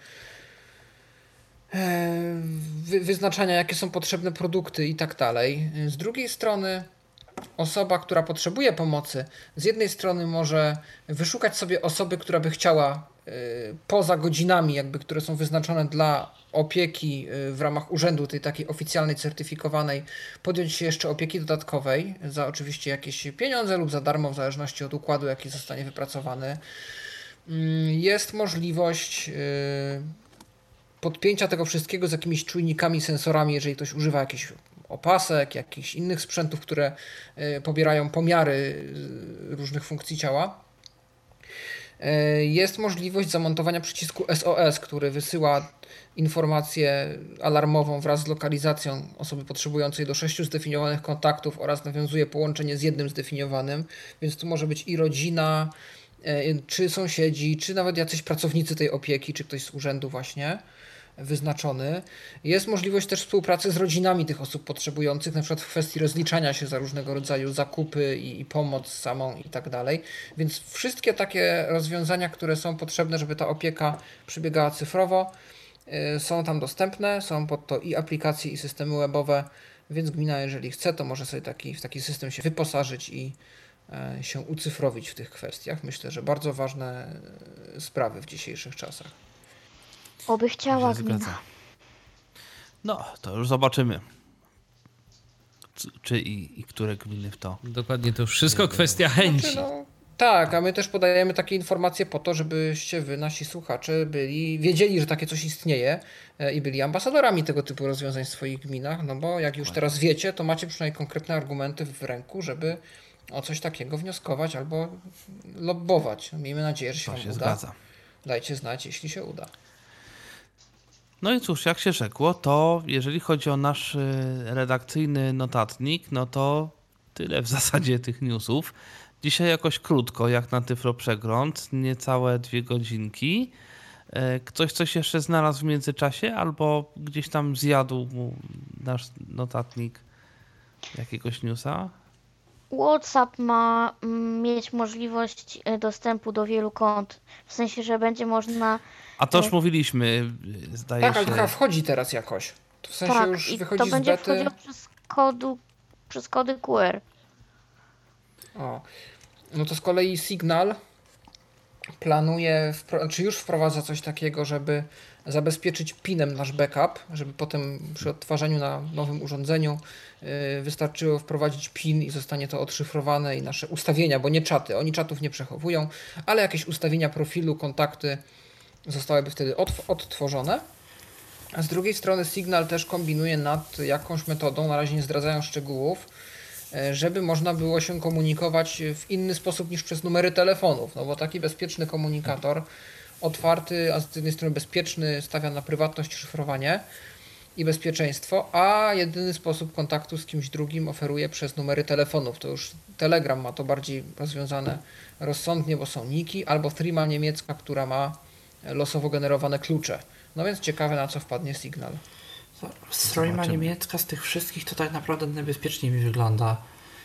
wyznaczania, jakie są potrzebne produkty i tak dalej. Z drugiej strony osoba, która potrzebuje pomocy, z jednej strony może wyszukać sobie osoby, która by chciała poza godzinami, jakby, które są wyznaczone dla opieki w ramach urzędu, tej takiej oficjalnej, certyfikowanej, podjąć się jeszcze opieki dodatkowej za oczywiście jakieś pieniądze lub za darmo, w zależności od układu, jaki zostanie wypracowany. Jest możliwość podpięcia tego wszystkiego z jakimiś czujnikami, sensorami, jeżeli ktoś używa jakichś opasek, jakichś innych sprzętów, które pobierają pomiary różnych funkcji ciała. Jest możliwość zamontowania przycisku SOS, który wysyła informację alarmową wraz z lokalizacją osoby potrzebującej do 6 zdefiniowanych kontaktów oraz nawiązuje połączenie z jednym zdefiniowanym, więc tu może być i rodzina, czy sąsiedzi, czy nawet jacyś pracownicy tej opieki, czy ktoś z urzędu właśnie wyznaczony. Jest możliwość też współpracy z rodzinami tych osób potrzebujących, na przykład w kwestii rozliczania się za różnego rodzaju zakupy i pomoc samą i tak dalej. Więc wszystkie takie rozwiązania, które są potrzebne, żeby ta opieka przebiegała cyfrowo, są tam dostępne, są pod to i aplikacje, i systemy webowe, więc gmina, jeżeli chce, to może sobie w taki system się wyposażyć i się ucyfrowić w tych kwestiach. Myślę, że bardzo ważne sprawy w dzisiejszych czasach.
Oby chciała gmina.
No, to już zobaczymy. Czy i które gminy w to.
Dokładnie, to wszystko kwestia chęci.
Tak, a my też podajemy takie informacje po to, żebyście wy, nasi słuchacze, wiedzieli, że takie coś istnieje i byli ambasadorami tego typu rozwiązań w swoich gminach, no bo jak już teraz wiecie, to macie przynajmniej konkretne argumenty w ręku, żeby o coś takiego wnioskować albo lobbować. Miejmy nadzieję, że się wam uda. Zgadza. Dajcie znać, jeśli się uda.
No i cóż, jak się rzekło, to jeżeli chodzi o nasz redakcyjny notatnik, no to tyle w zasadzie tych newsów. Dzisiaj jakoś krótko, jak na Tyflo Przegląd, niecałe 2 godzinki. Ktoś coś jeszcze znalazł w międzyczasie albo gdzieś tam zjadł mu nasz notatnik jakiegoś newsa?
WhatsApp ma mieć możliwość dostępu do wielu kont. W sensie, że będzie można...
A to już mówiliśmy, zdaje się.
Tak, ale wchodzi teraz jakoś. To w sensie
tak,
już wychodzi
to będzie
z bety.
wchodziło przez kody QR.
O. No to z kolei Signal planuje, czy już wprowadza coś takiego, żeby zabezpieczyć PIN-em nasz backup, żeby potem przy odtwarzaniu na nowym urządzeniu wystarczyło wprowadzić PIN i zostanie to odszyfrowane i nasze ustawienia, bo nie czaty, oni czatów nie przechowują, ale jakieś ustawienia profilu, kontakty zostałyby wtedy odtworzone. A z drugiej strony Signal też kombinuje nad jakąś metodą, na razie nie zdradzają szczegółów, żeby można było się komunikować w inny sposób niż przez numery telefonów, no bo taki bezpieczny komunikator, otwarty, a z jednej strony bezpieczny, stawia na prywatność, szyfrowanie i bezpieczeństwo, a jedyny sposób kontaktu z kimś drugim oferuje przez numery telefonów. To już Telegram ma to bardziej rozwiązane rozsądnie, bo są niki, albo Threema niemiecka, która ma losowo generowane klucze. No więc ciekawe, na co wpadnie Signal.
Threema niemiecka z tych wszystkich to tak naprawdę najbezpieczniej mi wygląda.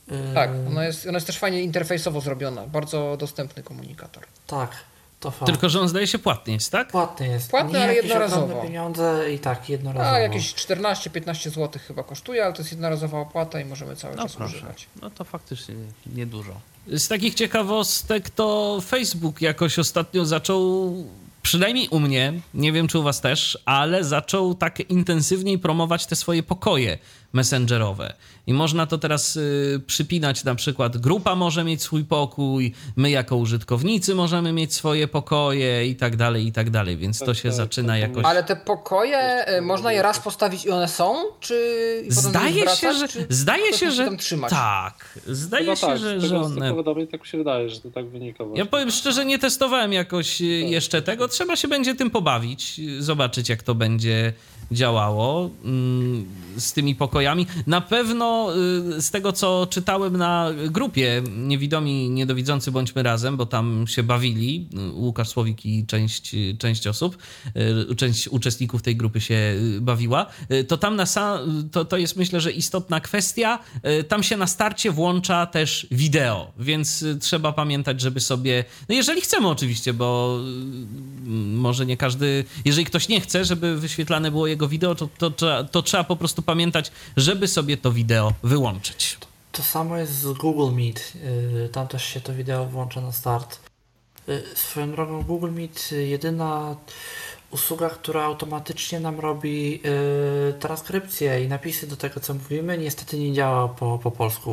Tak, ona jest też fajnie interfejsowo zrobiona. Bardzo dostępny komunikator.
Tak, to fakt.
Tylko że on zdaje się płatny jest, tak?
Płatny jest.
Płatny,
nie
ale
jakieś
jednorazowo.
ogromne pieniądze i tak, jednorazowo.
A jakieś 14-15 zł chyba kosztuje, ale to jest jednorazowa opłata i możemy cały czas używać.
No to faktycznie niedużo.
Z takich ciekawostek to Facebook jakoś ostatnio zaczął, przynajmniej u mnie, nie wiem czy u was też, ale zaczął tak intensywniej promować te swoje pokoje messengerowe. I można to teraz przypinać, na przykład grupa może mieć swój pokój, my jako użytkownicy możemy mieć swoje pokoje i tak dalej, więc to się zaczyna jakoś...
Ale te pokoje, można je raz postawić i one są? Czy
Zdaje się, że
tam trzymać?
Tak. Zdaje się, że one...
Tak mi się wydaje, że to tak wynika. Właśnie.
Ja powiem szczerze, nie testowałem jakoś jeszcze tego. Trzeba się będzie tym pobawić, zobaczyć jak to będzie działało z tymi pokojami. Na pewno z tego, co czytałem na grupie Niewidomi, Niedowidzący Bądźmy Razem, bo tam się bawili, Łukasz Słowik i część osób, część uczestników tej grupy się bawiła, to tam to jest myślę, że istotna kwestia. Tam się na starcie włącza też wideo, więc trzeba pamiętać, żeby sobie, no jeżeli chcemy oczywiście, bo może nie każdy, jeżeli ktoś nie chce, żeby wyświetlane było jego wideo, to trzeba po prostu pamiętać, żeby sobie to wideo wyłączyć.
To samo jest z Google Meet. Tam też się to wideo włącza na start. Swoją drogą Google Meet jedyna usługa, która automatycznie nam robi transkrypcję i napisy do tego, co mówimy, niestety nie działa po polsku.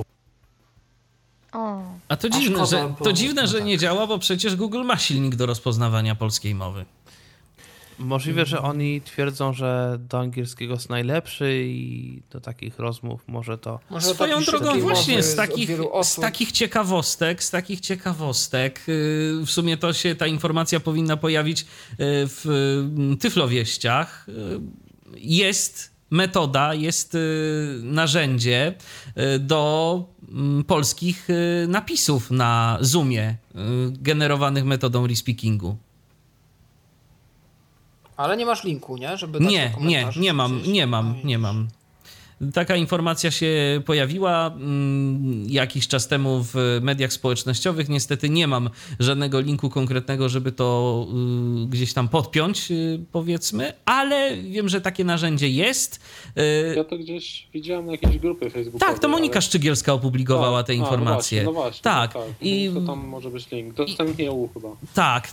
A to dziwne, że nie działa, bo przecież Google ma silnik do rozpoznawania polskiej mowy.
Możliwe, że oni twierdzą, że do angielskiego jest najlepszy i do takich rozmów może to...
Swoją drogą właśnie z takich ciekawostek w sumie to się ta informacja powinna pojawić w Tyflowieściach. Jest metoda, jest narzędzie do polskich napisów na Zoomie generowanych metodą respeakingu.
Ale nie masz linku, nie? Żeby nie mam. Taka informacja się pojawiła jakiś czas temu w mediach społecznościowych. Niestety nie mam żadnego linku konkretnego, żeby to gdzieś tam podpiąć, powiedzmy, ale wiem, że takie narzędzie jest.
Ja to gdzieś widziałem na jakiejś grupie facebookowej.
Tak, to Monika Szczygielska opublikowała te informacje.
No właśnie,
tak.
I to tam może być link. Dostępnie EU chyba.
Tak.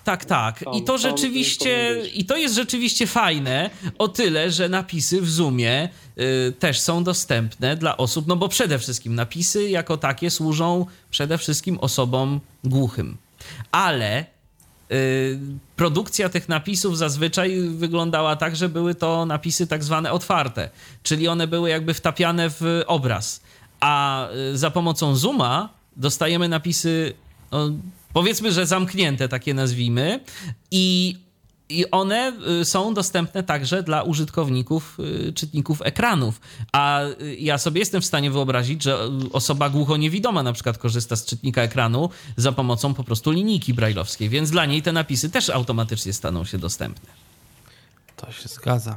I to jest rzeczywiście fajne o tyle, że napisy w Zoomie też są dostępne dla osób, no bo przede wszystkim napisy jako takie służą przede wszystkim osobom głuchym. Ale produkcja tych napisów zazwyczaj wyglądała tak, że były to napisy tak zwane otwarte, czyli one były jakby wtapiane w obraz. A za pomocą Zooma dostajemy napisy, no, powiedzmy, że zamknięte, takie nazwijmy, i one są dostępne także dla użytkowników, czytników ekranów. A ja sobie jestem w stanie wyobrazić, że osoba głuchoniewidoma na przykład korzysta z czytnika ekranu za pomocą po prostu linijki brajlowskiej, więc dla niej te napisy też automatycznie staną się dostępne.
To się zgadza.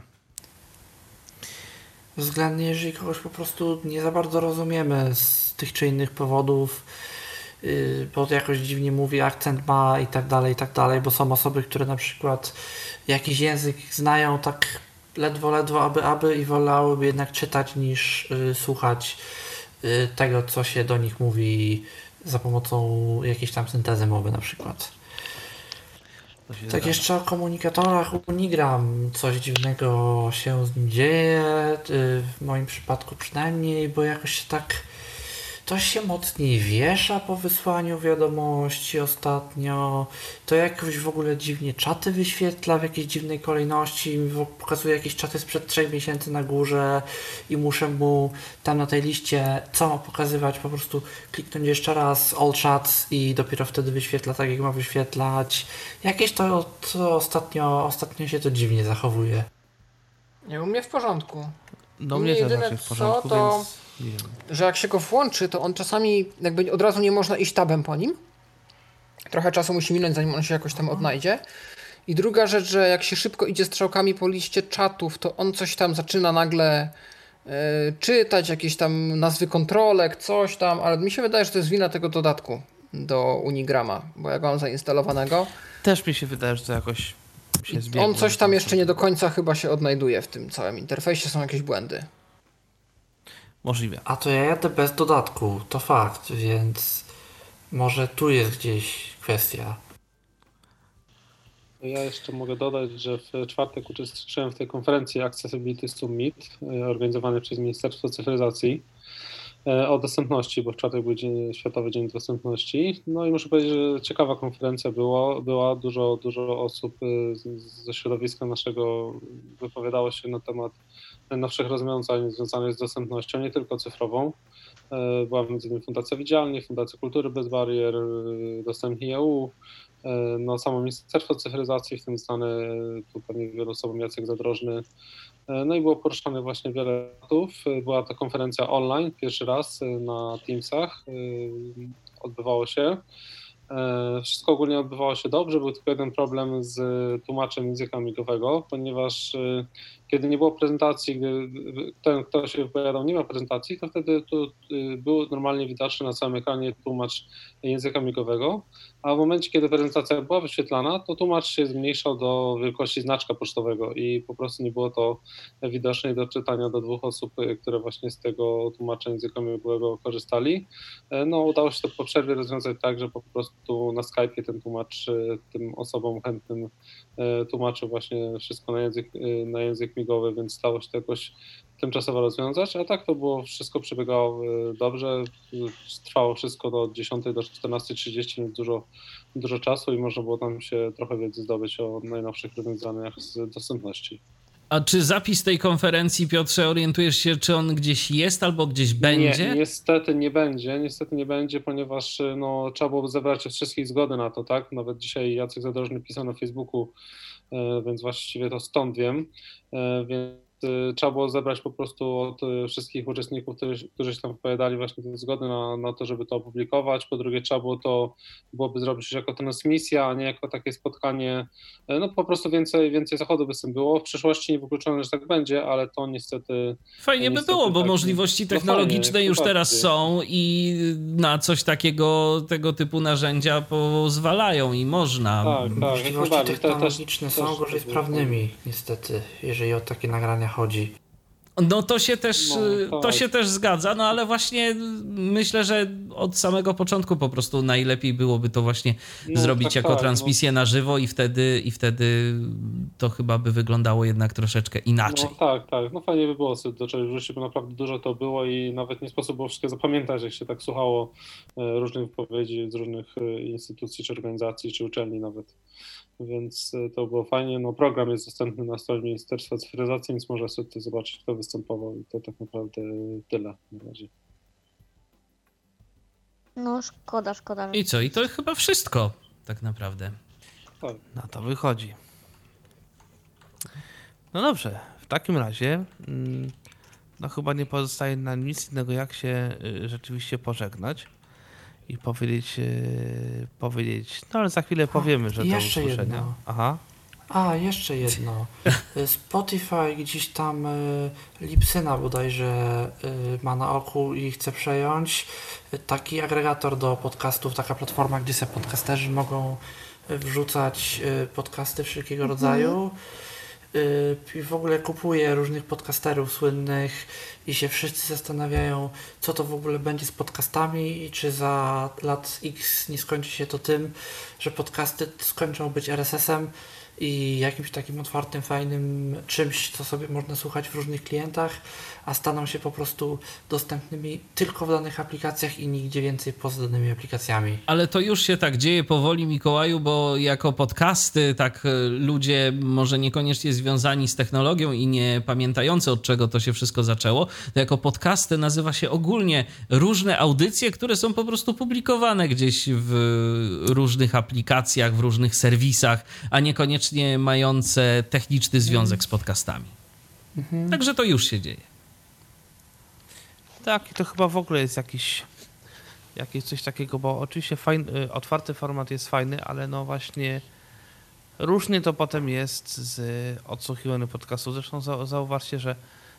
Względnie, jeżeli kogoś po prostu nie za bardzo rozumiemy z tych czy innych powodów, bo jakoś dziwnie mówi, akcent ma i tak dalej, bo są osoby, które na przykład jakiś język znają tak ledwo, aby i wolałyby jednak czytać niż słuchać tego, co się do nich mówi za pomocą jakiejś tam syntezy mowy na przykład. Tak jeszcze o komunikatorach Unigram. Coś dziwnego się z nim dzieje, w moim przypadku przynajmniej, bo jakoś się tak... To się mocniej wiesza po wysłaniu wiadomości ostatnio. To jakoś w ogóle dziwnie czaty wyświetla w jakiejś dziwnej kolejności. Pokazuje jakieś czaty sprzed 3 miesięcy na górze i muszę mu tam na tej liście, co ma pokazywać, po prostu kliknąć jeszcze raz all chats i dopiero wtedy wyświetla tak, jak ma wyświetlać. Jakieś to ostatnio się to dziwnie zachowuje.
Nie, u mnie w porządku.
Do mnie też raczej w porządku, więc...
że jak się go włączy, to on czasami jakby od razu nie można iść tabem po nim. Trochę czasu musi minąć, zanim on się jakoś tam odnajdzie. I druga rzecz, że jak się szybko idzie strzałkami po liście czatów, to on coś tam zaczyna nagle czytać jakieś tam nazwy kontrolek, coś tam, ale mi się wydaje, że to jest wina tego dodatku do Unigrama, bo jak mam zainstalowanego.
Też mi się wydaje, że to jakoś się zbiegło.
On coś tam jeszcze nie do końca chyba się odnajduje w tym całym interfejsie, są jakieś błędy.
Możliwe.
A to ja jadę bez dodatku, to fakt, więc może tu jest gdzieś kwestia.
Ja jeszcze mogę dodać, że w czwartek uczestniczyłem w tej konferencji Accessibility Summit organizowanej przez Ministerstwo Cyfryzacji o dostępności, bo w czwartek był Światowy Dzień Dostępności. No i muszę powiedzieć, że ciekawa konferencja była. Dużo osób ze środowiska naszego wypowiadało się na temat najnowszych rozwiązań związanych z dostępnością, nie tylko cyfrową. Była m.in. Fundacja Widzialni, Fundacja Kultury Bez Barier, Dostępni EU, no, samo Ministerstwo Cyfryzacji, w tym znany tu pewnie wielu osobom Jacek Zadrożny. No i było poruszane właśnie wiele tematów. Była to konferencja online, pierwszy raz na Teamsach odbywało się. Wszystko ogólnie odbywało się dobrze, był tylko jeden problem z tłumaczem języka migowego, ponieważ kiedy nie było prezentacji, gdy ten, kto się wypowiadał, nie miał prezentacji, to wtedy tu był normalnie widoczny na całym ekranie tłumacz języka migowego, a w momencie, kiedy prezentacja była wyświetlana, to tłumacz się zmniejszał do wielkości znaczka pocztowego i po prostu nie było to widoczne do czytania do dwóch osób, które właśnie z tego tłumacza języka migowego korzystali. No, udało się to po przerwie rozwiązać tak, że po prostu na Skype'ie ten tłumacz tym osobom chętnym tłumaczył właśnie wszystko na język migowy, więc stało się to jakoś tymczasowo rozwiązać, a tak to było, wszystko przebiegało dobrze, trwało wszystko do 10 do 14:30, więc dużo czasu i można było tam się trochę wiedzy zdobyć o najnowszych rozwiązaniach z dostępności.
A czy zapis tej konferencji, Piotrze, orientujesz się, czy on gdzieś jest albo gdzieś będzie?
Nie, niestety nie będzie, ponieważ no, trzeba było zebrać wszystkich zgody na to, tak? Nawet dzisiaj Jacek Zadrożny pisał na Facebooku, więc właściwie to stąd wiem, więc trzeba było zebrać po prostu od wszystkich uczestników, którzy się tam wypowiadali właśnie te zgody na to, żeby to opublikować. Po drugie trzeba byłoby zrobić jako transmisja, a nie jako takie spotkanie. No po prostu więcej zachodu by z tym było. W przyszłości nie wykluczone, że tak będzie, ale to niestety...
Fajnie by było, bo możliwości technologiczne już teraz są i na coś takiego, tego typu narzędzia pozwalają i można.
Tak,
możliwości technologiczne są gorzej sprawnymi niestety, jeżeli o takie nagrania chodzi.
No to się też zgadza, no ale właśnie myślę, że od samego początku po prostu najlepiej byłoby to właśnie zrobić jako transmisję na żywo i wtedy to chyba by wyglądało jednak troszeczkę inaczej.
No tak, no fajnie by było sobie do czegoś wrócić, bo naprawdę dużo to było i nawet nie sposób było wszystko zapamiętać, jak się tak słuchało różnych wypowiedzi z różnych instytucji, czy organizacji, czy uczelni nawet. Więc to było fajnie. No, program jest dostępny na stronie Ministerstwa Cyfryzacji, więc można sobie to zobaczyć, kto występował i to tak naprawdę tyle na razie.
No szkoda.
I co? I to chyba wszystko tak naprawdę.
Tak.
No to wychodzi. No dobrze, w takim razie no chyba nie pozostaje nam nic innego, jak się rzeczywiście pożegnać i powiedzieć, no ale za chwilę powiemy, że to usłyszenia.
Jedno.
Aha.
Jeszcze jedno. Spotify gdzieś tam Libsyna bodajże ma na oku i chce przejąć. Taki agregator do podcastów, taka platforma, gdzie sobie podcasterzy mogą wrzucać podcasty wszelkiego rodzaju. I w ogóle kupuje różnych podcasterów słynnych i się wszyscy zastanawiają, co to w ogóle będzie z podcastami i czy za lat X nie skończy się to tym, że podcasty skończą być RSS-em i jakimś takim otwartym, fajnym czymś, co sobie można słuchać w różnych klientach, a staną się po prostu dostępnymi tylko w danych aplikacjach i nigdzie więcej poza danymi aplikacjami.
Ale to już się tak dzieje powoli, Mikołaju, bo jako podcasty, tak ludzie może niekoniecznie związani z technologią i nie pamiętający, od czego to się wszystko zaczęło, to jako podcasty nazywa się ogólnie różne audycje, które są po prostu publikowane gdzieś w różnych aplikacjach, w różnych serwisach, a niekoniecznie mające techniczny związek z podcastami. Także to już się dzieje.
Tak, i to chyba w ogóle jest jakieś coś takiego, bo oczywiście otwarty format jest fajny, ale no właśnie różnie to potem jest z odsłuchiwanych podcastów. Zresztą zauważcie, że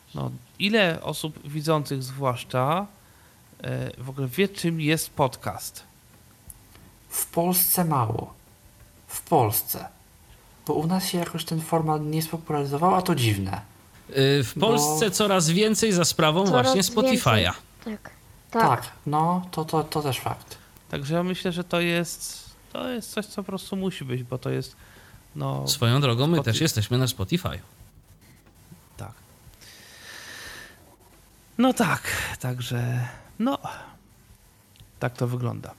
No, ile osób widzących zwłaszcza w ogóle wie, czym jest podcast?
W Polsce mało. W Polsce. Bo u nas się jakoś ten format nie spopularyzował, a to dziwne.
W Polsce coraz więcej za sprawą właśnie Spotify'a.
Tak.
No, to też fakt.
Także ja myślę, że to jest coś, co po prostu musi być, bo to jest
Swoją drogą my też jesteśmy na Spotify'u.
Tak. No tak, także tak to wygląda.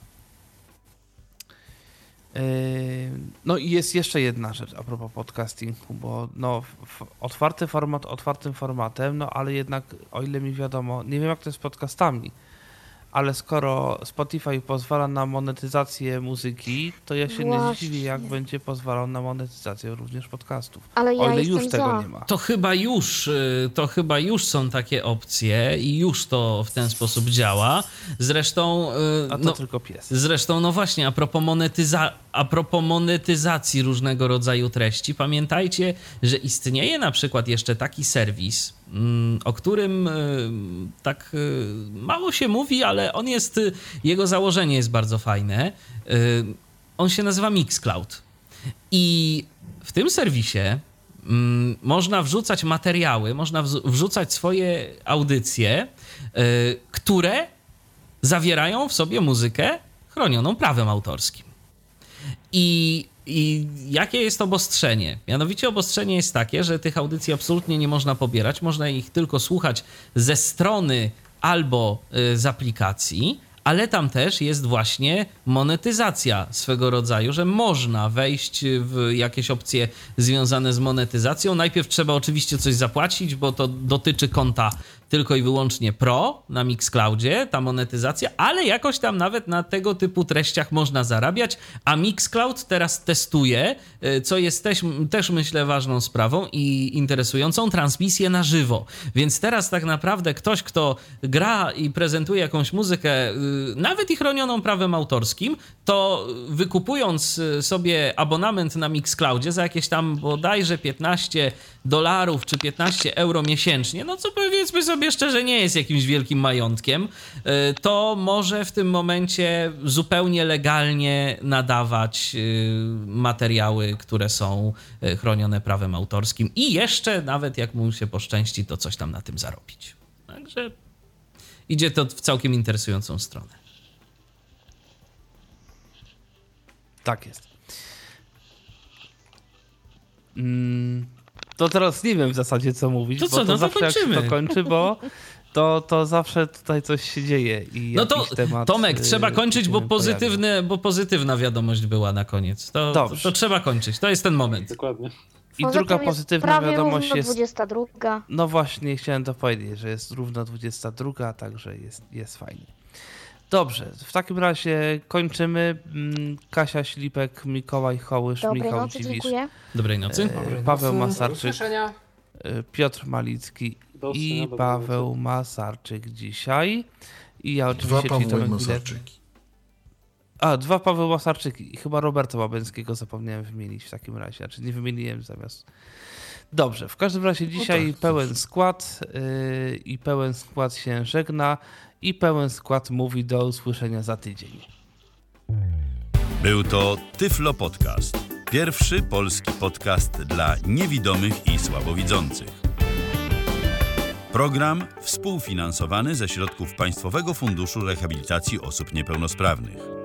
No i jest jeszcze jedna rzecz a propos podcastingu, bo otwarty format otwartym formatem, ale jednak o ile mi wiadomo, nie wiem jak to jest z podcastami, ale skoro Spotify pozwala na monetyzację muzyki, to ja się nie dziwię, jak będzie pozwalał na monetyzację również podcastów.
Ale ja
o ile
już
tego nie ma.
To chyba już są takie opcje i już to w ten sposób działa. Zresztą...
A to tylko pies.
Zresztą, no właśnie, a propos monetyzacji różnego rodzaju treści, pamiętajcie, że istnieje na przykład jeszcze taki serwis, o którym tak mało się mówi, ale jego założenie jest bardzo fajne. On się nazywa Mixcloud. I w tym serwisie można wrzucać materiały, można wrzucać swoje audycje, które zawierają w sobie muzykę chronioną prawem autorskim. I jakie jest obostrzenie? Mianowicie obostrzenie jest takie, że tych audycji absolutnie nie można pobierać, można ich tylko słuchać ze strony albo z aplikacji, ale tam też jest właśnie monetyzacja swego rodzaju, że można wejść w jakieś opcje związane z monetyzacją. Najpierw trzeba oczywiście coś zapłacić, bo to dotyczy konta tylko i wyłącznie Pro na Mixcloudzie, ta monetyzacja, ale jakoś tam nawet na tego typu treściach można zarabiać, a Mixcloud teraz testuje, co jest też myślę ważną sprawą i interesującą, transmisję na żywo. Więc teraz tak naprawdę ktoś, kto gra i prezentuje jakąś muzykę, nawet i chronioną prawem autorskim, to wykupując sobie abonament na Mixcloudzie za jakieś tam bodajże $15 czy 15 euro miesięcznie, no co powiedzmy sobie szczerze nie jest jakimś wielkim majątkiem, to może w tym momencie zupełnie legalnie nadawać materiały, które są chronione prawem autorskim i jeszcze nawet jak mu się poszczęści, to coś tam na tym zarobić. Także idzie to w całkiem interesującą stronę.
Tak jest. To teraz nie wiem w zasadzie co mówić,
to
bo to zawsze
kończymy.
Jak się to kończy, bo to zawsze tutaj coś się dzieje. I
no to
temat,
Tomek, trzeba kończyć, bo pozytywna wiadomość była na koniec. To trzeba kończyć, to jest ten moment.
Dokładnie.
I druga pozytywna wiadomość jest...
22.
No właśnie, chciałem to powiedzieć, że jest równo 22, także jest fajnie. Dobrze, w takim razie kończymy. Kasia Ślipek, Mikołaj Hołysz, Michał Dziwisz.
Dziękuję.
Dobrej nocy.
Paweł Masarczyk, Piotr Malicki
I
Paweł Masarczyk dzisiaj. I ja oczywiście...
Dwa Pawły Masarczyki.
Dwa Paweł Masarczyki. I chyba Roberta Łabęckiego zapomniałem wymienić w takim razie. Znaczy nie wymieniłem zamiast... Dobrze, w każdym razie dzisiaj pełen skład i pełen skład się żegna i pełen skład mówi do usłyszenia za tydzień.
Był to Tyflo Podcast. Pierwszy polski podcast dla niewidomych i słabowidzących. Program współfinansowany ze środków Państwowego Funduszu Rehabilitacji Osób Niepełnosprawnych.